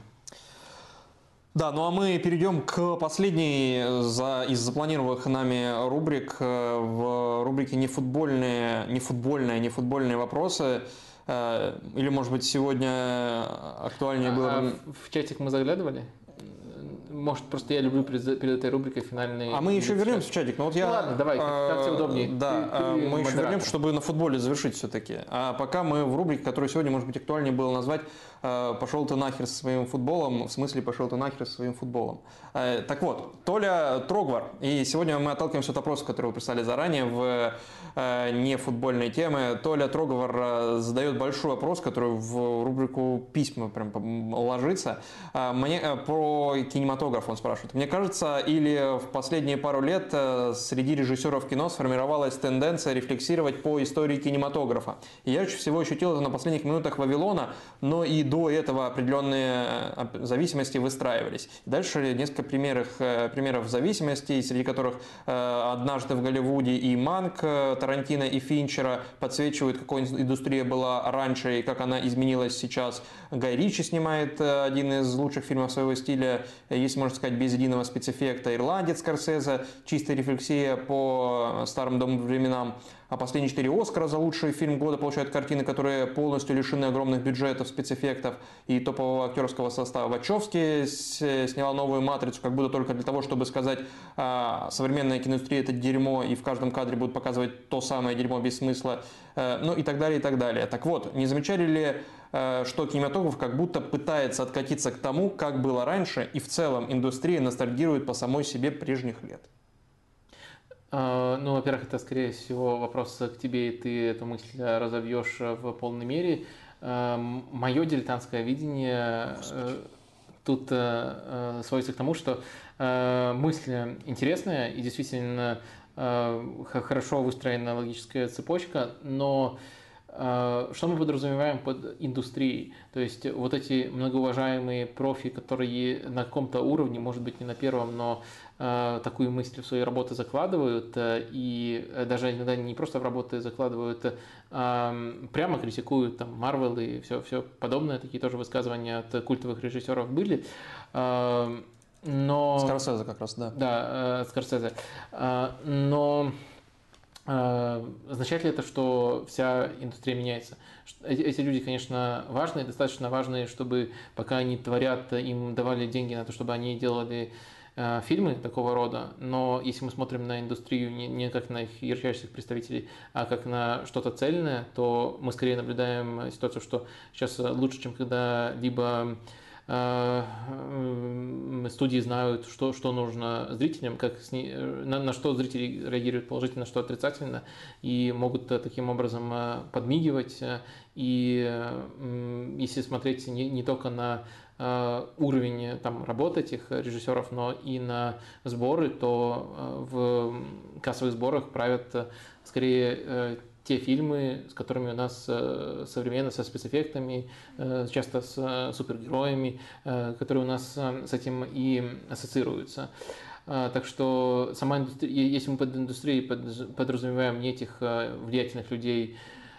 Да, ну а мы перейдем к последней за, из запланированных нами рубрик. В рубрике «Нефутбольные, нефутбольные, нефутбольные вопросы». Или, может быть, сегодня актуальнее было... А в чатик мы заглядывали? Может, просто я люблю перед, перед этой рубрикой финальный... А мы еще вернемся в чатик. Но вот я, ну ладно, давай, как, как тебе удобнее. Да, ты, ты мы модератор. Еще вернемся, чтобы на футболе завершить все-таки. А пока мы в рубрике, которую сегодня, может быть, актуальнее было назвать «Пошел ты нахер со своим футболом», в смысле «Пошел ты нахер со своим футболом». Так вот, Толя Трогвар. И сегодня мы отталкиваемся от опроса, который вы прислали заранее в нефутбольные темы. Толя Трогвар задает большой вопрос, который в рубрику «Письма» прям ложится. Мне про кинематограф он спрашивает. Мне кажется, или в последние пару лет среди режиссеров кино сформировалась тенденция рефлексировать по истории кинематографа. И я очень всего ощутил это на последних минутах «Вавилона», но и до этого определенные зависимости выстраивались. Дальше несколько примеров, примеров зависимостей, среди которых «Однажды в Голливуде» и «Манк» Тарантино и Финчера подсвечивают, какой индустрия была раньше и как она изменилась сейчас. Гай Ричи снимает один из лучших фильмов своего стиля, если можно сказать, без единого спецэффекта. «Ирландец» Скорсезе, чистая рефлексия по старым добрым временам. А последние четыре «Оскара» за лучший фильм года получают картины, которые полностью лишены огромных бюджетов, спецэффектов и топового актерского состава. Вачовски сняла новую «Матрицу», как будто только для того, чтобы сказать, а, современная киноиндустрия – это дерьмо, и в каждом кадре будут показывать то самое дерьмо без смысла, ну и так далее, и так далее. Так вот, не замечали ли, что кинематограф как будто пытается откатиться к тому, как было раньше, и в целом индустрия ностальгирует по самой себе прежних лет? Ну, во-первых, это, скорее всего, вопрос к тебе, и ты эту мысль разовьешь в полной мере. Мое дилетантское видение тут сводится к тому, что мысль интересная и действительно хорошо выстроена логическая цепочка, но что мы подразумеваем под индустрией? То есть вот эти многоуважаемые профи, которые на каком-то уровне, может быть не на первом, но э, такую мысль в свои работы закладывают, э, и даже иногда не просто в работы закладывают, э, прямо критикуют там Marvel и все, все подобное, такие тоже высказывания от культовых режиссеров были. Э, но... Скорсезе как раз, да. Да, э, Скорсезе. Э, но... Означает ли это, что вся индустрия меняется? Эти люди, конечно, важные, достаточно важные, чтобы пока они творят, им давали деньги на то, чтобы они делали фильмы такого рода, но если мы смотрим на индустрию не, не как на их ярчайших представителей, а как на что-то цельное, то мы скорее наблюдаем ситуацию, что сейчас лучше, чем когда-либо студии знают, что, что нужно зрителям, как с ней, на, на что зрители реагируют положительно, что отрицательно, и могут таким образом подмигивать. И если смотреть не, не только на уровень там, работы этих режиссеров, но и на сборы, то в кассовых сборах правят скорее те фильмы, с которыми у нас современно, со спецэффектами, часто с супергероями, которые у нас с этим и ассоциируются. Так что сама индустрия, если мы под индустрией подразумеваем не этих влиятельных людей,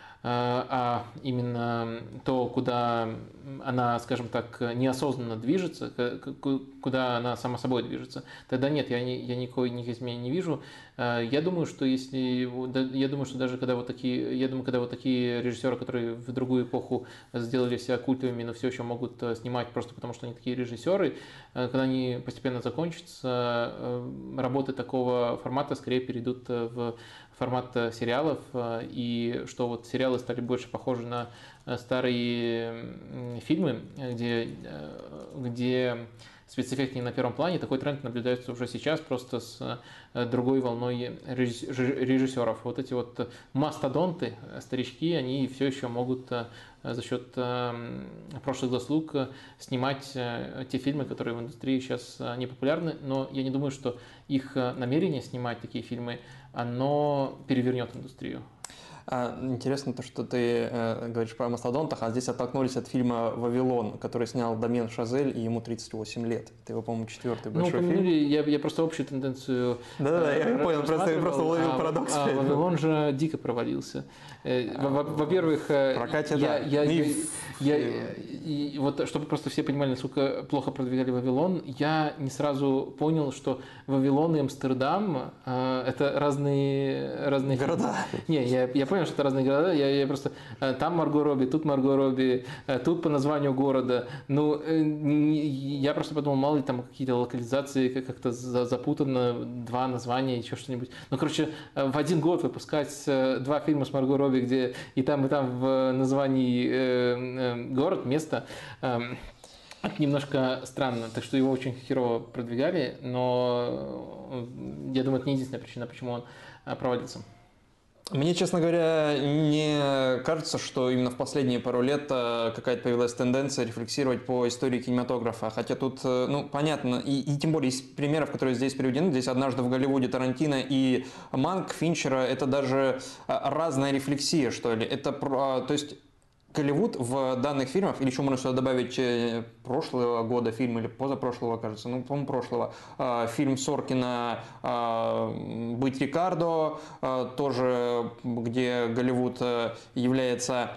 а именно то, куда она, скажем так, неосознанно движется, куда она сама собой движется, тогда нет, я, не, я никакой никаких изменений не вижу. Я думаю, что если, я думаю, что даже когда вот такие, я думаю, когда вот такие режиссеры, которые в другую эпоху сделали себя культовыми, но все еще могут снимать просто потому, что они такие режиссеры, когда они постепенно закончатся, работы такого формата скорее перейдут в формат сериалов, и что вот сериалы стали больше похожи на старые фильмы, где, где спецэффекты не на первом плане. Такой тренд наблюдается уже сейчас, просто с другой волной режиссеров. Вот эти вот мастодонты, старички, они все еще могут за счет прошлых заслуг снимать те фильмы, которые в индустрии сейчас не популярны, но я не думаю, что их намерение снимать такие фильмы, оно перевернет индустрию. Интересно то, что ты э, говоришь про мастодонтах, а здесь оттолкнулись от фильма «Вавилон», который снял Дамьен Шазель, и ему тридцать восемь лет. Это его, по-моему, четвертый большой ну, фильм. Я, я просто общую тенденцию Да-да, э, я понял, просто, я просто уловил а, парадокс. А, «Вавилон» же дико провалился. Во-первых, прокате, да. я, я, я, и вот чтобы просто все понимали, насколько плохо продвигали «Вавилон», я не сразу понял, что «Вавилон» и «Амстердам» — это разные, разные города. Не, я, я понял, что это разные города. Я, я просто там Марго Робби, тут Марго Робби, тут по названию города. Ну, я просто подумал, мало ли там какие-то локализации, как-то запутано, два названия, еще что-нибудь. Ну, короче, в один год выпускать два фильма с Марго Робби, где и там, и там в названии город, место. Это немножко странно, так что его очень херово продвигали, но я думаю, это не единственная причина, почему он провалился. Мне, честно говоря, не кажется, что именно в последние пару лет какая-то появилась тенденция рефлексировать по истории кинематографа. Хотя тут, ну, понятно, и, и тем более из примеров, которые здесь приведены, здесь «Однажды в Голливуде» Тарантино и «Манк» Финчера, это даже разная рефлексия, что ли. Это, то есть, Голливуд в данных фильмах, или еще можно сюда добавить прошлого года фильм, или позапрошлого, кажется, ну, по-моему, прошлого, фильм Соркина «Быть Рикардо», тоже, где Голливуд является,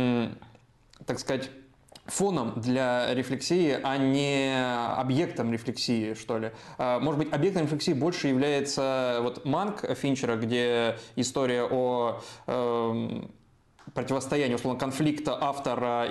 так сказать, фоном для рефлексии, а не объектом рефлексии, что ли. Может быть, объектом рефлексии больше является вот «Манк» Финчера, где история о противостояние, условно, конфликта автора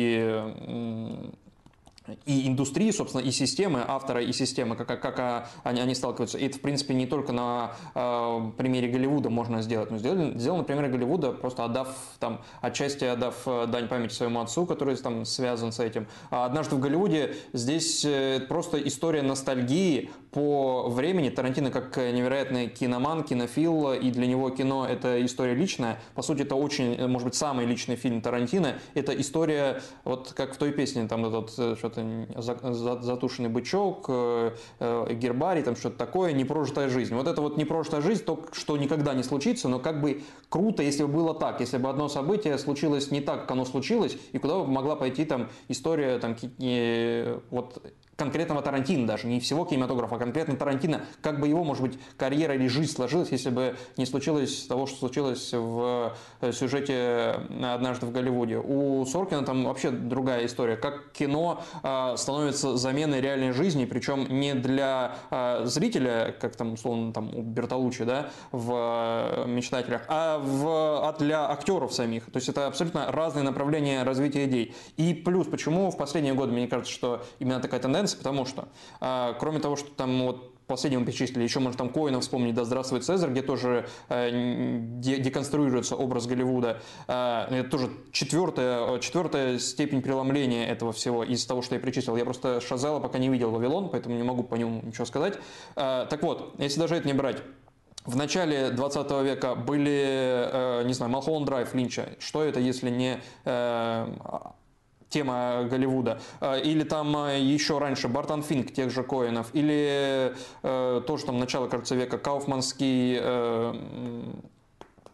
и, и индустрии, собственно, и системы, автора и системы, как, как они, они сталкиваются. И это, в принципе, не только на э, примере Голливуда можно сделать, но сделали, сделал на примере Голливуда, просто отдав, там, отчасти отдав дань памяти своему отцу, который там связан с этим. А «Однажды в Голливуде» здесь просто история ностальгии по времени. Тарантино как невероятный киноман, кинофил, и для него кино – это история личная. По сути, это очень, может быть, самый личный фильм Тарантино. Это история, вот как в той песне, там этот что-то затушенный бычок, гербарий, там что-то такое, непрожитая жизнь. Вот это вот непрожитая жизнь, то, что никогда не случится, но как бы круто, если бы было так, если бы одно событие случилось не так, как оно случилось, и куда бы могла пойти там история там, вот, конкретного Тарантино даже, не всего кинематографа, а конкретно Тарантино, как бы его, может быть, карьера или жизнь сложилась, если бы не случилось того, что случилось в сюжете «Однажды в Голливуде». У Соркина там вообще другая история, как кино становится заменой реальной жизни, причем не для зрителя, как там, условно, там, у Бертолуччи, да, в «Мечтателях», а, в, а для актеров самих. То есть это абсолютно разные направления развития идей. И плюс, почему в последние годы, мне кажется, что именно такая тенденция, потому что, э, кроме того, что там вот последнего перечислили, еще можно там Коэна вспомнить, «Да здравствует Цезарь», где тоже э, де- деконструируется образ Голливуда. Э, это тоже четвертая, четвертая степень преломления этого всего из того, что я перечислил. Я просто Шазела пока не видел «Вавилон», поэтому не могу по нему ничего сказать. Э, так вот, если даже это не брать, в начале двадцатого века были, э, не знаю, «Малхолланд Драйв» Линча. Что это, если не... Э, тема Голливуда, или там еще раньше Бартон Финк тех же Коэнов, или э, тоже там начало, кажется, века Кауфманский, э,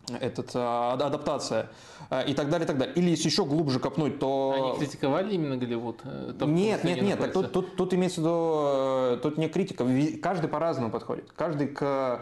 этот, адаптация и так далее, и так далее. Или если еще глубже копнуть, то... Они критиковали именно Голливуд? То, нет, нет, нет, так тут, тут, тут имеется в виду, тут не критика, каждый по-разному подходит, каждый к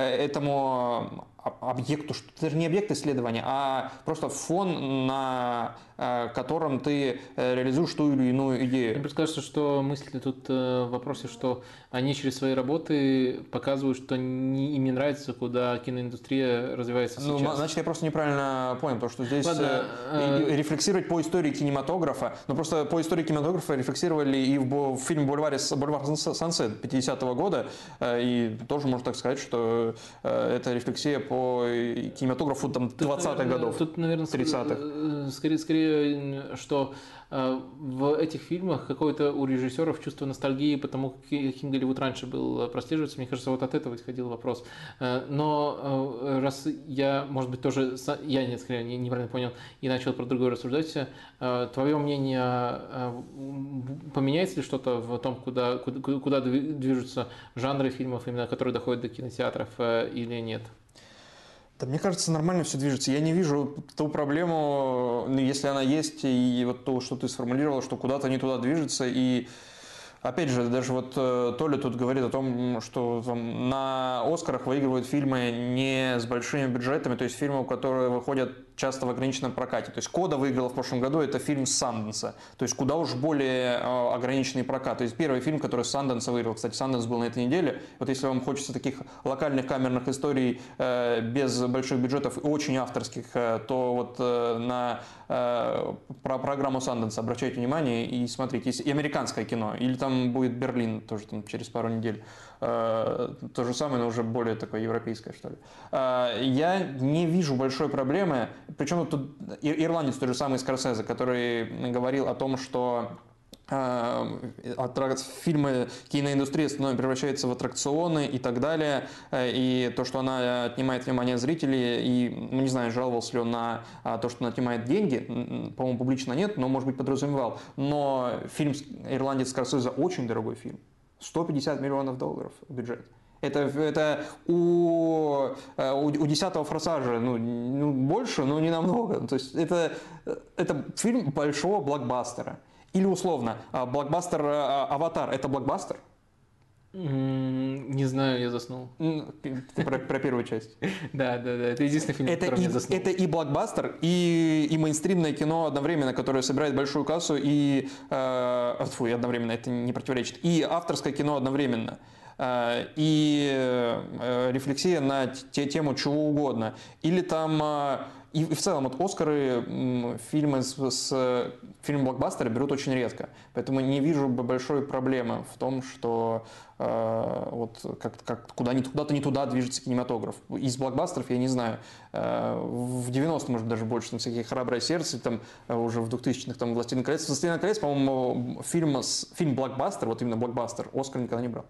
этому объекту, что это же не объект исследования, а просто фон, на котором ты реализуешь ту или иную идею. Мне кажется, что мысли тут в вопросе, что они через свои работы показывают, что не, им не нравится, куда киноиндустрия развивается сейчас. Ну, значит, я просто неправильно понял, потому что здесь Ладно, рефлексировать по истории кинематографа, но просто по истории кинематографа рефлексировали и в, в фильме «Бульвар Сансет» пятидесятого года, и тоже можно так сказать, что это рефлексия по кинематографу там, двадцатых годов, тут, наверное, тридцатых. Скорее, скорее, что в этих фильмах какое-то у режиссеров чувство ностальгии, потому каким Голливуд раньше был, прослеживается. Мне кажется, вот от этого исходил вопрос. Но раз я, может быть, тоже, я не, скорее, неправильно понял и начал про другое рассуждать, твое мнение, поменяется ли что-то в том, куда, куда, куда движутся жанры фильмов, именно которые доходят до кинотеатров, или нет? Да, мне кажется, нормально все движется. Я не вижу ту проблему, если она есть, и вот то, что ты сформулировал, что куда-то не туда движется. И опять же, даже вот Толя тут говорит о том, что там, на «Оскарах» выигрывают фильмы не с большими бюджетами, то есть фильмы, которые выходят часто в ограниченном прокате. То есть «Кода» выиграла в прошлом году, это фильм Санденса. То есть куда уж более э, ограниченный прокат. То есть первый фильм, который Санденса выиграл. Кстати, Санденс был на этой неделе. Вот если вам хочется таких локальных камерных историй э, без больших бюджетов и очень авторских, э, то вот э, на э, про программу Санденса обращайте внимание и смотрите. Есть и американское кино, или там будет Берлин тоже там, через пару недель. Э, то же самое, но уже более такое европейское, что ли. Э, я не вижу большой проблемы. Причем тут ирландец, тот же самый Скорсезе, который говорил о том, что э, фильмы, киноиндустрия превращается в аттракционы и так далее, и то, что она отнимает внимание зрителей, и, ну, не знаю, жаловался ли он на то, что она отнимает деньги, по-моему, публично нет, но, может быть, подразумевал, но фильм «Ирландец» Скорсезе очень дорогой фильм, сто пятьдесят миллионов долларов бюджет. Это, это у, у, у десятого «Форсажа» ну, ну, больше, но не намного. То есть это, это фильм большого блокбастера. Или условно, блокбастер «Аватар» — это блокбастер? Не знаю, я заснул. Ты про, про первую часть. Да, да, да. Это единственный фильм, в котором я заснул. Это и блокбастер, и, и мейнстримное кино одновременно, которое собирает большую кассу, и, э, фу, и одновременно, это не противоречит, и авторское кино одновременно. И рефлексия на те, тему чего угодно. Или там, и в целом, вот «Оскары» фильмы с, с фильм блокбастеры берут очень редко. Поэтому не вижу большой проблемы в том, что э, вот как, как, куда, куда-то не туда движется кинематограф. Из блокбастеров, я не знаю, э, в девяностых, может быть, даже больше, там всякие «Храброе сердце», там уже в двухтысячных, там «Властелин колец». «Властелин колец», по-моему, фильм, фильм блокбастер, вот именно блокбастер, «Оскар» никогда не брал.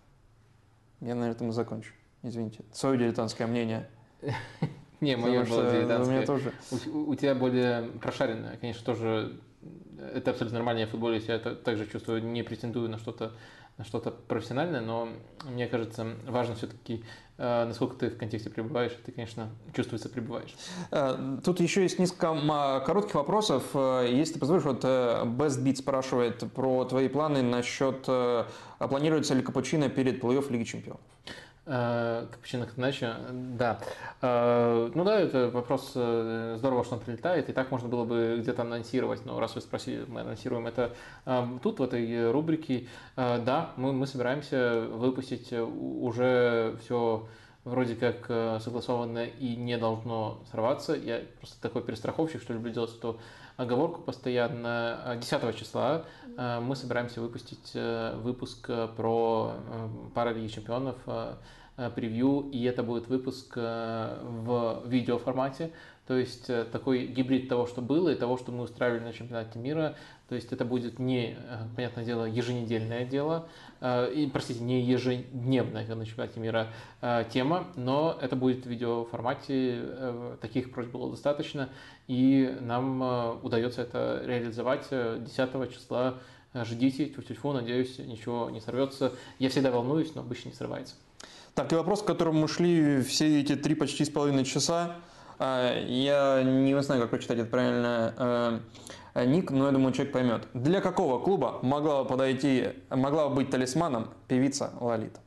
Я на этом и закончу. Извините. Свое дилетантское мнение. Не, мое было дилетантское. Тоже. У, у тебя более прошаренное, конечно, тоже. Это абсолютно нормально, я в футболе себя также чувствую, не претендую на что-то на что-то профессиональное, но мне кажется, важно все-таки, насколько ты в контексте пребываешь, ты, конечно, чувствуется, пребываешь. Тут еще есть несколько коротких вопросов. Если ты позволишь, вот Best Beat спрашивает про твои планы насчет, планируется ли капучино перед плей-офф Лиги Чемпионов? Капучино как иначе, да. Ну да, это вопрос, здорово, что он прилетает, и так можно было бы где-то анонсировать, но раз вы спросили, мы анонсируем это тут, в этой рубрике. Да, мы, мы собираемся выпустить уже все вроде как согласованно и не должно сорваться. Я просто такой перестраховщик, что люблю делать эту оговорку постоянно. десятого числа мы собираемся выпустить выпуск про Паралиги чемпионов, превью, и это будет выпуск в видеоформате, то есть такой гибрид того, что было, и того, что мы устраивали на чемпионате мира. То есть это будет не, понятное дело, еженедельное дело, и, простите, не ежедневная на чемпионате мира тема, но это будет в видеоформате, таких просьб было достаточно, и нам удается это реализовать десятого числа. Ждите, тьфу-тьфу, надеюсь, ничего не сорвется. Я всегда волнуюсь, но обычно не срывается. Так, и вопрос, к которому мы шли все эти три почти с половиной часа. Я не знаю, как прочитать это правильно ник, но я думаю, человек поймет. Для какого клуба могла бы подойти, могла бы быть талисманом певица Лолита?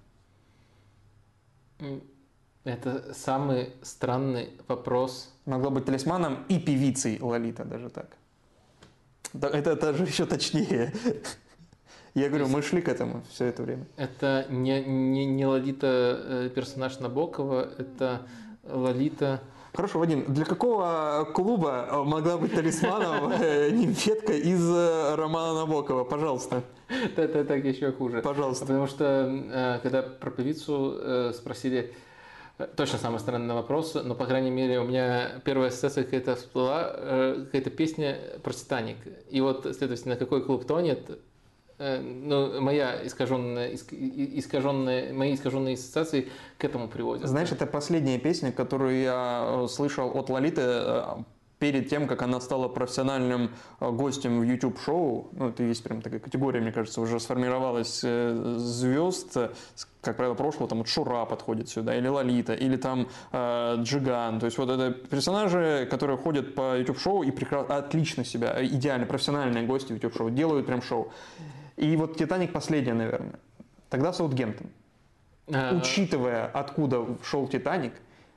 Это самый странный вопрос. Могла быть талисманом и певицей Лолита, даже так. Это даже еще точнее. Я говорю, мы шли к этому все это время. Это не, не, не Лолита персонаж Набокова, это Лолита... Хорошо, Вадим, для какого клуба могла быть талисманом нимфетка из романа Набокова? Пожалуйста. Это так еще хуже. Пожалуйста. Потому что, когда про певицу спросили, точно самый странный вопрос, но, по крайней мере, у меня первая ассоциация какая-то всплыла, какая-то песня про «Титаник». И вот, следовательно, какой клуб тонет, ну, моя искаженная, искаженная, мои искаженные ассоциации к этому приводят. Знаешь, это последняя песня, которую я слышал от Лолиты перед тем, как она стала профессиональным гостем в YouTube-шоу. Ну, это есть прям такая категория, мне кажется, уже сформировалась звезд, как правило, прошлого, там вот Шура подходит сюда, или Лолита, или там э, Джиган. То есть вот это персонажи, которые ходят по YouTube-шоу и прекрасно, отлично себя, идеально, профессиональные гости в YouTube-шоу, делают прям шоу. И вот «Титаник» последняя, наверное. Тогда Саутгемптон. А... Учитывая, откуда шел «Титаник»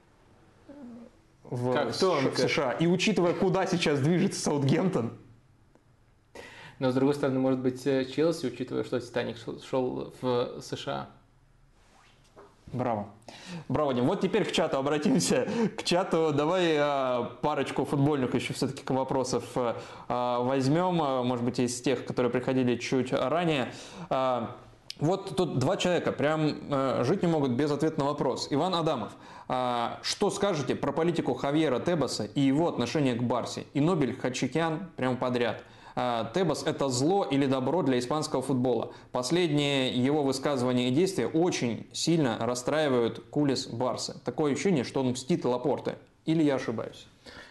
в, как в США, и учитывая, куда сейчас движется Саутгемптон. Но, с другой стороны, может быть, Челси, учитывая, что «Титаник» шел в США. Браво. Браво, Дим. Вот теперь к чату обратимся. К чату давай а, парочку футбольных еще все-таки вопросов а, возьмем. Может быть, из тех, которые приходили чуть ранее. А, вот тут два человека прям а, жить не могут без ответа на вопрос. Иван Адамов. А, что скажете про политику Хавьера Тебаса и его отношение к Барсе? И Нобель Хачикян прямо подряд. Тебас – это зло или добро для испанского футбола. Последние его высказывания и действия очень сильно расстраивают кулис Барсы. Такое ощущение, что он мстит Лапорте. Или я ошибаюсь?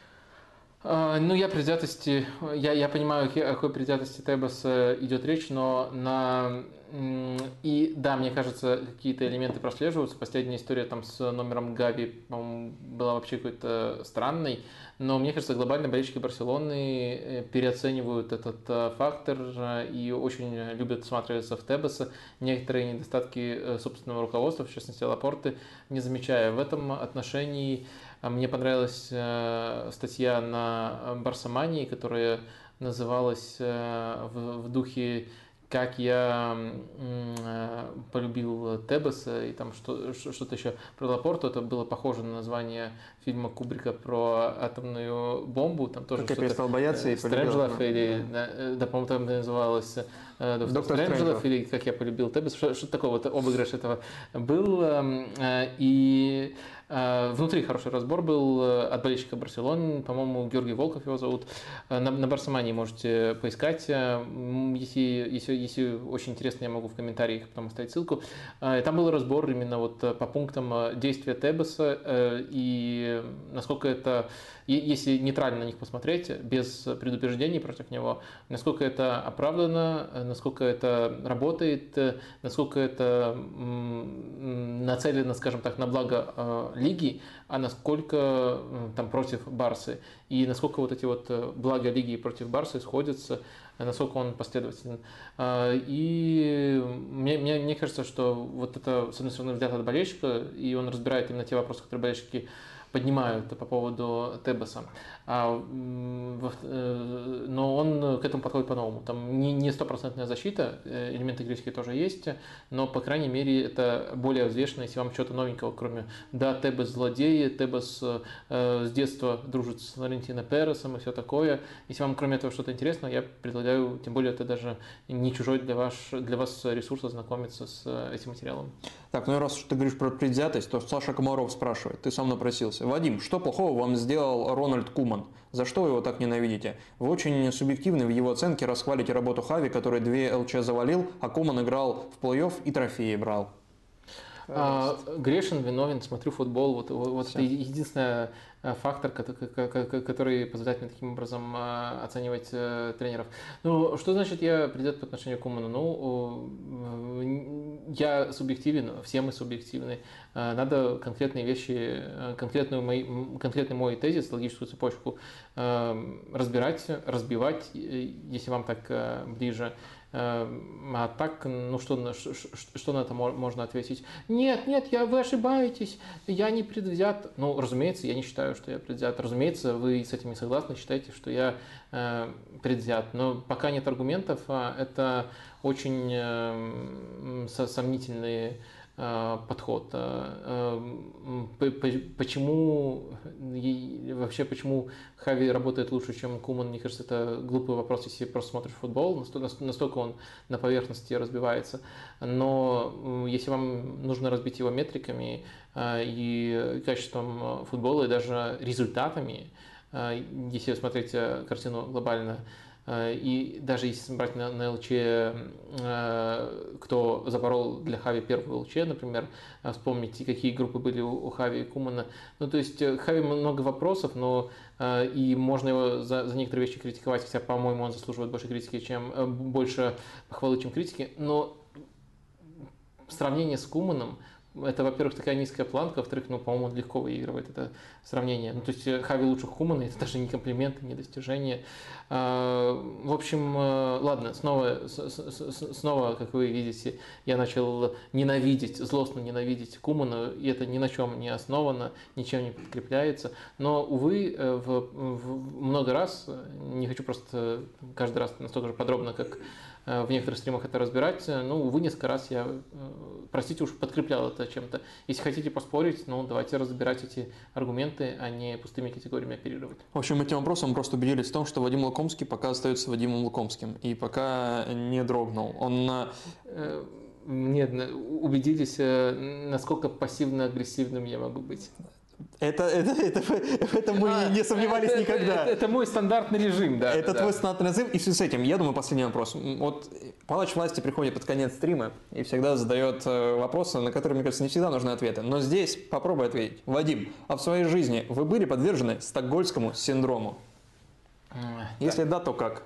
Ну, я предвзятости, я, я понимаю, о какой предвзятости Тебаса идет речь, но на... И да, мне кажется, какие-то элементы прослеживаются. Последняя история там с номером Гави, по-моему, была вообще какой-то странной. Но мне кажется, глобально болельщики Барселоны переоценивают этот фактор и очень любят всматриваться в Тебаса. Некоторые недостатки собственного руководства, в частности Лапорты, не замечая. В этом отношении мне понравилась статья на Барсамании, которая называлась в, в духе «Как я полюбил Тебаса», и там что, что-то еще про Лапорту. Это было похоже на название фильма Кубрика про атомную бомбу. Там тоже «Как я перестал бояться и полюбил». Стрэнджлов, или, да, по-моему, там называлось «Доктор Стрэнджлов», или «Как я полюбил Тебаса». Что-то такое, вот обыгрыш этого был. И внутри хороший разбор был от болельщика Барселоны, по-моему, Георгий Волков его зовут. На, на Барсамании можете поискать. Если, если, если очень интересно, я могу в комментариях потом оставить ссылку. Там был разбор именно вот по пунктам действия Тебаса и насколько это, если нейтрально на них посмотреть, без предубеждений против него, насколько это оправдано, насколько это работает, насколько это нацелено, скажем так, на благо лиги, а насколько там против Барсы. И насколько вот эти вот блага лиги против Барсы сходятся, насколько он последователен. И мне, мне, мне кажется, что вот это, с одной стороны, взгляд от болельщика, и он разбирает именно те вопросы, которые болельщики поднимают по поводу Тебаса. А, но он к этому подходит по-новому. Там не стопроцентная защита, элементы критики тоже есть, но, по крайней мере, это более взвешенно, если вам что-то новенького, кроме «да, Тебас злодей», «Тебас э, с детства дружит с Флорентино Пересом» и все такое. Если вам, кроме этого, что-то интересного, я предлагаю, тем более, это даже не чужой для вас, для вас ресурс, ознакомиться с этим материалом. Так, ну и раз ты говоришь про предвзятость, то Саша Комаров спрашивает, ты сам напросился. Вадим, что плохого вам сделал Рональд Куман? За что вы его так ненавидите? Вы очень субъективны в его оценке, расхвалите работу Хави, который две ЛЧ завалил, а Куман играл в плей-офф и трофеи брал. А, грешен, виновен, смотрю футбол. Вот, вот, вот это единственный фактор, который позволяет мне таким образом оценивать тренеров. Ну, что значит я предвзят по отношению к Куману? Ну, я субъективен, все мы субъективны. Надо конкретные вещи, конкретную мой, конкретный мой тезис, логическую цепочку разбирать, разбивать, если вам так ближе. А так, ну что, что, что на это можно ответить? Нет, нет, я, вы ошибаетесь, я не предвзят. Ну, разумеется, я не считаю, что я предвзят. Разумеется, вы с этим не согласны, считаете, что я э, предвзят. Но пока нет аргументов, это очень э, сомнительные подход. Почему вообще почему Хави работает лучше, чем Куман? Мне кажется, это глупый вопрос, если просто смотришь футбол, настолько он на поверхности разбивается. Но если вам нужно разбить его метриками и качеством футбола, и даже результатами, если смотреть картину глобально, и даже если брать на, на ЛЧ, кто запорол для Хави первый ЛЧ, например, вспомните, какие группы были у Хави и Кумана. Ну, то есть Хави много вопросов, но и можно его за, за некоторые вещи критиковать, хотя, по-моему, он заслуживает больше критики, чем больше похвалы, чем критики. Но сравнение с Куманом, это, во-первых, такая низкая планка, во-вторых, ну, по-моему, он легко выигрывает это сравнение. Ну, то есть Хави лучше Кумана, это даже не комплимент, не достижение. В общем, ладно, снова, снова, как вы видите, я начал ненавидеть, злостно ненавидеть Кумана, и это ни на чем не основано, ничем не подкрепляется. Но, увы, в, в много раз, не хочу просто каждый раз настолько же подробно, как в некоторых стримах это разбирать, ну, увы, несколько раз я, простите уж, подкреплял это чем-то. Если хотите поспорить, ну, давайте разбирать эти аргументы, а не пустыми категориями оперировать. В общем, этим вопросом мы просто убедились в том, что Вадим Лукомский пока остается Вадимом Лукомским и пока не дрогнул. Он... Нет, убедитесь, насколько пассивно-агрессивным я могу быть. Это, это, это, это мы а, не сомневались это, никогда. Это, это мой стандартный режим, да. Это да. твой стандартный режим. И с этим, я думаю, последний вопрос. Вот палач власти приходит под конец стрима и всегда задает вопросы, на которые, мне кажется, не всегда нужны ответы. Но здесь попробуй ответить. Вадим, а в своей жизни вы были подвержены стокгольмскому синдрому? Если да, то как?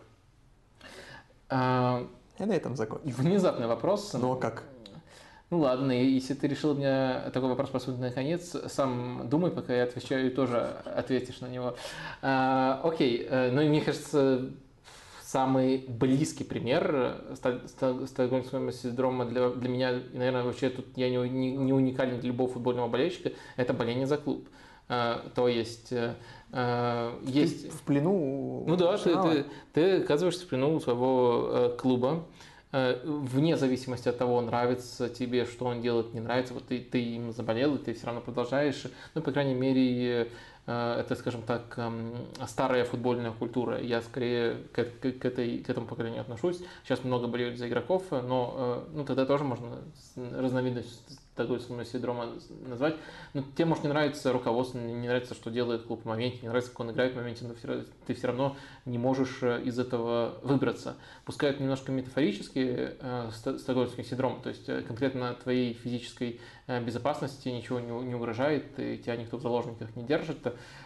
А... И на этом закончим. Внезапный вопрос. Ну а как? Ну ладно, если ты решил мне такой вопрос посмотреть наконец, сам думай, пока я отвечаю, и тоже ответишь на него. А, окей, ну и мне кажется, самый близкий пример стокгольмского синдрома для, для меня, и, наверное, вообще тут я не, не, не уникален для любого футбольного болельщика, это боление за клуб. А, то есть... есть... Ты в плену? Ну да, ты, ты, ты оказываешься в плену у своего э, клуба. Вне зависимости от того, нравится тебе, что он делает, не нравится, вот ты, ты им заболел, и ты все равно продолжаешь. Ну, по крайней мере, это, скажем так, старая футбольная культура. Я скорее к, к, к, этой, к этому поколению отношусь. Сейчас много болеют за игроков, но ну, тогда тоже можно разновидность стокгольмского синдрома назвать. Но тебе, может, не нравится руководство, не нравится, что делает клуб в моменте, не нравится, как он играет в моменте, но ты все равно не можешь из этого выбраться. Пускай это немножко метафорически э, стокгольмский синдром, то есть конкретно твоей физической безопасности ничего не, не угрожает, и тебя никто в заложниках не держит.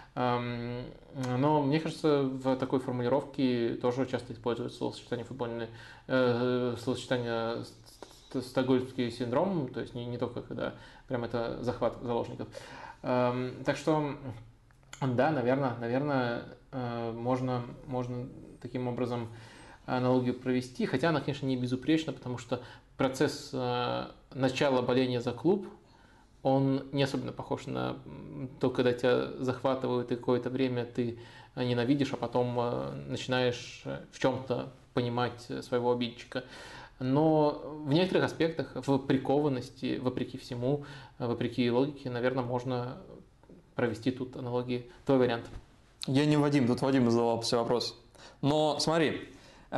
Эм, но мне кажется, в такой формулировке тоже часто используется словосочетание футбольное, э, словосочетание стокгольмский синдром, то есть не, не только когда прям это захват заложников. Эм, так что, да, наверное, наверное, э, можно, можно таким образом аналогию провести, хотя она, конечно, не безупречна, потому что процесс э, начала боления за клуб, он не особенно похож на то, когда тебя захватывают и какое-то время ты ненавидишь, а потом э, начинаешь в чем-то понимать своего обидчика. Но в некоторых аспектах, в прикованности, вопреки всему, вопреки логике, наверное, можно провести тут аналогии. Твой вариант. Я не Вадим, тут Вадим задавал все вопросы. Но смотри,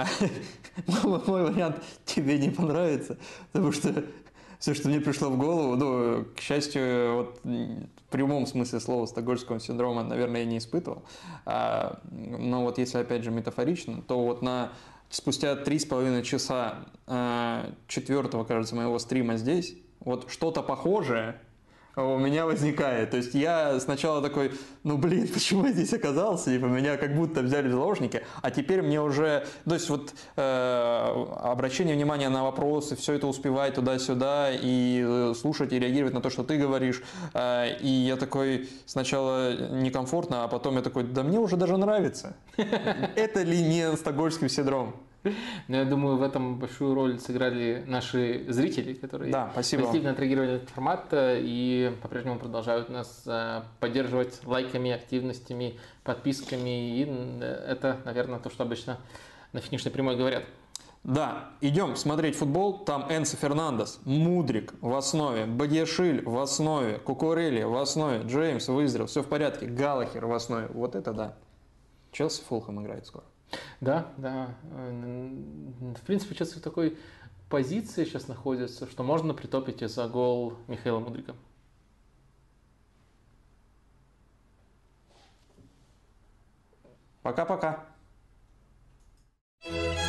мой вариант тебе не понравится, потому что все, что мне пришло в голову, ну, к счастью, вот, в прямом смысле слова стокгольмского синдрома, наверное, я не испытывал. А, но вот если, опять же, метафорично, то вот на спустя три с половиной часа э, четвертого, кажется, моего стрима здесь, Вот что-то похожее у меня возникает. То есть я сначала такой, ну блин, почему я здесь оказался? Типа меня как будто взяли в заложники, а теперь мне уже, то есть вот э, обращение внимания на вопросы, все это успевать туда-сюда и слушать и реагировать на то, что ты говоришь. Э, и я такой сначала некомфортно, а потом я такой, да мне уже даже нравится. Это ли не стокгольмский синдром? Но я думаю, в этом большую роль сыграли наши зрители, которые Да, спасибо. позитивно отреагировали на этот формат и по-прежнему продолжают нас э, поддерживать лайками, активностями, подписками. И это, наверное, то, что обычно на финишной прямой говорят. Да, идем смотреть футбол. Там Энцо Фернандес, Мудрик в основе, Бадиашиль в основе, Кукурелли в основе, Джеймс выздоровел, все в порядке, Галлахер в основе. Вот это да. Челси Фулхэм играет скоро. Да, да. В принципе, сейчас в такой позиции сейчас находится, что можно притопить и за гол Михаила Мудрика. Пока-пока.